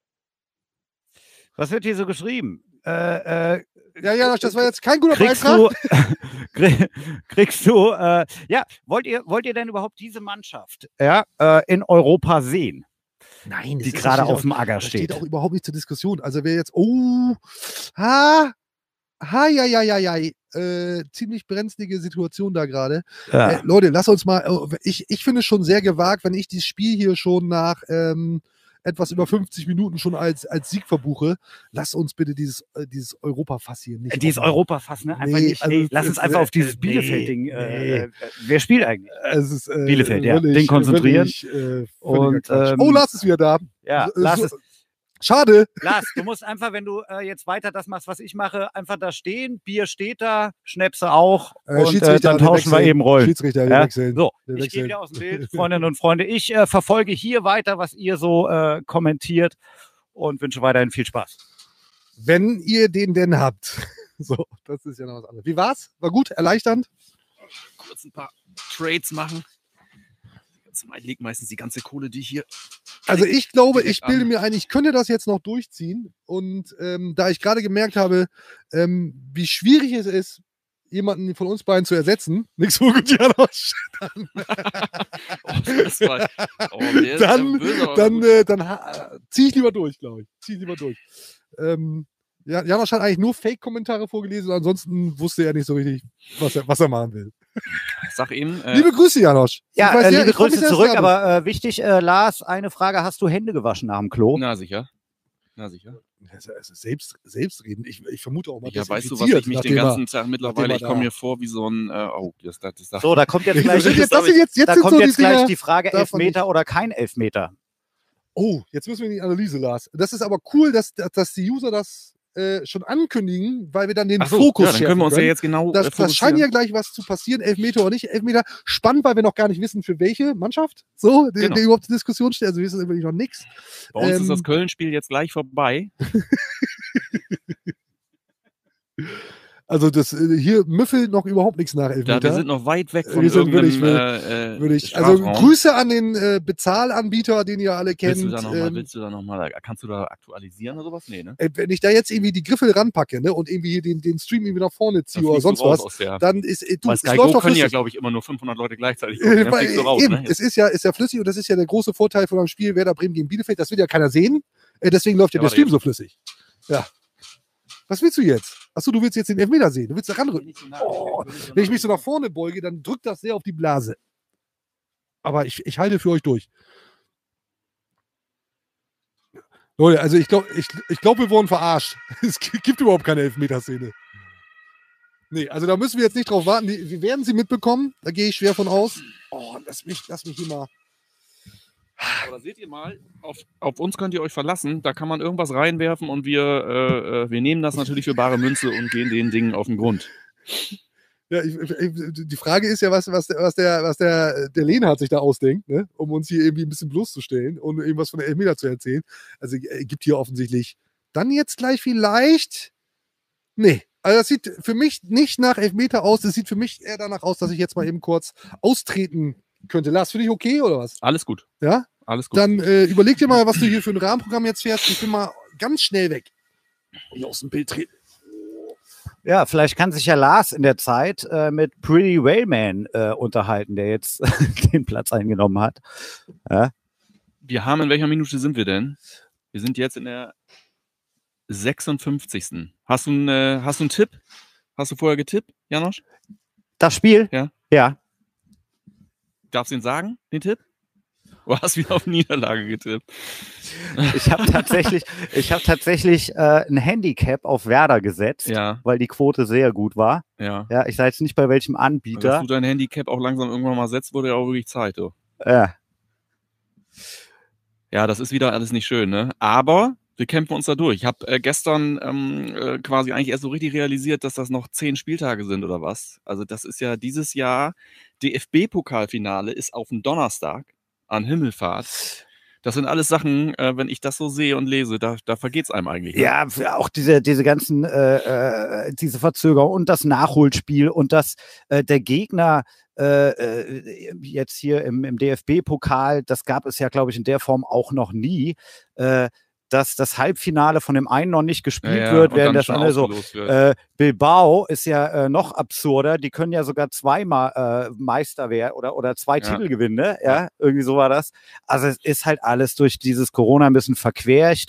was wird hier so geschrieben? Äh, äh, Ja, Janosch, das war jetzt kein guter kriegst Beitrag. du, krieg- kriegst du, äh, ja, wollt ihr, wollt ihr denn überhaupt diese Mannschaft ja, äh, in Europa sehen, Nein, die gerade auf dem Ager Das steht steht? auch überhaupt nicht zur Diskussion. Also wer jetzt, oh, ha, ha, ja, ja, ja, ja, äh, ziemlich brenzlige Situation da gerade. Ja. Äh, Leute, lass uns mal, äh, ich, ich finde es schon sehr gewagt, wenn ich dieses Spiel hier schon nach ähm, etwas über fünfzig Minuten schon als, als Sieg verbuche. Lass uns bitte dieses, äh, dieses Europa-Fass hier nicht Dieses aufmachen. Europafass, ne? Einfach Nee, nicht. also Hey, lass es uns ist, einfach äh, auf dieses nee, Bielefeld-Ding. Äh, nee. äh, wer spielt eigentlich? Es ist, äh, Bielefeld, ja. völlig- Den konzentrieren. völlig, äh, völliger Und, Quatsch. ähm, oh, Lars ist wieder da. Ja, Äh, lass so- es. Schade. Lars, du musst einfach, wenn du äh, jetzt weiter das machst, was ich mache, einfach da stehen. Bier steht da, Schnäpse auch. Äh, und äh, Schiedsrichter, dann wir tauschen wir wechseln. eben Rollen. Schiedsrichter, wir Ja? wechseln. So, Wir ich gehe wechseln. wieder aus dem Bild, Freundinnen und Freunde. Ich äh, verfolge hier weiter, was ihr so äh, kommentiert und wünsche weiterhin viel Spaß. Wenn ihr den denn habt. So, das ist ja noch was anderes. Wie war's? War gut? Erleichternd? Kurz ein paar Trades machen. Jetzt liegt meistens die ganze Kohle, die ich hier. Also ich glaube, direkt ich bilde an. mir ein, ich könnte das jetzt noch durchziehen. Und ähm, da ich gerade gemerkt habe, ähm, wie schwierig es ist, jemanden von uns beiden zu ersetzen, nichts so gut, Janosch, Oh, das war, oh, der ist dann, ja böse, aber dann, gut. äh, dann äh, ziehe ich lieber durch, glaube ich. Ziehe ich lieber durch. Ähm, ja, Janosch hat eigentlich nur Fake-Kommentare vorgelesen und ansonsten wusste er nicht so richtig, was er, was er machen will. Sag ihm. Äh, liebe Grüße, Janosch. Ja, Ich weiß äh, sehr- liebe ich freu mich Grüße sehr, zurück, dass du aber äh, wichtig, äh, Lars, eine Frage, hast du Hände gewaschen nach dem Klo? Na sicher. Na sicher. da bist. Es ist selbst, selbstredend. Ich, ich vermute auch mal, Ja, weißt du, was desinfiziert, ich mich den nachdem er- ganzen Tag mittlerweile, nachdem er ich komme da- mir vor wie so ein, äh, oh, das, das, das, das So, da kommt jetzt Das gleich, sind jetzt, das sind jetzt, jetzt da sind kommt so jetzt die gleich Dinger, die Frage, darf man Elfmeter nicht. oder kein Elfmeter? Oh, jetzt müssen wir in die Analyse, Lars. Das ist aber cool, dass, dass die User das äh, schon ankündigen, weil wir dann den Ach so, Fokus ja, dann können wir uns ja schärfen jetzt genau Das, äh, das scheint fokussieren. ja gleich was zu passieren, Elfmeter oder nicht Elfmeter. Spannend, weil wir noch gar nicht wissen, für welche Mannschaft so, die, Genau. die überhaupt zur Diskussion steht. Also wir wissen wirklich noch nichts. Bei uns ähm, ist das Köln-Spiel jetzt gleich vorbei. Also das äh, hier müffelt noch überhaupt nichts nach Da, Elfmeter. wir sind noch weit weg von Wir sind irgendeinem wirklich- äh, äh, würde ich, also Strafraum. Grüße an den äh, Bezahlanbieter, den ihr alle kennt. Willst du da noch mal, ähm, willst du da noch mal, kannst du da aktualisieren oder sowas? Nee, ne? äh, wenn ich da jetzt irgendwie die Griffel ranpacke, ne, und irgendwie den, den Stream irgendwie nach vorne Dann ziehe oder fliegst du sonst raus was, aus der, dann ist äh, du, bei es Sky läuft Go doch können ja, flüssig. glaube ich, immer nur fünfhundert Leute gleichzeitig gucken. Äh, Dann weil, fliegst du raus, eben, ne? es ist ja, ist ja flüssig und das ist ja der große Vorteil von einem Spiel Werder Bremen gegen Bielefeld. Das will ja keiner sehen. Äh, deswegen läuft ja, Ja, der warte, Stream jetzt. so flüssig. Ja. Was willst du jetzt? Achso, du willst jetzt den Elfmeter sehen. Du willst da ranrücken. Oh, wenn ich mich so nach vorne beuge, dann drückt das sehr auf die Blase. Aber ich, ich halte für euch durch. Leute, also ich glaube, ich, ich glaub, wir wurden verarscht. Es gibt überhaupt keine Elfmeterszene. Nee, also da müssen wir jetzt nicht drauf warten. Die, wir werden sie mitbekommen. Da gehe ich schwer von aus. Oh, lass mich, lass mich hier mal. Aber seht ihr mal, auf, auf uns könnt ihr euch verlassen. Da kann man irgendwas reinwerfen und wir, äh, äh, wir nehmen das natürlich für bare Münze und gehen den Dingen auf den Grund. Ja, ich, ich, die Frage ist ja, was, was, der, was, der, was der, der Lehnhardt sich da ausdenkt, ne? Um uns hier irgendwie ein bisschen bloßzustellen und irgendwas von der Elfmeter zu erzählen. Also er gibt hier offensichtlich dann jetzt gleich vielleicht. Nee, also das sieht für mich nicht nach Elfmeter aus. Das sieht für mich eher danach aus, dass ich jetzt mal eben kurz austreten könnte. Lars, für dich okay oder was? Alles gut. Ja? Alles gut. Dann äh, überleg dir mal, was du hier für ein Rahmenprogramm jetzt fährst. Ich bin mal ganz schnell weg. Hier aus dem Bild treten. Ja, vielleicht kann sich ja Lars in der Zeit äh, mit Pretty Wayman äh, unterhalten, der jetzt den Platz eingenommen hat. Ja. Wir haben, in welcher Minute sind wir denn? Wir sind jetzt in der sechsundfünfzigsten Hast du einen, äh, hast du einen Tipp? Hast du vorher getippt, Janosch? Das Spiel? Ja. Ja. Darfst du ihn sagen, den Tipp? Du hast wieder auf Niederlage getippt. Ich habe tatsächlich, ich habe tatsächlich äh, ein Handicap auf Werder gesetzt, Ja, weil die Quote sehr gut war. ja. Ja, ich sage jetzt nicht bei welchem Dass Anbieter. du dein Handicap auch langsam irgendwann mal setzt, wurde ja auch wirklich Zeit. Du. Ja. Ja, das ist wieder alles nicht schön, ne? Aber wir kämpfen uns da durch. Ich habe äh, gestern ähm, äh, quasi eigentlich erst so richtig realisiert, dass das noch zehn Spieltage sind oder was. Also das ist ja dieses Jahr, D F B-Pokalfinale ist auf dem Donnerstag an Himmelfahrt. Das sind alles Sachen, äh, wenn ich das so sehe und lese, da, da vergeht's einem eigentlich. Ne? Ja, auch diese, diese ganzen, äh, äh, diese Verzögerung und das Nachholspiel und dass äh, der Gegner äh, äh, jetzt hier im, im D F B-Pokal, das gab es ja, glaube ich, in der Form auch noch nie, äh, dass das Halbfinale von dem einen noch nicht gespielt Ja, ja, wird, und während dann das schon andere so. ausgelost wird. Äh, Bilbao ist ja äh, noch absurder, die können ja sogar zweimal äh, Meister werden oder, oder zwei Ja. Titel gewinnen, ne? Ja, irgendwie so war das. Also es ist halt alles durch dieses Corona ein bisschen verquercht.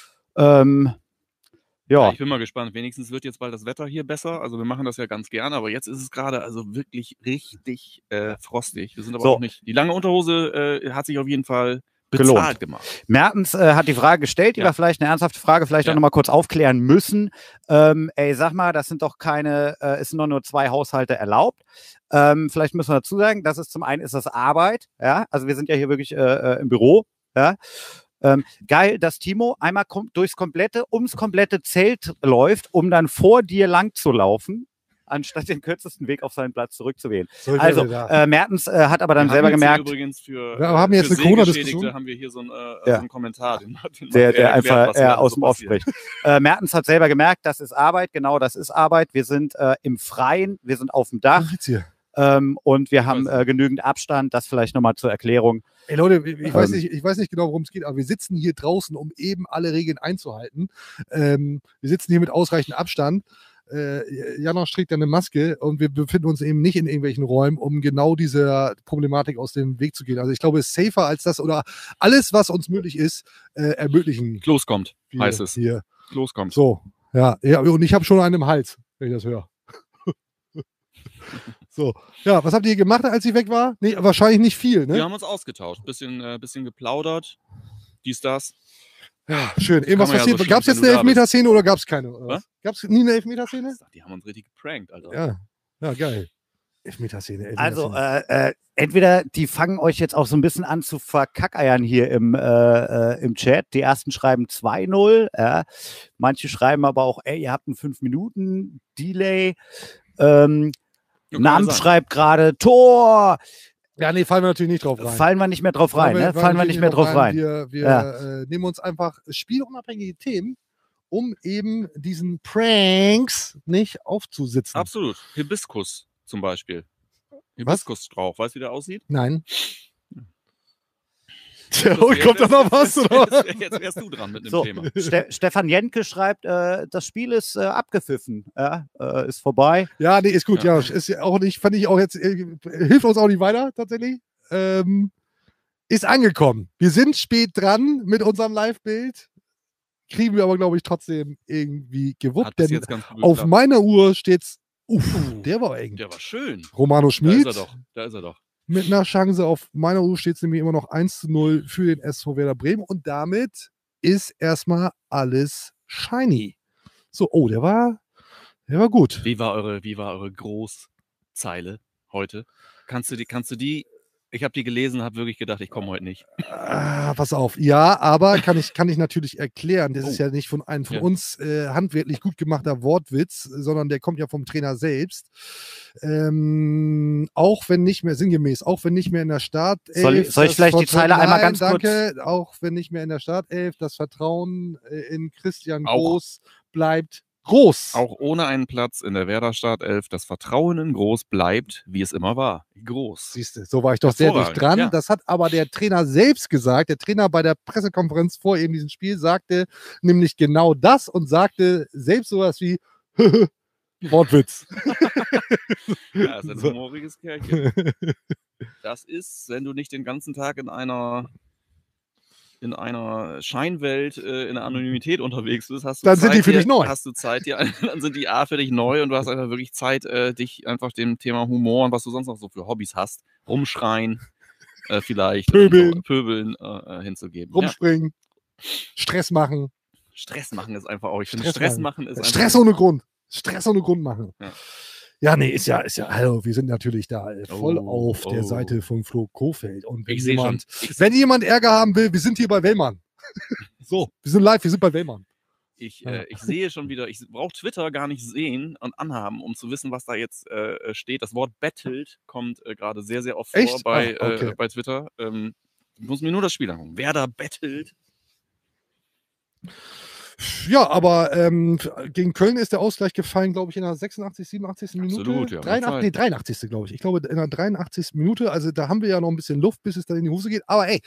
Ähm, Ja, ja, ich bin mal gespannt. Wenigstens wird jetzt bald das Wetter hier besser. Also wir machen das ja ganz gerne, aber jetzt ist es gerade also wirklich richtig äh, frostig. Wir sind aber So. auch nicht. Die lange Unterhose äh, hat sich auf jeden Fall Gelohnt. bezahlt gemacht. Mertens äh, hat die Frage gestellt, die Ja. wir vielleicht eine ernsthafte Frage vielleicht Ja. auch nochmal kurz aufklären müssen. Ähm, ey, sag mal, das sind doch keine, äh, es sind doch nur zwei Haushalte erlaubt. Ähm, vielleicht müssen wir dazu sagen, das ist zum einen ist das Arbeit, ja, also wir sind ja hier wirklich äh, äh, im Büro, ja. Ähm, geil, dass Timo einmal kom durchs komplette, ums komplette Zelt läuft, um dann vor dir lang zu laufen, anstatt den kürzesten Weg auf seinen Platz zurückzuwählen. So, Also, da. äh, Mertens äh, hat aber dann Wir selber haben jetzt hier gemerkt, Übrigens für, Wir haben jetzt für eine Corona-Diskussion. Sehgeschädigte haben wir hier so einen, äh, Ja. so einen Kommentar, den, den der, der der erklärt, einfach was äh, gerade aus so dem Off passiert. spricht. Äh, Mertens hat selber gemerkt, das ist Arbeit, genau, das ist Arbeit. Wir sind äh, im Freien, wir sind auf dem Dach Was ist hier? ähm, und wir haben weiß äh, genügend Abstand. Das vielleicht nochmal zur Erklärung. Ey Leute, ich, ich, weiß Ähm. nicht, ich weiß nicht genau, worum es geht, aber wir sitzen hier draußen, um eben alle Regeln einzuhalten. Ähm, wir sitzen hier mit ausreichend Abstand. Äh, Janosch trägt ja eine Maske und wir befinden uns eben nicht in irgendwelchen Räumen, um genau dieser Problematik aus dem Weg zu gehen. Also ich glaube, es ist safer als das oder alles, was uns möglich ist, äh, ermöglichen Klos kommt, wir heißt es. hier. Klos kommt. So, ja, ja, und ich habe schon einen im Hals, wenn ich das höre. So, ja, was habt ihr gemacht, als ich weg war? Nee, wahrscheinlich nicht viel, ne? Wir haben uns ausgetauscht, bisschen, äh, bisschen geplaudert, dies, das. Ja, schön. Irgendwas Kann man ja passiert. so Gab es schön, jetzt wenn eine du da bist. Elfmeterszene oder gab es keine? Was? Gab es nie eine Elfmeterszene? Die haben uns richtig geprankt, Alter. Ja, ja, geil. Elfmeterszene, Elfmeterszene. Also, äh, äh, entweder die fangen euch jetzt auch so ein bisschen an zu verkackeiern hier im, äh, äh, im Chat. Die ersten schreiben zwei null. Ja. Manche schreiben aber auch, ey, ihr habt einen fünf Minuten Delay. Ähm, Ja, kann Nam ja sein. schreibt gerade Tor. Ja, nee, fallen wir natürlich nicht drauf rein. Fallen wir nicht mehr drauf rein, ne? Fallen wir nicht mehr drauf rein. Wir, wir Ja. äh, nehmen uns einfach spielunabhängige Themen, um eben diesen Pranks nicht aufzusitzen. Absolut. Hibiskus zum Beispiel. Hibiskusstrauch. Weißt du, wie der aussieht? Nein. Tja, oh, kommt da noch was? Jetzt, Oder? jetzt, jetzt wärst du dran mit dem So, Thema. Ste Stefan Jenke schreibt, äh, das Spiel ist äh, abgepfiffen, ja, äh, ist vorbei. Ja, nee, ist gut. Ja. Ja, ist ja auch nicht, fand ich auch jetzt, äh, hilft uns auch nicht weiter, tatsächlich. Ähm, ist angekommen. Wir sind spät dran mit unserem Live-Bild. Kriegen wir aber, glaube ich, trotzdem irgendwie gewuppt. Hat bis Denn jetzt ganz gut auf geklappt. meiner Uhr steht's, uff, der war eng. Der war schön. Romano Da ist Schmid. er doch. Da ist er doch. Mit einer Chance. Auf meiner Uhr steht es nämlich immer noch eins zu null für den S V Werder Bremen. Und damit ist erstmal alles shiny. So, oh, der war, der war gut. Wie war eure, wie war eure Großzeile heute? Kannst du die, kannst du die, ich habe die gelesen, habe wirklich gedacht, ich komme heute nicht. Ah, pass auf. Ja, aber kann ich, kann ich natürlich erklären. Das Oh. ist ja nicht von einem von Ja. uns äh, handwerklich gut gemachter Wortwitz, sondern der kommt ja vom Trainer selbst. Ähm, auch wenn nicht mehr, sinngemäß, auch wenn nicht mehr in der Startelf. Soll ich- soll ich das vielleicht die Vertrauen- Zeile einmal Nein, ganz kurz- danke, auch wenn nicht mehr in der Startelf, das Vertrauen äh, in Christian Auch. Groß bleibt groß. Auch ohne einen Platz in der Werder Startelf, das Vertrauen in Groß bleibt, wie es immer war. Groß. Siehst du, so war ich doch sehr dicht Hervorragend, dran. ja. Das hat aber der Trainer selbst gesagt. Der Trainer bei der Pressekonferenz vor eben diesem Spiel sagte nämlich genau das und sagte selbst sowas wie Wortwitz. Ja, ist ein So. humoriges Kerlchen. Das ist, wenn du nicht den ganzen Tag in einer in einer Scheinwelt, äh, in der Anonymität unterwegs bist, hast du Dann Zeit, sind die für dir, dich neu. Hast du Zeit, dir, dann sind die A für dich neu und du hast einfach wirklich Zeit, äh, dich einfach dem Thema Humor und was du sonst noch so für Hobbys hast, rumschreien, äh, vielleicht Pöbeln. äh, Pöbeln äh, äh, hinzugeben. Ja. Rumspringen, Stress machen. Stress machen ist einfach auch. Ich finde, Stress Stress machen. machen ist Stress einfach. ohne Grund. Stress ohne Grund machen. Ja. Ja, nee, ist ja, ist ja, hallo, wir sind natürlich da äh, voll Oh, auf der oh. Seite von Flo Kofeld. Und wenn Ich sehe schon. jemand, Ich, wenn jemand Ärger haben will, wir sind hier bei Wellmann. So, wir sind live, wir sind bei Wellmann. ich, äh, ich sehe schon wieder, ich brauche Twitter gar nicht sehen und anhaben, um zu wissen, was da jetzt äh, steht. Das Wort battelt kommt äh, gerade sehr, sehr oft vor Echt? bei, Ah, okay. äh, bei Twitter. Ähm, ich muss mir nur das Spiel angucken. Werder battelt. Ja, aber ähm, gegen Köln ist der Ausgleich gefallen, glaube ich, in der sechsundachtzigsten, siebenundachtzigsten Minute. Absolut, ja. dreiundachtzigsten, nee, dreiundachtzigsten glaube ich. Ich glaube, in der dreiundachtzigsten Minute. Also da haben wir ja noch ein bisschen Luft, bis es dann in die Hose geht. Aber ey,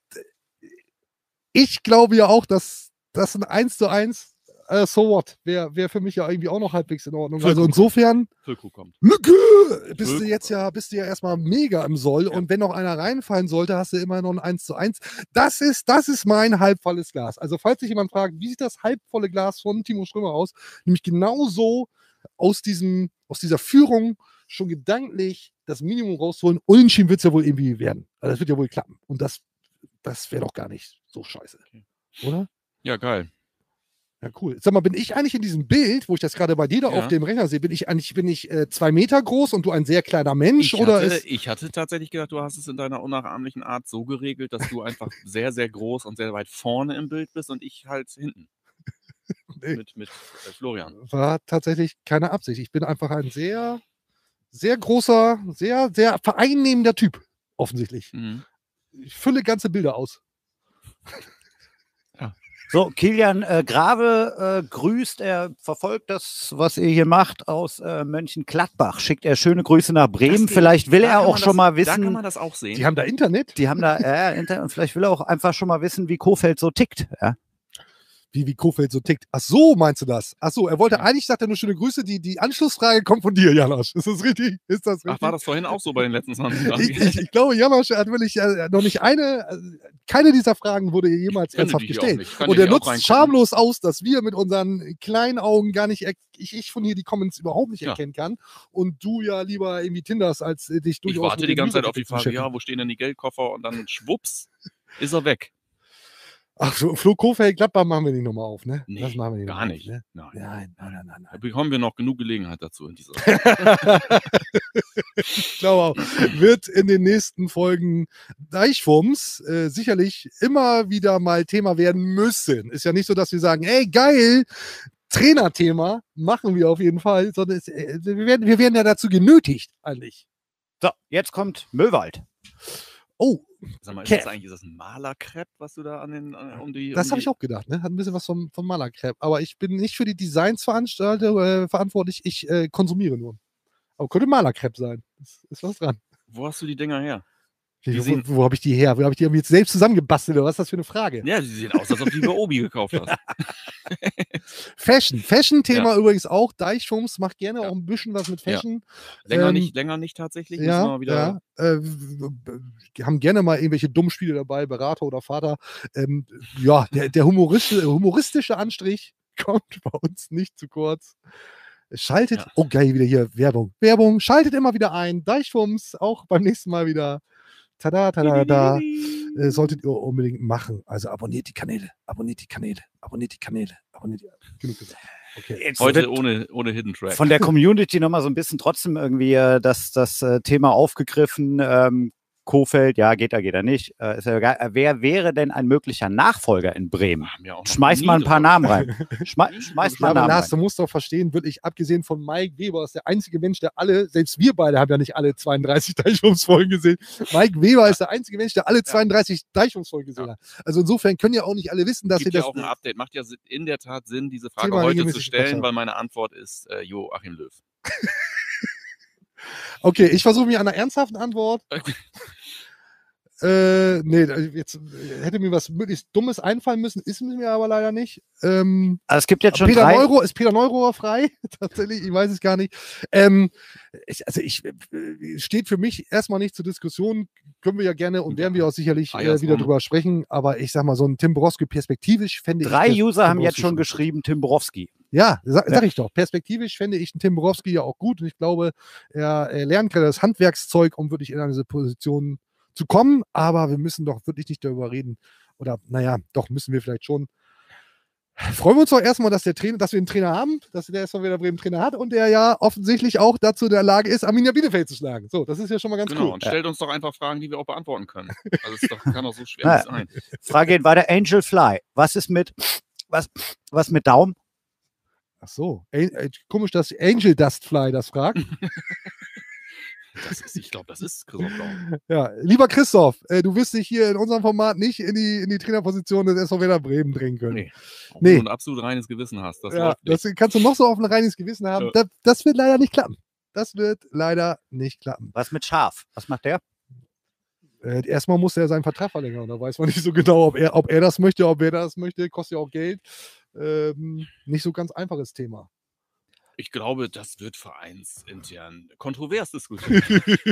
ich glaube ja auch, dass das ein eins zu eins, äh, so what, wäre wär für mich ja irgendwie auch noch halbwegs in Ordnung. Also insofern, Füllkrug kommt. Lücke, bist du Füllkrug. jetzt ja, bist du ja erstmal mega im Soll. Ja. Und wenn noch einer reinfallen sollte, hast du immer noch ein eins zu eins. Das ist, das ist mein halbvolles Glas. Also falls sich jemand fragt, wie sieht das halbvolle Glas von Timo Strömer aus? Nämlich genauso aus diesem, aus dieser Führung schon gedanklich das Minimum rausholen. Unentschieden wird es ja wohl irgendwie werden. Also das wird ja wohl klappen. Und das, das wäre doch gar nicht so scheiße. Okay. Oder? Ja, geil. Ja, cool. Sag mal, bin ich eigentlich in diesem Bild, wo ich das gerade bei dir da Ja. auf dem Rechner sehe, bin ich eigentlich, bin ich äh, zwei Meter groß und du ein sehr kleiner Mensch? Ich oder hatte, ist, ich hatte tatsächlich gedacht, du hast es in deiner unnachahmlichen Art so geregelt, dass du einfach sehr, sehr groß und sehr weit vorne im Bild bist und ich halt hinten. Nee. Mit, mit äh, Florian. war tatsächlich keine Absicht. Ich bin einfach ein sehr, sehr großer, sehr, sehr vereinnehmender Typ, offensichtlich. Mhm. Ich fülle ganze Bilder aus. So, Kilian äh, Grave äh, grüßt, er verfolgt das, was ihr hier macht, aus äh, Mönchengladbach. Schickt er schöne Grüße nach Bremen. Das- Vielleicht will da er kann auch man schon das, mal Da wissen, kann man das auch sehen. Die haben da Internet? die haben da, äh, Internet, und vielleicht will er auch einfach schon mal wissen, wie Kofeld so tickt. Ja? wie, wie Kofeld so tickt. Ach so, meinst du das? Ach so, er wollte eigentlich, sagt er nur schöne Grüße, die, die Anschlussfrage kommt von dir, Janosch. Ist das richtig? Ist das richtig? Ach, war das vorhin auch so bei den letzten zwanzig Jahren? Ich, ich, ich glaube, Janosch hat wirklich äh, noch nicht eine, äh, keine dieser Fragen wurde jemals ernsthaft gestellt. Und er nutzt schamlos aus, dass wir mit unseren kleinen Augen gar nicht, ich, ich von hier die Comments überhaupt nicht ja. erkennen kann. Und du ja lieber irgendwie Tinders, als äh, dich durchaus. Ich warte die ganze Zeit auf die Frage, ja, wo stehen denn die Geldkoffer? Und dann schwupps, ist er weg. Ach, Flo Kofeld, Gladbach machen wir nicht nochmal auf, ne? Nee, das machen wir nicht gar nicht. Auf, ne? Nein. Nein, nein, nein, nein, Da bekommen wir noch genug Gelegenheit dazu in dieser Ich glaube auch, wird in den nächsten Folgen Deichfums äh, sicherlich immer wieder mal Thema werden müssen. Ist ja nicht so, dass wir sagen, ey, geil, Trainerthema, machen wir auf jeden Fall, sondern es, äh, wir, werden, wir werden ja dazu genötigt, eigentlich. So, jetzt kommt Möwald. Oh, sag mal, ist das eigentlich ist das ein Malerkrepp, was du da an den an, um die. Das um habe ich auch gedacht, ne? Hat ein bisschen was vom, vom Malerkrepp. Aber ich bin nicht für die Designs äh, verantwortlich, ich äh, konsumiere nur. Aber könnte Malerkrepp sein. Ist, ist was dran. Wo hast du die Dinger her? Wie, wo wo, wo habe ich die her? Wo habe ich die jetzt selbst zusammengebastelt? Oder was ist das für eine Frage? Ja, die sehen aus, als ob du die bei Obi gekauft hast. Fashion. Fashion-Thema ja. übrigens auch. Deichfums macht gerne ja. auch ein bisschen was mit Fashion. Ja. Länger, ähm, nicht, länger nicht tatsächlich. Ja, wir wieder ja. Äh, haben gerne mal irgendwelche Dummspiele dabei, Berater oder Vater. Ähm, ja, der, der humoristische, humoristische Anstrich kommt bei uns nicht zu kurz. Schaltet, ja. oh geil, wieder hier Werbung. Werbung, schaltet immer wieder ein. Deichfums, auch beim nächsten Mal wieder. Tada, tada, da. Äh, solltet ihr unbedingt machen. Also abonniert die Kanäle, abonniert die Kanäle, abonniert die Kanäle, abonniert die. Genug gesagt. Okay. Jetzt heute ohne, ohne Hidden Track. Von der Community nochmal so ein bisschen trotzdem irgendwie äh, das, das äh, Thema aufgegriffen. Ähm, Kofeld, ja, geht er, geht er nicht. Äh, ist ja egal. Wer wäre denn ein möglicher Nachfolger in Bremen? Schmeiß mal ein paar Namen rein. Schme schmeiß mal Namen Lars, rein. Du musst doch verstehen, wirklich abgesehen von Mike Weber ist der einzige Mensch, der alle, selbst wir beide haben ja nicht alle zweiunddreißig Deichfums-Folgen gesehen. Mike Weber ja. ist der einzige Mensch, der alle zweiunddreißig ja. Deichfums-Folgen gesehen ja. hat. Also insofern können ja auch nicht alle wissen, dass Gibt wir ja das... auch ein Update. Macht ja in der Tat Sinn, diese Frage heute zu stellen, weil meine Antwort ist äh, Joachim Löw. Okay, ich versuche mich an einer ernsthaften Antwort... Äh, nee, jetzt hätte mir was möglichst Dummes einfallen müssen, ist mir aber leider nicht. Ähm, also es gibt jetzt schon Peter drei... Neuro, ist Peter Neurohr frei? Tatsächlich, ich weiß es gar nicht. Ähm, ich, also ich, steht für mich erstmal nicht zur Diskussion, können wir ja gerne und werden wir auch sicherlich äh, wieder drüber sprechen, aber ich sag mal, so ein Tim Borowski perspektivisch fände ich... Drei User haben jetzt schon geschrieben, Tim Borowski. Ja, sag, sag ich doch. Perspektivisch fände ich einen Tim Borowski ja auch gut und ich glaube, er, er lernt gerade das Handwerkszeug, um wirklich in diese Position zu kommen, aber wir müssen doch wirklich nicht darüber reden. Oder, naja, doch, müssen wir vielleicht schon. Freuen wir uns doch erstmal, dass, der Trainer, dass wir einen Trainer haben, dass der erstmal wieder Bremen Trainer hat und der ja offensichtlich auch dazu in der Lage ist, Arminia Bielefeld zu schlagen. So, das ist ja schon mal ganz genau, cool. Genau, und stellt ja. uns doch einfach Fragen, die wir auch beantworten können. Also es doch, kann doch so schwer ja. nicht sein. Frage geht weiter, Angel Fly. Was ist mit, was, was mit Daum? Ach so, komisch, dass Angel Dust Fly das fragt. Das ist, ich glaube, das ist Christoph Daum. Ja, lieber Christoph, äh, du wirst dich hier in unserem Format nicht in die, in die Trainerposition des S V Werder Bremen drängen können. Nee. Wenn nee. du ein absolut reines Gewissen hast. Das, ja, das kannst du noch so auf ein reines Gewissen haben. Ja. Das, das wird leider nicht klappen. Das wird leider nicht klappen. Was mit Schaf? Was macht der? Äh, erstmal muss er seinen Vertrag verlängern. Da weiß man nicht so genau, ob er, ob er das möchte, ob er das möchte. Kostet ja auch Geld. Ähm, nicht so ganz einfaches Thema. Ich glaube, das wird vereinsintern kontrovers diskutiert.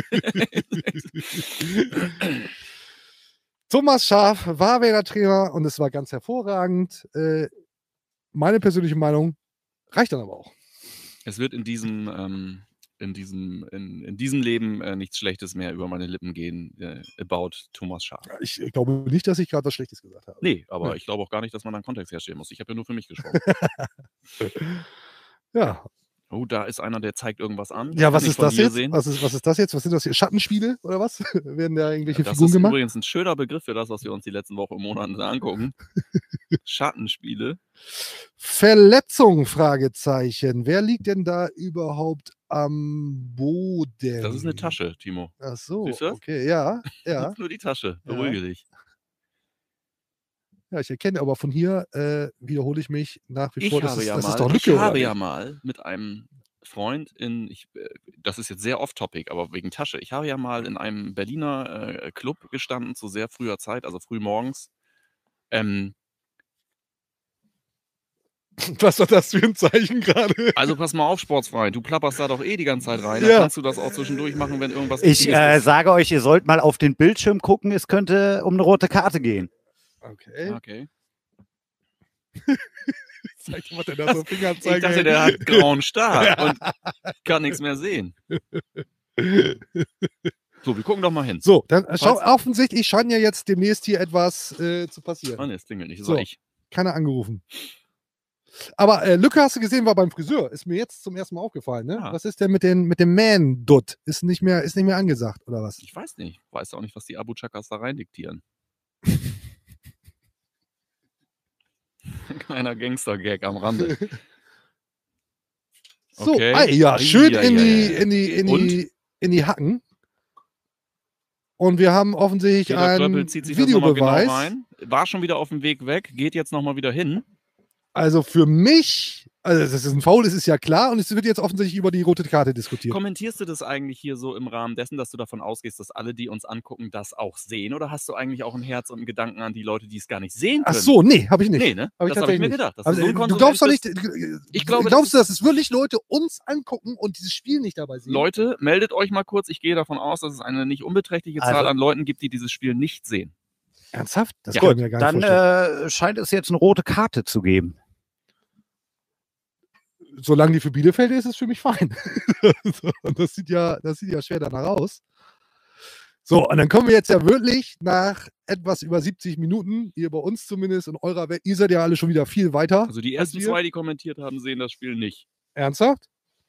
Thomas Schaaf war Werder Trainer und es war ganz hervorragend. Äh, meine persönliche Meinung reicht dann aber auch. Es wird in diesem, ähm, in diesem, in, in diesem Leben äh, nichts Schlechtes mehr über meine Lippen gehen äh, about Thomas Schaaf. Ich, ich glaube nicht, dass ich gerade was Schlechtes gesagt habe. Nee, aber ja. ich glaube auch gar nicht, dass man einen Kontext herstellen muss. Ich habe ja nur für mich gesprochen. Ja. Oh, da ist einer, der zeigt irgendwas an. Ja, was ist das jetzt? Was ist, was ist das jetzt? Was sind das hier? Schattenspiele oder was? Werden da irgendwelche ja, Figuren gemacht? Das ist übrigens ein schöner Begriff für das, was wir uns die letzten Wochen und Monate angucken. Schattenspiele. Verletzung, Fragezeichen. Wer liegt denn da überhaupt am Boden? Das ist eine Tasche, Timo. Ach so, Siehst du das? Okay, ja, ja. Das ist nur die Tasche. Beruhige ja. dich. Ja, ich erkenne aber von hier, äh, wiederhole ich mich nach wie ich vor, das, ist, ja das mal, ist doch Lücke, Ich habe oder? ja mal mit einem Freund in, ich, das ist jetzt sehr off-topic, aber wegen Tasche, ich habe ja mal in einem Berliner äh, Club gestanden zu sehr früher Zeit, also früh morgens. Ähm, Was war das für ein Zeichen gerade? Also pass mal auf, Sportsfrei. Du plapperst da doch eh die ganze Zeit rein. Ja. Dann kannst du das auch zwischendurch machen, wenn irgendwas Ich Wichtiges äh, ist. sage euch, ihr sollt mal auf den Bildschirm gucken. Es könnte um eine rote Karte gehen. Okay. Okay. Zeig dir, was der da so Fingerzeige. Ich dachte, der hat grauen Star und kann nichts mehr sehen. So, wir gucken doch mal hin. So, dann schau, Was? offensichtlich scheint ja jetzt demnächst hier etwas äh, zu passieren. Oh, ne, es klingelt nicht. Das So. war ich. Keiner angerufen. Aber äh, Lücke hast du gesehen, war beim Friseur. Ist mir jetzt zum ersten Mal aufgefallen. Ne? Ja. Was ist denn mit, den, mit dem Man-Dutt? Ist nicht mehr, ist nicht mehr angesagt, oder was? Ich weiß nicht. Weiß auch nicht, was die Abu Chakas da rein diktieren. Kleiner Gangster-Gag am Rande. So, Okay. ah, ja, schön Ja, in, ja, die, ja. in, die, in, Und? die, in die Hacken. Und wir haben offensichtlich Peter Klöppel einen zieht sich das nochmal genau Videobeweis. rein. War schon wieder auf dem Weg weg, geht jetzt nochmal wieder hin. Also für mich, also dass es ein Foul ist, ist ja klar. Und es wird jetzt offensichtlich über die rote Karte diskutiert. Kommentierst du das eigentlich hier so im Rahmen dessen, dass du davon ausgehst, dass alle, die uns angucken, das auch sehen? Oder hast du eigentlich auch ein Herz und einen Gedanken an die Leute, die es gar nicht sehen Ach können? so, nee, habe ich nicht. Nee, ne? Hab ich das habe ich mir tatsächlich gedacht. Dass Also, du, so ein du glaubst doch nicht, Konsument bist. ich glaube, glaubst du, das dass es wirklich Leute uns angucken und dieses Spiel nicht dabei sehen? Leute, meldet euch mal kurz. Ich gehe davon aus, dass es eine nicht unbeträchtliche Zahl Also- an Leuten gibt, die dieses Spiel nicht sehen. Ernsthaft? Das Ja, kann ich mir gar nicht Dann vorstellen. äh, scheint es jetzt eine rote Karte zu geben. Solange die für Bielefeld ist, ist es für mich fein. So, und das sieht ja, das sieht ja schwer danach aus. So, und dann kommen wir jetzt ja wirklich nach etwas über siebzig Minuten, ihr bei uns zumindest in eurer Welt, ihr seid ja alle schon wieder viel weiter. Also die als ersten wir. zwei, die kommentiert haben, sehen das Spiel nicht. Ernsthaft?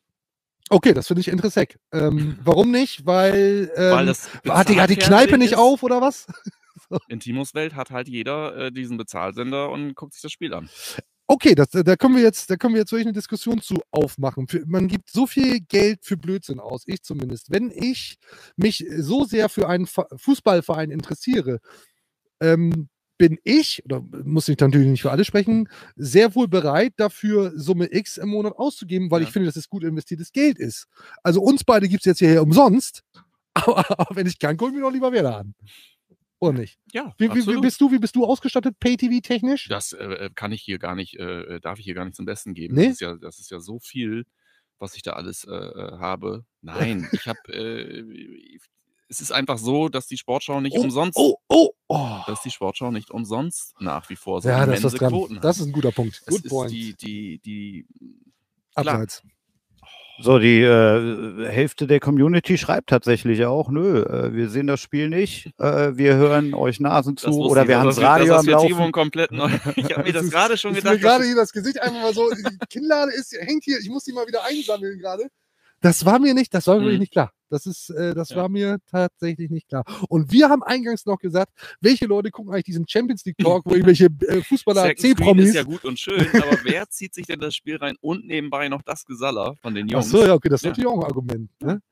Okay, das finde ich interessant. Ähm, warum nicht? Weil, ähm, Weil das hat, die, hat die Bezahlfernsehen Kneipe nicht ist. auf oder was? In Timos Welt hat halt jeder äh, diesen Bezahlsender und guckt sich das Spiel an. Okay, das, da können wir jetzt, da können wir jetzt wirklich eine Diskussion zu aufmachen. Für, man gibt so viel Geld für Blödsinn aus, ich zumindest. Wenn ich mich so sehr für einen Fa- Fußballverein interessiere, ähm, bin ich, oder muss ich natürlich nicht für alle sprechen, sehr wohl bereit, dafür Summe X im Monat auszugeben, weil Ja. ich finde, dass es gut investiertes Geld ist. Also uns beide gibt es jetzt hierher umsonst, aber, aber wenn ich kann, gucke ich mir doch lieber Werder an. Oder nicht? Ja, Wie, wie, wie absolut. bist du, wie bist du ausgestattet, Pay-T V-technisch? Das äh, kann ich hier gar nicht, äh, darf ich hier gar nicht zum Besten geben. Nee? Das, ist ja, das ist ja so viel, was ich da alles äh, äh, habe. Nein, ich habe, äh, es ist einfach so, dass die Sportschau nicht Oh, umsonst, Oh, oh, oh. dass die Sportschau nicht umsonst nach wie vor so Ja, da ist immense was dran. Quoten hat. Das ist ein guter Punkt. Es Good ist point. die, die, die, Abseits. So, die äh, Hälfte der Community schreibt tatsächlich auch, nö, äh, wir sehen das Spiel nicht, äh, wir hören euch Nasen zu das wusste oder ich, wir dass haben das das- Radio dass am das für Timo Laufen. ein komplett neu. Ich habe mir das ist- gerade schon Ist mir gedacht. gerade dass- hier das Gesicht einfach mal so, die Kinnlade ist, hängt hier, ich muss die mal wieder einsammeln gerade. Das war mir nicht, das war mir Mhm. wirklich nicht klar. Das ist, äh, das Ja. war mir tatsächlich nicht klar. Und wir haben eingangs noch gesagt, welche Leute gucken eigentlich diesen Champions League Talk, wo irgendwelche äh, Fußballer, Second Screen C-Promis. ist ja gut und schön, aber wer zieht sich denn das Spiel rein und nebenbei noch das Gesaller von den Ach Jungs? so, ja, okay, das ist Ja. natürlich auch ein Argument. Ne?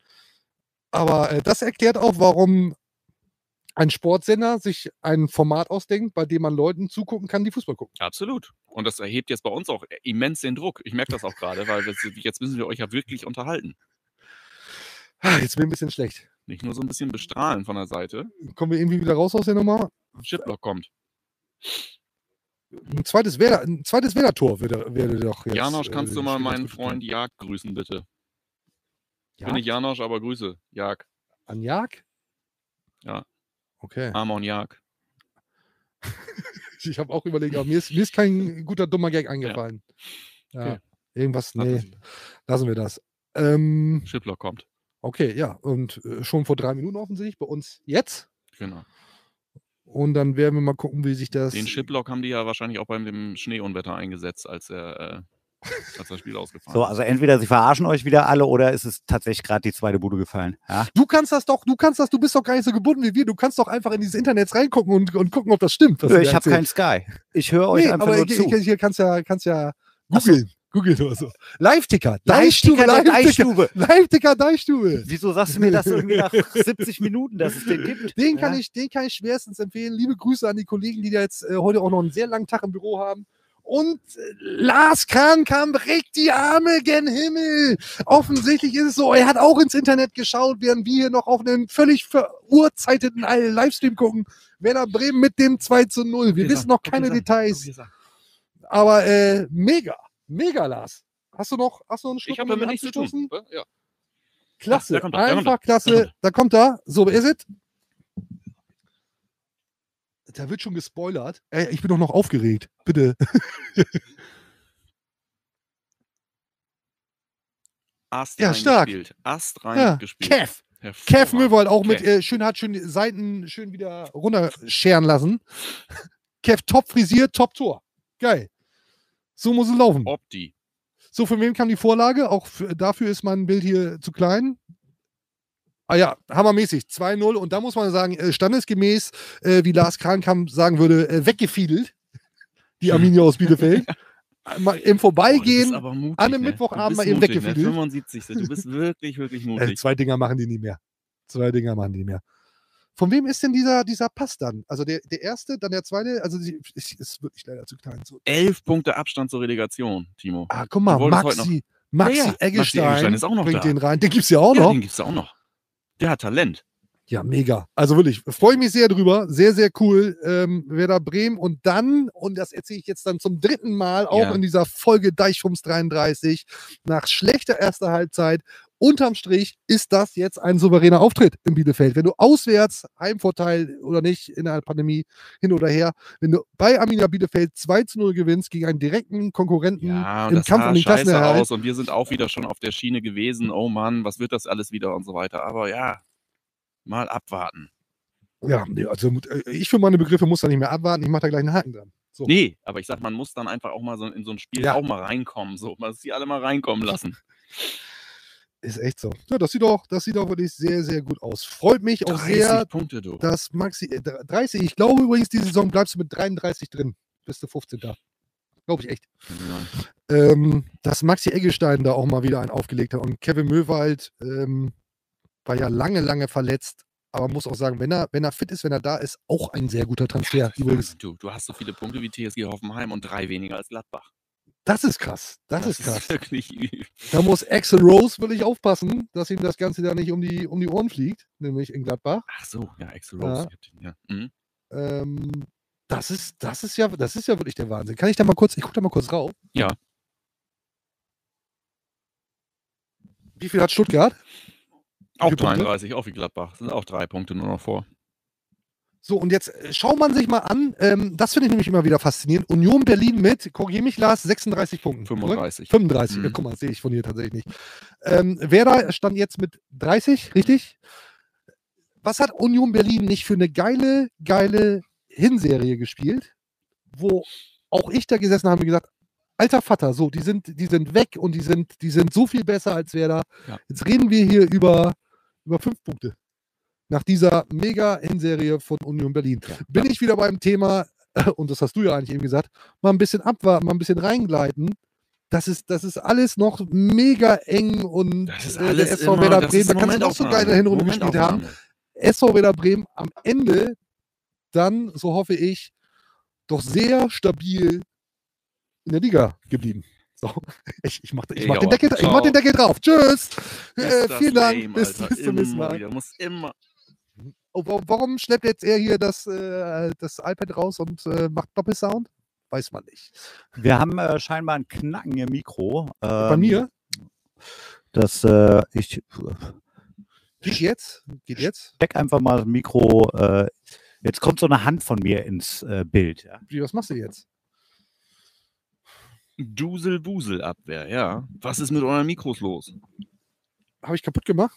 Aber äh, das erklärt auch, warum ein Sportsender sich ein Format ausdenkt, bei dem man Leuten zugucken kann, die Fußball gucken. Absolut. Und das erhebt jetzt bei uns auch immens den Druck. Ich merke das auch gerade, weil wir, jetzt müssen wir euch ja wirklich unterhalten. Ah, Jetzt bin ich ein bisschen schlecht. Nicht nur so ein bisschen bestrahlen von der Seite. Kommen wir irgendwie wieder raus aus der Nummer? Shitblock kommt. Ein zweites Werder, ein zweites Werder-Tor würde, würde doch jetzt. Janosch, kannst äh, du mal Spiel meinen diskutieren. Freund Jag grüßen, bitte? Ich Jag? bin nicht Janosch, aber Grüße. Jag. An Jag? Ja. Okay. Amon Jag. Ich habe auch überlegt, aber mir ist, mir ist kein guter, dummer Gag eingefallen. Ja. Okay. Irgendwas, Lassen nee, Sie. lassen wir das. Ähm, Shitblock kommt. okay, ja. Und äh, schon vor drei Minuten offensichtlich, bei uns jetzt. Genau. Und dann werden wir mal gucken, wie sich das. Den Shitblock haben die ja wahrscheinlich auch beim dem Schneeunwetter eingesetzt, als er äh, als das Spiel ausgefallen So, ist. also entweder sie verarschen euch wieder alle oder ist es tatsächlich gerade die zweite Bude gefallen. Ja? Du kannst das doch, du kannst das, du bist doch gar nicht so gebunden wie wir. Du kannst doch einfach in dieses Internet reingucken und, und gucken, ob das stimmt. was du Ich da habe erzählst. keinen Sky. Ich höre euch Nee, einfach aber nur ich, zu. ich, hier kannst ja, kannst ja Ach so. googeln. Googeln oder so. Live-Ticker. Live-Ticker der Live-Ticker. Deichstube. Live-Ticker, Deichstube. Wieso sagst du mir das irgendwie nach siebzig Minuten, dass es den gibt? Den kann, Ja? ich, den kann ich schwerstens empfehlen. Liebe Grüße an die Kollegen, die da jetzt äh, heute auch noch einen sehr langen Tag im Büro haben. Und äh, Lars Kahn kam, reckt die Arme gen Himmel. Offensichtlich ist es so, er hat auch ins Internet geschaut, während wir hier noch auf einen völlig verurzeiteten äh, Livestream gucken. Werder Bremen mit dem zwei zu null. Wir Guck dir wissen an, noch guck keine dir's an, Details. guck dir's an. Aber äh, mega. Mega, Lars. Hast du noch, hast du noch einen Schluck, Ich habe um damit ihn nichts zu tun. anzustoßen? Ja. Klasse, Ja, da kommt er, da kommt einfach er. klasse. Da kommt er. So, wer ist es? Da wird schon gespoilert. Ey, ich bin doch noch aufgeregt. Bitte. Ast Ja, stark. reingespielt. Ast Ja. reingespielt. Kev. Kev Hervorragend. Möwald auch mit Kev. äh, schön, hat schön die Seiten schön wieder runterscheren lassen. Kev top frisiert, top Tor. Geil. So muss es laufen. Opti. So, von wem kam die Vorlage? Auch für, dafür ist mein Bild hier zu klein. Ah ja, hammermäßig. zwei null. Und da muss man sagen, äh, standesgemäß, äh, wie Lars Krankamp sagen würde, äh, weggefiedelt. Die Arminia aus Bielefeld. Mal im Vorbeigehen, Boah, mutig, an einem ne? Mittwochabend Du mal bist eben mutig, weggefiedelt. Ne? fünfundsiebzig. Du bist wirklich, wirklich Äh, mutig. zwei Dinger machen die nicht mehr. Zwei Dinger machen die nicht mehr. Von wem ist denn dieser, dieser Pass dann? Also der, der erste, dann der zweite? Also die, ist, ist wirklich leider zu klein. So. Elf Punkte Abstand zur Relegation, Timo. Ah, guck mal, Du wolltest heute Maxi, Maxi Ja, ja, Maxi Eggestein, Eggestein ist auch noch bringt da. den rein. Den gibt's ja auch Ja, noch. den gibt's auch noch. Der hat Talent. Ja, mega. Also wirklich, freue ich mich sehr drüber. Sehr, sehr cool. Ähm, Werder Bremen und dann, und das erzähle ich jetzt dann zum dritten Mal, auch Ja. in dieser Folge Deichfums dreiunddreißig, nach schlechter erster Halbzeit, unterm Strich ist das jetzt ein souveräner Auftritt in Bielefeld. Wenn du auswärts, Heimvorteil oder nicht, in der Pandemie hin oder her, wenn du bei Arminia Bielefeld zwei zu null gewinnst gegen einen direkten Konkurrenten Ja, und im das Kampf sah um den scheiße Klassenerhalt. aus und wir sind auch wieder schon auf der Schiene gewesen. Oh Mann, was wird das alles wieder und so weiter. Aber ja, mal abwarten. Ja, nee, also äh, ich für meine Begriffe muss da nicht mehr abwarten. Ich mache da gleich einen Haken dran. So. Nee, aber ich sag, man muss dann einfach auch mal so in so ein Spiel Ja. auch mal reinkommen. So, man muss die alle mal reinkommen lassen. Ist echt so. Ja, das sieht doch, das sieht doch wirklich sehr, sehr gut aus. Freut mich auch sehr, dreißig Punkte, du. dass Maxi, äh, dreißig, ich glaube übrigens, die Saison bleibst du mit dreiunddreißig drin. Bist du fünfzehnter. Glaube ich echt. Ähm, dass Maxi Eggestein da auch mal wieder einen aufgelegt hat. Und Kevin Möwald ähm, war ja lange, lange verletzt. Aber muss auch sagen, wenn er, wenn er fit ist, wenn er da ist, auch ein sehr guter Transfer. Übrigens. Du, du hast so viele Punkte wie T S G Hoffenheim und drei weniger als Gladbach. Das ist krass. Das, ist krass. wirklich übel. Da muss Axel Rose wirklich aufpassen, dass ihm das Ganze da nicht um die, um die Ohren fliegt, nämlich in Gladbach. Ach so, ja, Axel Rose. Ja. Ja. Mhm. Ähm, das ist, das ist ja, das ist ja wirklich der Wahnsinn. Kann ich da mal kurz, ich gucke da mal kurz rauf. Ja. Wie viel hat Stuttgart? Auch Wie viele Punkte? dreiunddreißig, auch wie Gladbach. Sind auch drei Punkte nur noch vor. So, und jetzt äh, schaut man sich mal an, ähm, das finde ich nämlich immer wieder faszinierend. Union Berlin mit, korrigiere mich, Lars, sechsunddreißig Punkten. fünfunddreißig. fünfunddreißig, Mhm. ja, guck mal, sehe ich von hier tatsächlich nicht. Ähm, Werder stand jetzt mit dreißig, richtig? Was hat Union Berlin nicht für eine geile, geile Hinserie gespielt, wo auch ich da gesessen habe und gesagt, alter Vater, so, die sind, die sind weg und die sind, die sind so viel besser als Werder. Ja. Jetzt reden wir hier über, über fünf Punkte. Nach dieser Mega-Hinserie von Union Berlin. Ja. Bin ich wieder beim Thema, und das hast du ja eigentlich eben gesagt, mal ein bisschen abwarten, mal ein bisschen reingleiten. Das ist, das ist alles noch mega eng und Das ist äh, alles der S V immer, Werder das Bremen, ist da kannst du noch so Momentaufnahme. geile Hinrunde gespielt haben. Momentaufnahme. S V Werder Bremen am Ende dann, so hoffe ich, doch sehr stabil in der Liga geblieben. So, ich, ich mache ich mach Ja, den, Deckel- ich mach ciao. den Deckel drauf. Tschüss. Äh, Ist das vielen Dank. lame, bis, Alter. bis zum nächsten Immer Mal. wieder. Muss immer. Oh, wa- warum schleppt jetzt er hier das, äh, das iPad raus und äh, macht Doppelsound? Weiß man nicht. Wir haben äh, scheinbar ein Knacken im Mikro. Ähm, Bei mir? Das, äh, ich Geht jetzt? Geht jetzt? steck einfach mal das Mikro. Äh, jetzt kommt so eine Hand von mir ins äh, Bild. Ja. Wie, was machst du jetzt? Dusel-Busel-Abwehr, ja. Was ist mit euren Mikros los? Habe ich kaputt gemacht?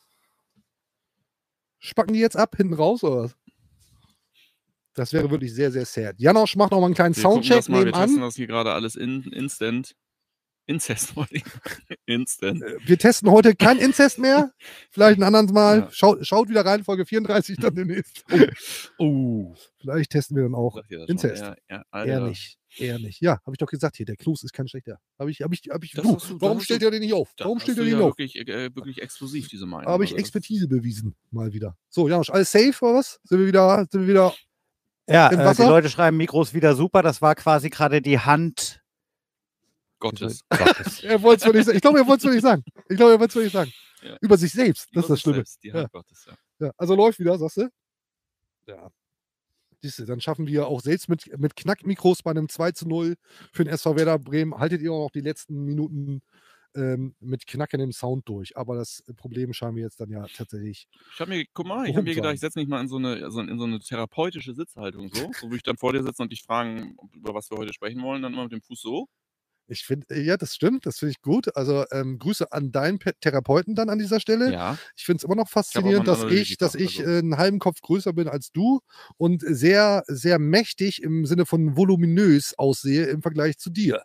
Spacken die jetzt ab, hinten raus oder was? Das wäre wirklich sehr, sehr sad. Janosch macht noch mal einen kleinen Wir gucken Soundcheck das mal, wir testen nebenan. das hier gerade alles in, instant. Incest, wollte ich sagen. Instant. Äh, Wir testen heute kein Inzest mehr. Vielleicht ein anderes Mal. Ja. Schaut, schaut wieder rein, Folge vierunddreißig dann demnächst. Oh. Vielleicht testen wir dann auch Sag dir das Inzest. schon. Ja, ja, Eher Alter. nicht. Eher nicht. Ja, habe ich doch gesagt hier. Der Klus ist kein schlechter. Habe ich, habe ich, habe ich. Das Du, hast du- das warum hast stellt du- ihr den nicht auf? Da Warum hast stellt du ihr den ja nicht auf? wirklich, äh, wirklich exklusiv, diese Meinung. Habe ich Also das- Expertise bewiesen. Mal wieder. So, Janosch, alles safe oder was? Sind wir wieder, sind wir wieder. Ja, Im äh, die Wasser? Leute schreiben, Mikro ist wieder super. Das war quasi gerade die Hand Gottes. Gottes. Er wollte es wohl nicht sagen. Ich glaube, er wollte es wohl nicht sagen. Ich glaube, er wollte es wohl nicht sagen. Ja. Über sich selbst. Das Über ist das sich Schlimme. selbst, Die Hand Ja. Gottes, ja. Ja, also läuft wieder, sagst du? Ja. Siehste, dann schaffen wir auch selbst mit, mit Knackmikros bei einem zwei zu null für den S V Werder Bremen, haltet ihr auch noch die letzten Minuten ähm, mit knackendem Sound durch. Aber das Problem scheinen wir jetzt dann ja tatsächlich. Ich habe mir, guck mal, ich habe mir gedacht, ich setze mich mal in so, eine, also in so eine therapeutische Sitzhaltung so, so wie ich dann vor dir sitze und dich fragen, über was wir heute sprechen wollen, dann immer mit dem Fuß so. Ich finde, ja, das stimmt, das finde ich gut. Also ähm, Grüße an deinen Pe- Therapeuten dann an dieser Stelle. Ja. Ich finde es immer noch Ich habe auch faszinierend, mal dass einen ich, dass Analytiker, ich also. äh, einen halben Kopf größer bin als du und sehr, sehr mächtig im Sinne von voluminös aussehe im Vergleich zu dir.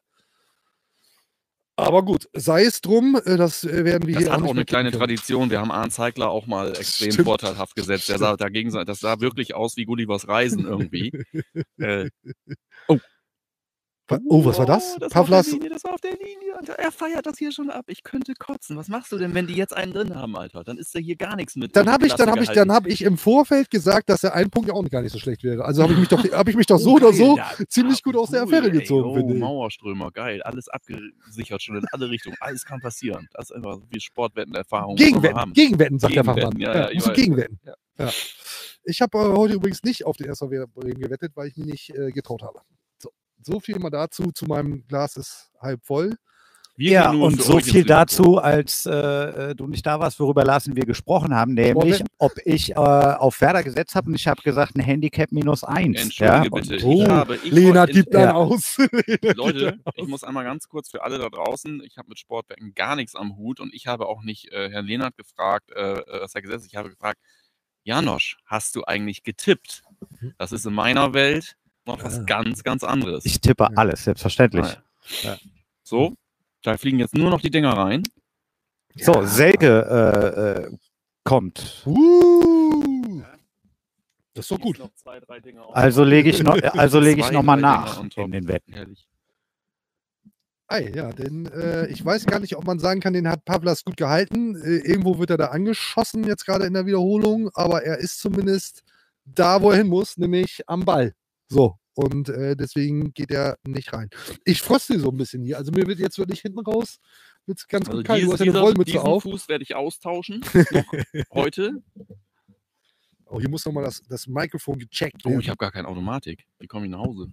Aber gut, sei es drum, äh, das äh, werden wir Das hier hat auch auch nicht eine mehr kleine kippen können. Tradition. Wir haben Arndt Zeigler auch mal extrem Stimmt. vorteilhaft gesetzt. Der sah dagegen, das sah wirklich aus wie Gullivers Reisen irgendwie. äh, oh. Wa- Oh, was war das? Das war auf der Pavlas, Linie, das war auf der Linie. Alter. Er feiert das hier schon ab. Ich könnte kotzen. Was machst du denn, wenn die jetzt einen drin haben, Alter? Dann ist da hier gar nichts mit. dann mit habe ich, dann Klasse habe ich, gehalten. dann habe ich im Vorfeld gesagt, dass der ein Punkt ja auch gar nicht so schlecht wäre. Also habe ich mich doch, habe ich mich doch so Oh, oder geil, so ja. ziemlich gut aus der Affäre ey. gezogen, Oh, finde ich. Mauerströmer, geil. Alles abgesichert, schon in alle Richtungen. Alles kann passieren. Das ist einfach wie Sportwettenerfahrung. muss man mal Gegenwetten, haben. Gegenwetten, sagt der Gegenwetten, Fachmann. ja, Ja, ja, ich musst du weiß. gegenwetten. Ja. Ja. Ich habe äh, heute übrigens nicht auf den S V Werder Bremen gewettet, weil ich mich nicht äh, getraut habe. So. so viel mal dazu, zu meinem Glas ist halb voll. Wir Ja, gehen nur und für so euch ins viel Liverpool. dazu, als äh, äh, du nicht da warst, worüber lassen wir gesprochen haben, nämlich, Sportwetten? ob ich äh, auf Werder gesetzt habe und ich habe gesagt, ein Handicap minus eins. Entschuldige ja, bitte. und, Ich Oh, habe, ich Lena wollte- gibt dann ja. aus. Lena gibt Leute, dann ich aus. muss einmal ganz kurz für alle da draußen, ich habe mit Sportwetten gar nichts am Hut und ich habe auch nicht äh, Herrn Lehnert gefragt, äh, was er gesetzt hat. Ich habe gefragt, Janosch, hast du eigentlich getippt? Das ist in meiner Welt noch was Ah. ganz, ganz anderes. ich tippe alles, selbstverständlich. Ah, ja. So, da fliegen jetzt nur noch die Dinger rein. So, Selke äh, äh, kommt. Uh, das ist doch gut. Noch zwei, drei Dinger auf. Also lege ich noch, also lege ich Zwei, noch mal drei Dinger nach on top. in den Wetten. Herrlich. Ei, ja, denn äh, ich weiß gar nicht, ob man sagen kann, den hat Pavlas gut gehalten. Äh, irgendwo wird er da angeschossen, jetzt gerade in der Wiederholung, aber er ist zumindest da, wo er hin muss, nämlich am Ball. So, und äh, deswegen geht er nicht rein. Ich fröste so ein bisschen hier. Also mir wird jetzt wirklich hinten raus wird's ganz Also gut kalt. Du dieses, hast ja eine dieser, Wollmütze diesen auf. Fuß werde ich austauschen. Noch heute. Oh, hier muss nochmal das, das Mikrofon gecheckt Oh, werden. ich habe gar keine Automatik. Wie komme ich nach Hause?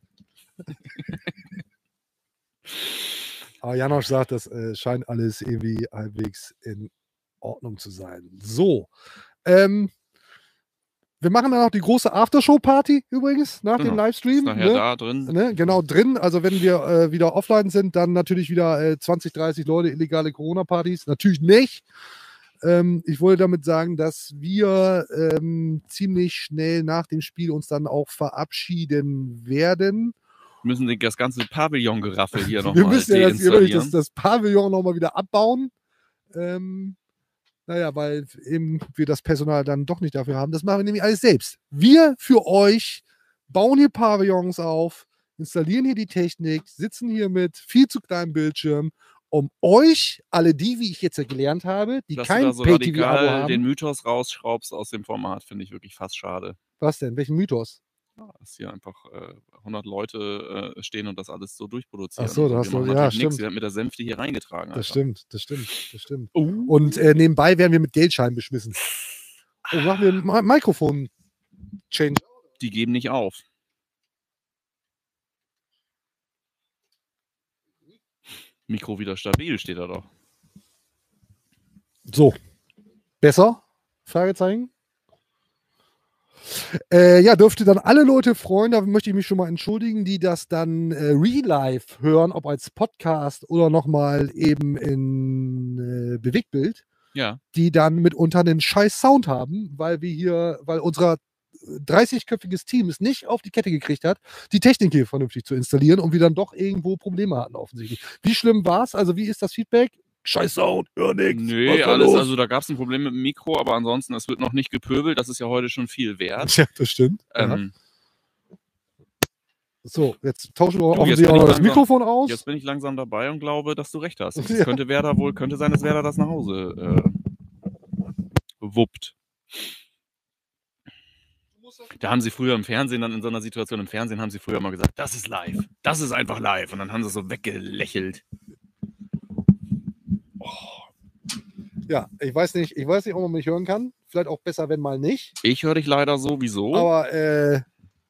Aber Janosch sagt, das äh, scheint alles irgendwie halbwegs in Ordnung zu sein. So. Ähm, wir machen dann noch die große Aftershow-Party übrigens nach dem Genau. Livestream. Ist nachher Ne? da drin. Ne? Genau drin. Also wenn wir äh, wieder offline sind, dann natürlich wieder äh, zwanzig, dreißig Leute, illegale Corona-Partys. Natürlich nicht. Ähm, ich wollte damit sagen, dass wir ähm, ziemlich schnell nach dem Spiel uns dann auch verabschieden werden. Wir müssen die- das ganze Pavillon-Geraffel hier Wir nochmal müssen ja das, hier wirklich das, deinstallieren. das Pavillon nochmal wieder abbauen. Ähm, naja, weil eben wir das Personal dann doch nicht dafür haben. Das machen wir nämlich alles selbst. Wir für euch bauen hier Pavillons auf, installieren hier die Technik, sitzen hier mit viel zu kleinem Bildschirm, um euch, alle die, wie ich jetzt ja gelernt habe, die Dass du kein da so Pay-T V-Abo radikal haben. den Mythos rausschraubst aus dem Format, finde ich wirklich fast schade. Was denn? Welchen Mythos? Ja, dass hier einfach äh, hundert Leute äh, stehen und das alles so durchproduzieren. Ach so, und da wir hast du- machen ja, natürlich nichts. stimmt. Wir haben mit der Sänfte hier reingetragen. Das Alter. stimmt, das stimmt, das stimmt. Oh. Und äh, nebenbei werden wir mit Geldscheinen beschmissen. Oh, machen wir ein Mikrofon-Change. Die geben nicht auf. Mikro wieder stabil, steht da doch. So. Besser? Fragezeichen. Äh, ja, dürfte dann alle Leute freuen, da möchte ich mich schon mal entschuldigen, die das dann äh, real-life hören, ob als Podcast oder nochmal eben in äh, Bewegtbild, Ja. die dann mitunter einen scheiß Sound haben, weil wir hier, weil unser dreißigköpfiges Team es nicht auf die Kette gekriegt hat, die Technik hier vernünftig zu installieren und wir dann doch irgendwo Probleme hatten offensichtlich. Wie schlimm war es? Also wie ist das Feedback? Scheiß Sound, hör nix. was Nee, ist da alles, los? also da gab es ein Problem mit dem Mikro, aber ansonsten, es wird noch nicht gepöbelt. Das ist ja heute schon viel wert. Ja, das stimmt. Ja. Ähm, So, jetzt tauschen wir Du, offensichtlich jetzt bin auch noch ich das langsam- Mikrofon aus. Jetzt bin ich langsam dabei und glaube, dass du recht hast. Es Ja. könnte Werder wohl, könnte sein, dass Werder das nach Hause äh, wuppt. Da haben sie früher im Fernsehen, dann in so einer Situation im Fernsehen, haben sie früher mal gesagt, das ist live, das ist einfach live. Und dann haben sie so weggelächelt. Ja, ich weiß nicht, ich weiß nicht, ob man mich hören kann. Vielleicht auch besser, wenn mal nicht. Ich höre dich leider sowieso. Aber äh,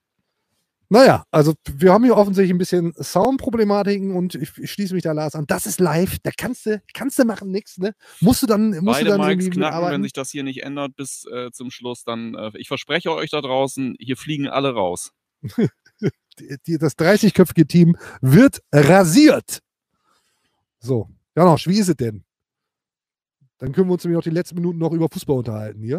Naja, also wir haben hier offensichtlich ein bisschen Soundproblematiken und ich, ich schließe mich da Lars an. Das ist live, da kannst du, kannst du machen, nix, ne? Musst du dann, musst Beide du dann Mikes irgendwie knacken, mitarbeiten. wenn sich das hier nicht ändert bis äh, zum Schluss, dann, äh, ich verspreche euch da draußen, hier fliegen alle raus. die, die, das dreißigköpfige Team wird rasiert. So, Janosch, wie ist es denn? Dann können wir uns nämlich noch die letzten Minuten noch über Fußball unterhalten hier.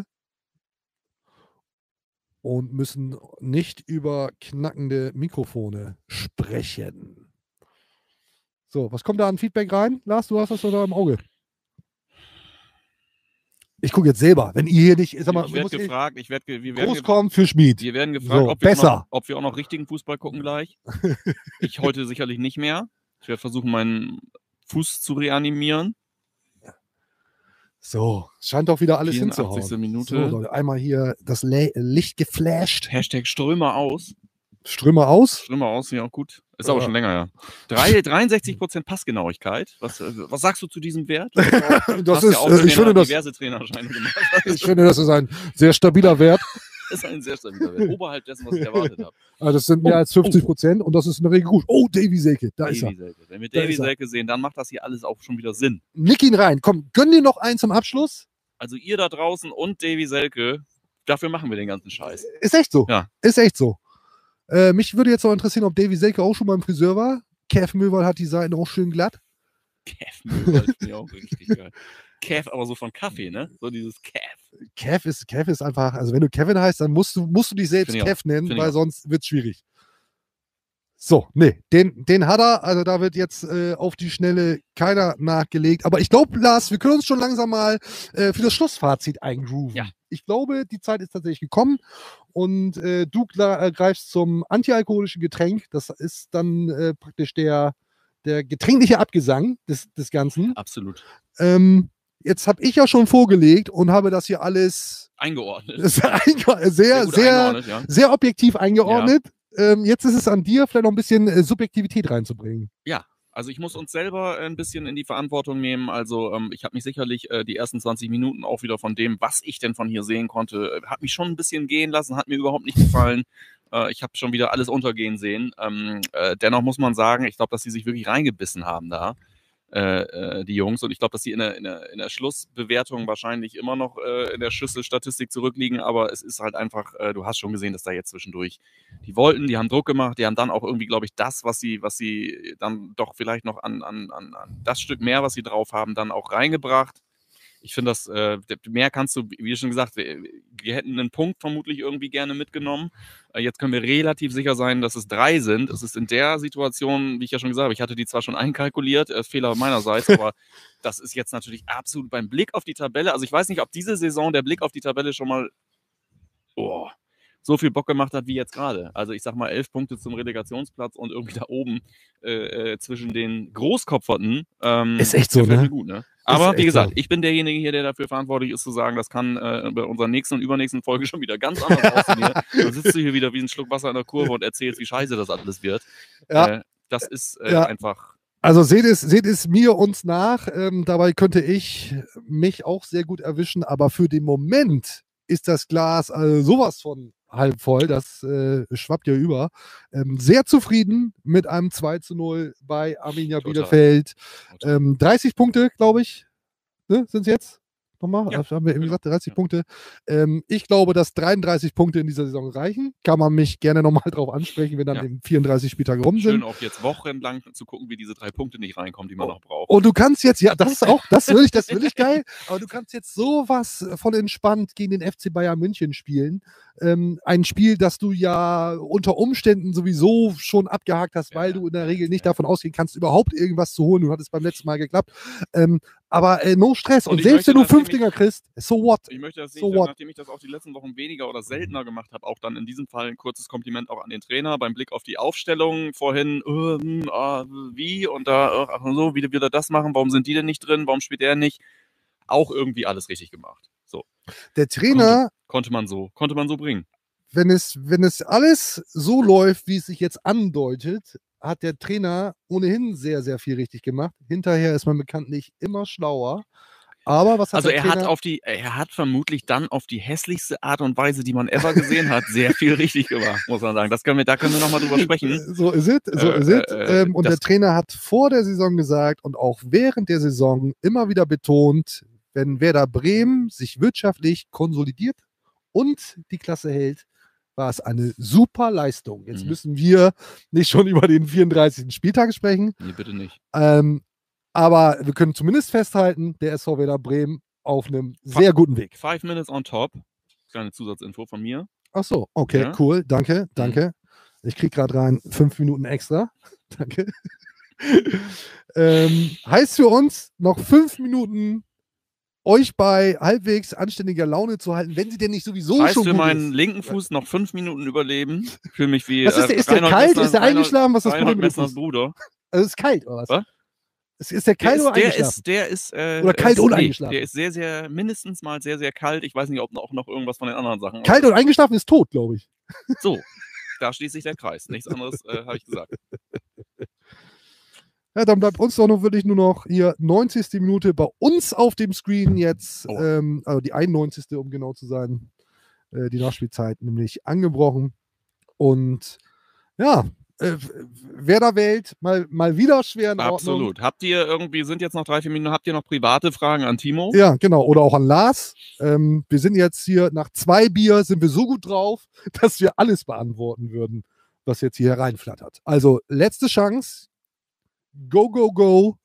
Und müssen nicht über knackende Mikrofone sprechen. So, was kommt da an Feedback rein? Lars, du hast das da im Auge. Ich gucke jetzt selber, wenn ihr hier nicht, sag mal, ich werde gefragt, ich werde, wir werden Großkommen für Schmied. Wir werden gefragt, so, ob, wir besser. Noch, ob wir auch noch richtigen Fußball gucken gleich. Ich heute sicherlich nicht mehr. Ich werde versuchen, meinen Fuß zu reanimieren. So, scheint doch wieder alles hinzuhauen. vierundachtzigste Minute. So, Leute, einmal hier das Le Licht geflasht. Hashtag Strömer aus. Strömer aus? Strömer aus, ja auch gut. Ist ja. aber schon länger, ja. Drei, dreiundsechzig Prozent Passgenauigkeit. Was, was sagst du zu diesem Wert? das ist, ja äh, ich finde, das, diverse Trainerscheine gemacht. ich finde, das ist ein sehr stabiler Wert. Das ist ein sehr stabiler Wert. Oberhalb dessen, was ich erwartet habe. Also das sind mehr oh, als fünfzig Prozent oh. und das ist in der Regel gut. Oh, Davy Selke, da Davy ist er. Selke. Wenn wir Davy Selke sehen, dann macht das hier alles auch schon wieder Sinn. Nick ihn rein. Komm, gönn dir noch einen zum Abschluss. Also ihr da draußen und Davy Selke, dafür machen wir den ganzen Scheiß. Ist echt so. Ja. Ist echt so. Äh, mich würde jetzt noch interessieren, ob Davy Selke auch schon beim Friseur war. Kev Möwald hat die Seiten auch schön glatt. Kev Möwald finde ich auch richtig geil. Kev, aber so von Kaffee, ne? So dieses Kev. Kev ist, Kev ist einfach, also wenn du Kevin heißt, dann musst du, musst du dich selbst Kev nennen, weil sonst wird es schwierig. So, nee, den, den hat er, also da wird jetzt äh, auf die Schnelle keiner nachgelegt. Aber ich glaube, Lars, wir können uns schon langsam mal äh, für das Schlussfazit eingrooven. Ja. Ich glaube, die Zeit ist tatsächlich gekommen und äh, du äh, greifst zum antialkoholischen Getränk. Das ist dann äh, praktisch der, der getränkliche Abgesang des, des Ganzen. Absolut. Ähm, jetzt habe ich ja schon vorgelegt und habe das hier alles eingeordnet. Sehr, sehr, sehr, ja. sehr objektiv eingeordnet. Ja. Ähm, jetzt ist es an dir, vielleicht noch ein bisschen äh, Subjektivität reinzubringen. Ja, also ich muss uns selber ein bisschen in die Verantwortung nehmen. Also ähm, ich habe mich sicherlich äh, die ersten zwanzig Minuten auch wieder von dem, was ich denn von hier sehen konnte, hat mich schon ein bisschen gehen lassen, hat mir überhaupt nicht gefallen. Äh, ich habe schon wieder alles untergehen sehen. Ähm, äh, dennoch muss man sagen, ich glaube, dass sie sich wirklich reingebissen haben da. Äh, die Jungs. Und ich glaube, dass sie in der, in, der, in der Schlussbewertung wahrscheinlich immer noch äh, in der Schüsselstatistik zurückliegen, aber es ist halt einfach, äh, du hast schon gesehen, dass da jetzt zwischendurch, die wollten, die haben Druck gemacht, die haben dann auch irgendwie, glaube ich, das, was sie, was sie dann doch vielleicht noch an, an, an, an das Stück mehr, was sie drauf haben, dann auch reingebracht. Ich finde, das äh, mehr kannst du, wie schon gesagt, wir, wir hätten einen Punkt vermutlich irgendwie gerne mitgenommen. Äh, jetzt können wir relativ sicher sein, dass es drei sind. Es ist in der Situation, wie ich ja schon gesagt habe, ich hatte die zwar schon einkalkuliert, äh, Fehler meinerseits, aber das ist jetzt natürlich absolut beim Blick auf die Tabelle. Also ich weiß nicht, ob diese Saison der Blick auf die Tabelle schon mal oh, so viel Bock gemacht hat wie jetzt gerade. Also ich sag mal elf Punkte zum Relegationsplatz und irgendwie da oben äh, äh, zwischen den Großkopferten. Ähm, ist echt so, ne? Gut, ne? Aber wie gesagt, so. Ich bin derjenige hier, der dafür verantwortlich ist, zu sagen, das kann äh, bei unserer nächsten und übernächsten Folge schon wieder ganz anders aussehen. Dann sitzt du hier wieder wie ein Schluck Wasser in der Kurve und erzählst, wie scheiße das alles wird. Ja. Äh, das ist äh, ja. einfach... Also seht es, seht es mir uns nach. Ähm, dabei könnte ich mich auch sehr gut erwischen, aber für den Moment ist das Glas also sowas von halb voll, das äh, schwappt ja über. Ähm, sehr zufrieden mit einem zwei zu null bei Arminia Total. Bielefeld. Total. Ähm, dreißig Punkte, glaube ich, ne, sind es jetzt? Nochmal, ja, haben wir eben gesagt, dreißig ja. Punkte. Ähm, ich glaube, dass dreiunddreißig Punkte in dieser Saison reichen. Kann man mich gerne nochmal drauf ansprechen, wenn dann ja. im vierunddreißig Spieltag rum sind. Schön auch jetzt wochenlang zu gucken, wie diese drei Punkte nicht reinkommen, die man oh. noch braucht. Und du kannst jetzt, ja, das ist auch, das will ich, das will ich geil, aber du kannst jetzt sowas von entspannt gegen den F C Bayern München spielen. Ähm, ein Spiel, das du ja unter Umständen sowieso schon abgehakt hast, weil ja. du in der Regel nicht ja. davon ausgehen kannst, überhaupt irgendwas zu holen. Du hattest beim letzten Mal geklappt. Ähm, aber äh, no Stress. Und, und selbst wenn du fünf Dinger kriegst, so what? Ich möchte das nicht, so nachdem ich das auch die letzten Wochen weniger oder seltener gemacht habe, auch dann in diesem Fall ein kurzes Kompliment auch an den Trainer beim Blick auf die Aufstellung vorhin, äh, äh, wie und da, äh, so, wie will er das machen? Warum sind die denn nicht drin? Warum spielt er nicht? Auch irgendwie alles richtig gemacht. So. Der Trainer konnte, konnte man so, konnte man so bringen. Wenn es, wenn es alles so läuft, wie es sich jetzt andeutet, hat der Trainer ohnehin sehr, sehr viel richtig gemacht. Hinterher ist man bekanntlich immer schlauer. Aber was hat Also der er Trainer? hat auf die, er hat vermutlich dann auf die hässlichste Art und Weise, die man ever gesehen hat, sehr viel richtig gemacht, muss man sagen. Das können wir, da können wir nochmal drüber sprechen. So ist es, so Äh, ist es. äh, Ähm, und das- der Trainer hat vor der Saison gesagt und auch während der Saison immer wieder betont, wenn Werder Bremen sich wirtschaftlich konsolidiert und die Klasse hält, war es eine super Leistung. Jetzt Mhm. müssen wir nicht schon über den vierunddreißigsten Spieltag sprechen, Nee, bitte nicht. ähm, aber wir können zumindest festhalten, der S V Werder Bremen auf einem sehr guten Weg. Five minutes on top. Kleine Zusatzinfo von mir. Ach so, okay, Ja. cool, danke, danke. Ich krieg gerade rein fünf Minuten extra. Danke. ähm, heißt für uns, noch fünf Minuten euch bei halbwegs anständiger Laune zu halten, wenn sie denn nicht sowieso Heißt schon für gut meinen ist. linken Fuß noch fünf Minuten überleben. Fühle mich wie. Was ist der, äh, ist der Reinhold kalt? Messner- Ist der Reinhold- eingeschlafen? Was ist das Reinhold Problem mit dem Messners Fuß? Bruder. Also ist es kalt, oder was? Was? Ist, ist der Der kalt ist, oder der eingeschlafen? ist, der ist, äh, Oder kalt äh, und nee, eingeschlafen? Der ist sehr, sehr, mindestens mal sehr, sehr kalt. Ich weiß nicht, ob auch noch irgendwas von den anderen Sachen. Kalt aber und eingeschlafen ist tot, glaube ich. so, da schließt sich der Kreis. Nichts anderes äh, habe ich gesagt. Ja, dann bleibt uns doch noch wirklich nur noch hier neunzigste Minute bei uns auf dem Screen jetzt, Oh. ähm, also die einundneunzigste um genau zu sein, äh, die Nachspielzeit nämlich angebrochen. Und ja, äh, Werder Welt mal, mal wieder schwer in Ordnung. Absolut. Habt ihr irgendwie, sind jetzt noch drei, vier Minuten, habt ihr noch private Fragen an Timo? Ja, genau. Oder auch an Lars. Ähm, wir sind jetzt hier nach zwei Bier sind wir so gut drauf, dass wir alles beantworten würden, was jetzt hier hereinflattert. Also letzte Chance. Go, go, go.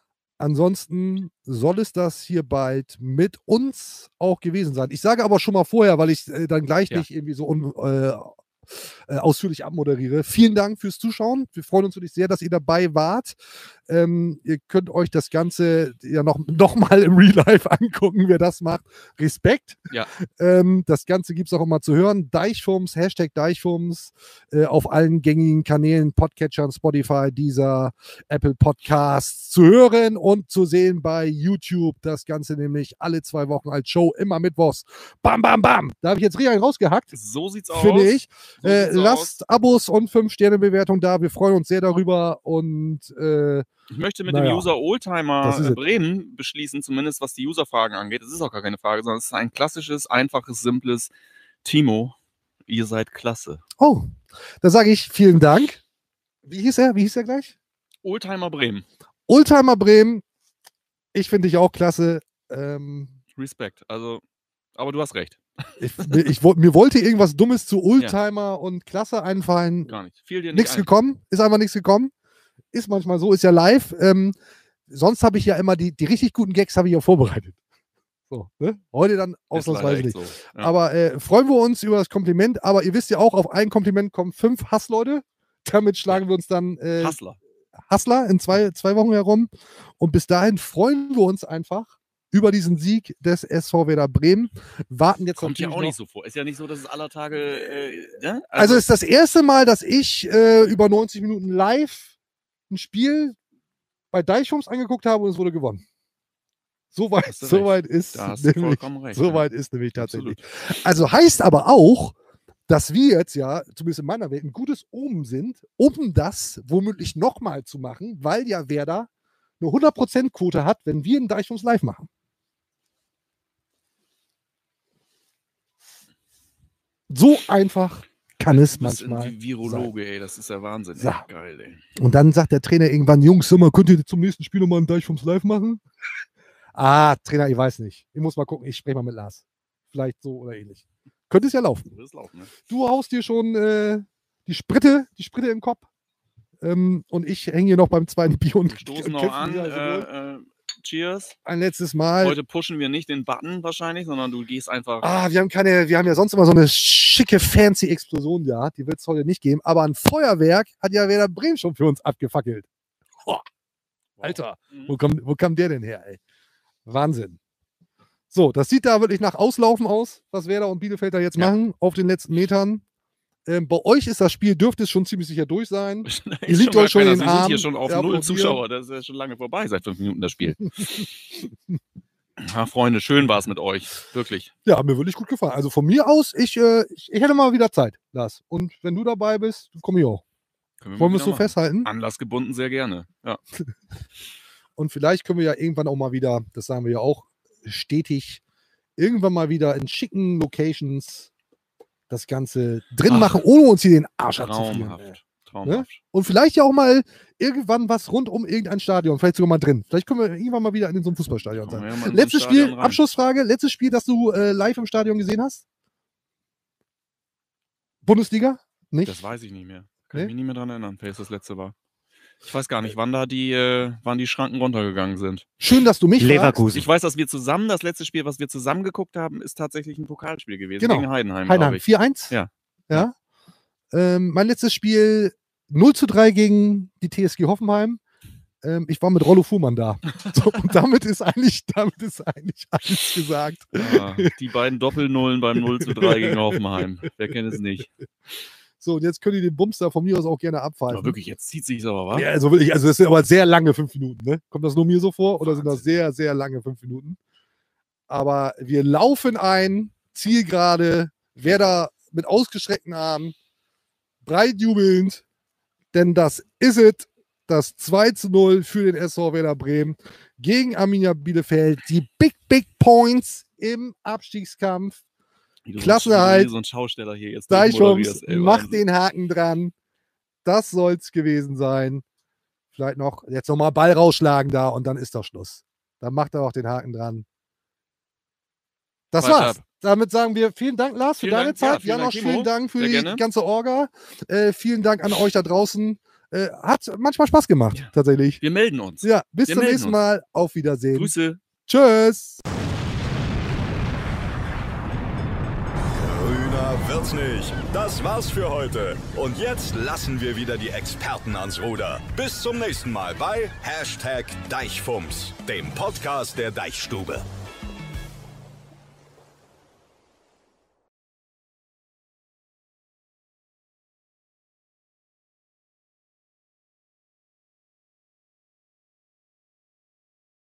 Ansonsten soll es das hier bald mit uns auch gewesen sein. Ich sage aber schon mal vorher, weil ich äh, dann gleich Ja. nicht irgendwie so un, äh, äh, ausführlich abmoderiere. Vielen Dank fürs Zuschauen. Wir freuen uns wirklich sehr, dass ihr dabei wart. Ähm, ihr könnt euch das Ganze ja noch, noch mal im Real Life angucken, wer das macht. Respekt. Ja. Ähm, das Ganze gibt es auch immer zu hören. Deichfums, Hashtag Deichfums äh, auf allen gängigen Kanälen, Podcatchern, Spotify, Deezer, Apple Podcasts zu hören und zu sehen bei YouTube. Das Ganze nämlich alle zwei Wochen als Show, immer mittwochs. Bam, bam, bam. Da habe ich jetzt richtig einen rausgehackt, So sieht's aus. finde ich. So Äh, sieht's aus. lasst Abos und fünf Sterne Bewertung da. Wir freuen uns sehr darüber und äh, Ich möchte mit Naja, dem User das Oldtimer ist äh, es. Bremen beschließen, zumindest was die User-Fragen angeht. Es ist auch gar keine Frage, sondern es ist ein klassisches, einfaches, simples Timo. Ihr seid klasse. oh, da sage ich vielen Dank. Wie hieß er? Wie hieß er gleich? Oldtimer Bremen. Oldtimer Bremen. Ich finde dich auch klasse. Ähm, Respekt. Also, aber du hast recht. ich, ich, wo- mir wollte irgendwas Dummes zu Oldtimer und Klasse einfallen. Gar nicht. Fiel dir nicht Nichts ein. gekommen. Ist einfach nichts gekommen. Ist manchmal so, ist ja live. Ähm, sonst habe ich ja immer die, die richtig guten Gags habe ich ja vorbereitet. So, ne? Heute dann Ist leider ausnahmsweise echt nicht. so. Ja. Aber äh, freuen wir uns über das Kompliment. Aber ihr wisst ja auch, auf ein Kompliment kommen fünf Hassleute. Damit schlagen wir uns dann äh, Hassler. Hassler in zwei, zwei Wochen herum. Und bis dahin freuen wir uns einfach über diesen Sieg des S V Werder Bremen. Warten jetzt Kommt ja natürlich auch noch. nicht so vor. Ist ja nicht so, dass es aller Tage. Äh, ne? Also ist das erste Mal, dass ich äh, über neunzig Minuten live ein Spiel bei Deichfums angeguckt habe und es wurde gewonnen. Soweit Hast du so recht. weit ist Da hast du nämlich, vollkommen recht. so ja. weit ist nämlich tatsächlich. Also heißt aber auch, dass wir jetzt ja, zumindest in meiner Welt, ein gutes Omen sind, um das womöglich nochmal zu machen, weil ja Werder eine hundert Prozent Quote hat, wenn wir einen Deichfums live machen. So einfach kann es Du bist manchmal ein Virologe, ey. Das ist ja Wahnsinn. So. Ey. Geil, ey. Und dann sagt der Trainer irgendwann, Jungs, sag mal, könnt ihr zum nächsten Spiel nochmal einen Deichfums live machen? Ah, Trainer, ich weiß nicht. Ich muss mal gucken, ich spreche mal mit Lars. Vielleicht so oder ähnlich. Könnte es ja laufen. Du wirst laufen, ne? Du haust dir schon äh, die Spritte, die Spritte im Kopf. Ähm, und ich hänge hier noch beim zweiten Bier und Wir stoßen noch kämpfen an. hier also durch. Äh, äh, cheers. Ein letztes Mal. Heute pushen wir nicht den Button wahrscheinlich, sondern du gehst einfach. Ah, wir haben keine, wir haben ja sonst immer so eine schicke, fancy Explosion gehabt. Die wird es heute nicht geben. Aber ein Feuerwerk hat ja Werder Bremen schon für uns abgefackelt. Boah, Alter, Mhm. wo kam, wo kam der denn her, ey? Wahnsinn. So, das sieht da wirklich nach Auslaufen aus, was Werder und Bielefeld da jetzt Ja. machen, auf den letzten Metern. Ähm, bei euch ist das Spiel, dürfte es schon ziemlich sicher durch sein. Ist Ihr liegt mal euch schon in keiner. den Sie sind Arm. hier schon auf Ja, null probier. Zuschauer. Das ist ja schon lange vorbei, seit fünf Minuten das Spiel. Ja, Freunde, schön war es mit euch. Wirklich. Ja, hat mir wirklich gut gefallen. Also von mir aus, ich, äh, ich, ich hätte mal wieder Zeit, Lars. Und wenn du dabei bist, komm ich auch. Können Wollen wir wieder es so machen. festhalten? Anlassgebunden sehr gerne. Ja. Und vielleicht können wir ja irgendwann auch mal wieder, das sagen wir ja auch stetig irgendwann mal wieder in schicken Locations das Ganze drin Ach, machen, ohne uns hier den Arsch abzufrieren. Traumhaft. Traumhaft. Ne? Und vielleicht ja auch mal irgendwann was rund um irgendein Stadion, vielleicht sogar mal drin. Vielleicht können wir irgendwann mal wieder in so einem Fußballstadion sein. Ja letztes so Spiel, rein. Abschlussfrage, letztes Spiel, das du äh, live im Stadion gesehen hast? Bundesliga? Nicht? Das weiß ich nicht mehr. Kann nee? ich mich nicht mehr dran erinnern, welches das letzte war. Ich weiß gar nicht, wann da die, äh, wann die Schranken runtergegangen sind. Schön, dass du mich Leverkusen. Ich weiß, dass wir zusammen, das letzte Spiel, was wir zusammen geguckt haben, ist tatsächlich ein Pokalspiel gewesen. Genau. Gegen Heidenheim, Heidenheim, vier eins? Ja. ja. Ähm, mein letztes Spiel null zu drei gegen die T S G Hoffenheim. Ähm, ich war mit Rollo Fuhrmann da. So, und damit ist eigentlich, damit ist eigentlich alles gesagt. Ja, die beiden Doppelnullen beim null zu drei gegen Hoffenheim. Wer kennt es nicht? So, und jetzt könnt ihr den Bumster von mir aus auch gerne abpfeifen. Aber wirklich, jetzt zieht sich aber, wa? Ja, also wirklich, also das sind aber sehr lange fünf Minuten, ne? Kommt das nur mir so vor? Oder sind das sehr, sehr lange fünf Minuten? Aber wir laufen ein, Zielgerade, Werder mit ausgestreckten Armen, breit jubelnd, denn das ist es, das zwei zu null für den S V Werder Bremen gegen Arminia Bielefeld. Die Big, Big Points im Abstiegskampf. Klassenerhalt. So ein Schausteller hier jetzt. Deichfumms, mach den Haken dran. Das soll's gewesen sein. Vielleicht noch, jetzt nochmal Ball rausschlagen da und dann ist doch Schluss. Dann macht er auch den Haken dran. Das Weiter war's. Ab. Damit sagen wir vielen Dank, Lars, für vielen deine Dank. Zeit. Ja, Janosch, vielen Dank für Sehr die gerne. ganze Orga. Äh, vielen Dank an euch da draußen. Äh, hat manchmal Spaß gemacht, ja. tatsächlich. Wir melden uns. Ja, bis wir zum nächsten uns. Mal. Auf Wiedersehen. Grüße. Tschüss. Wird's nicht. Das war's für heute. Und jetzt lassen wir wieder die Experten ans Ruder. Bis zum nächsten Mal bei Hashtag Deichfumms, dem Podcast der Deichstube.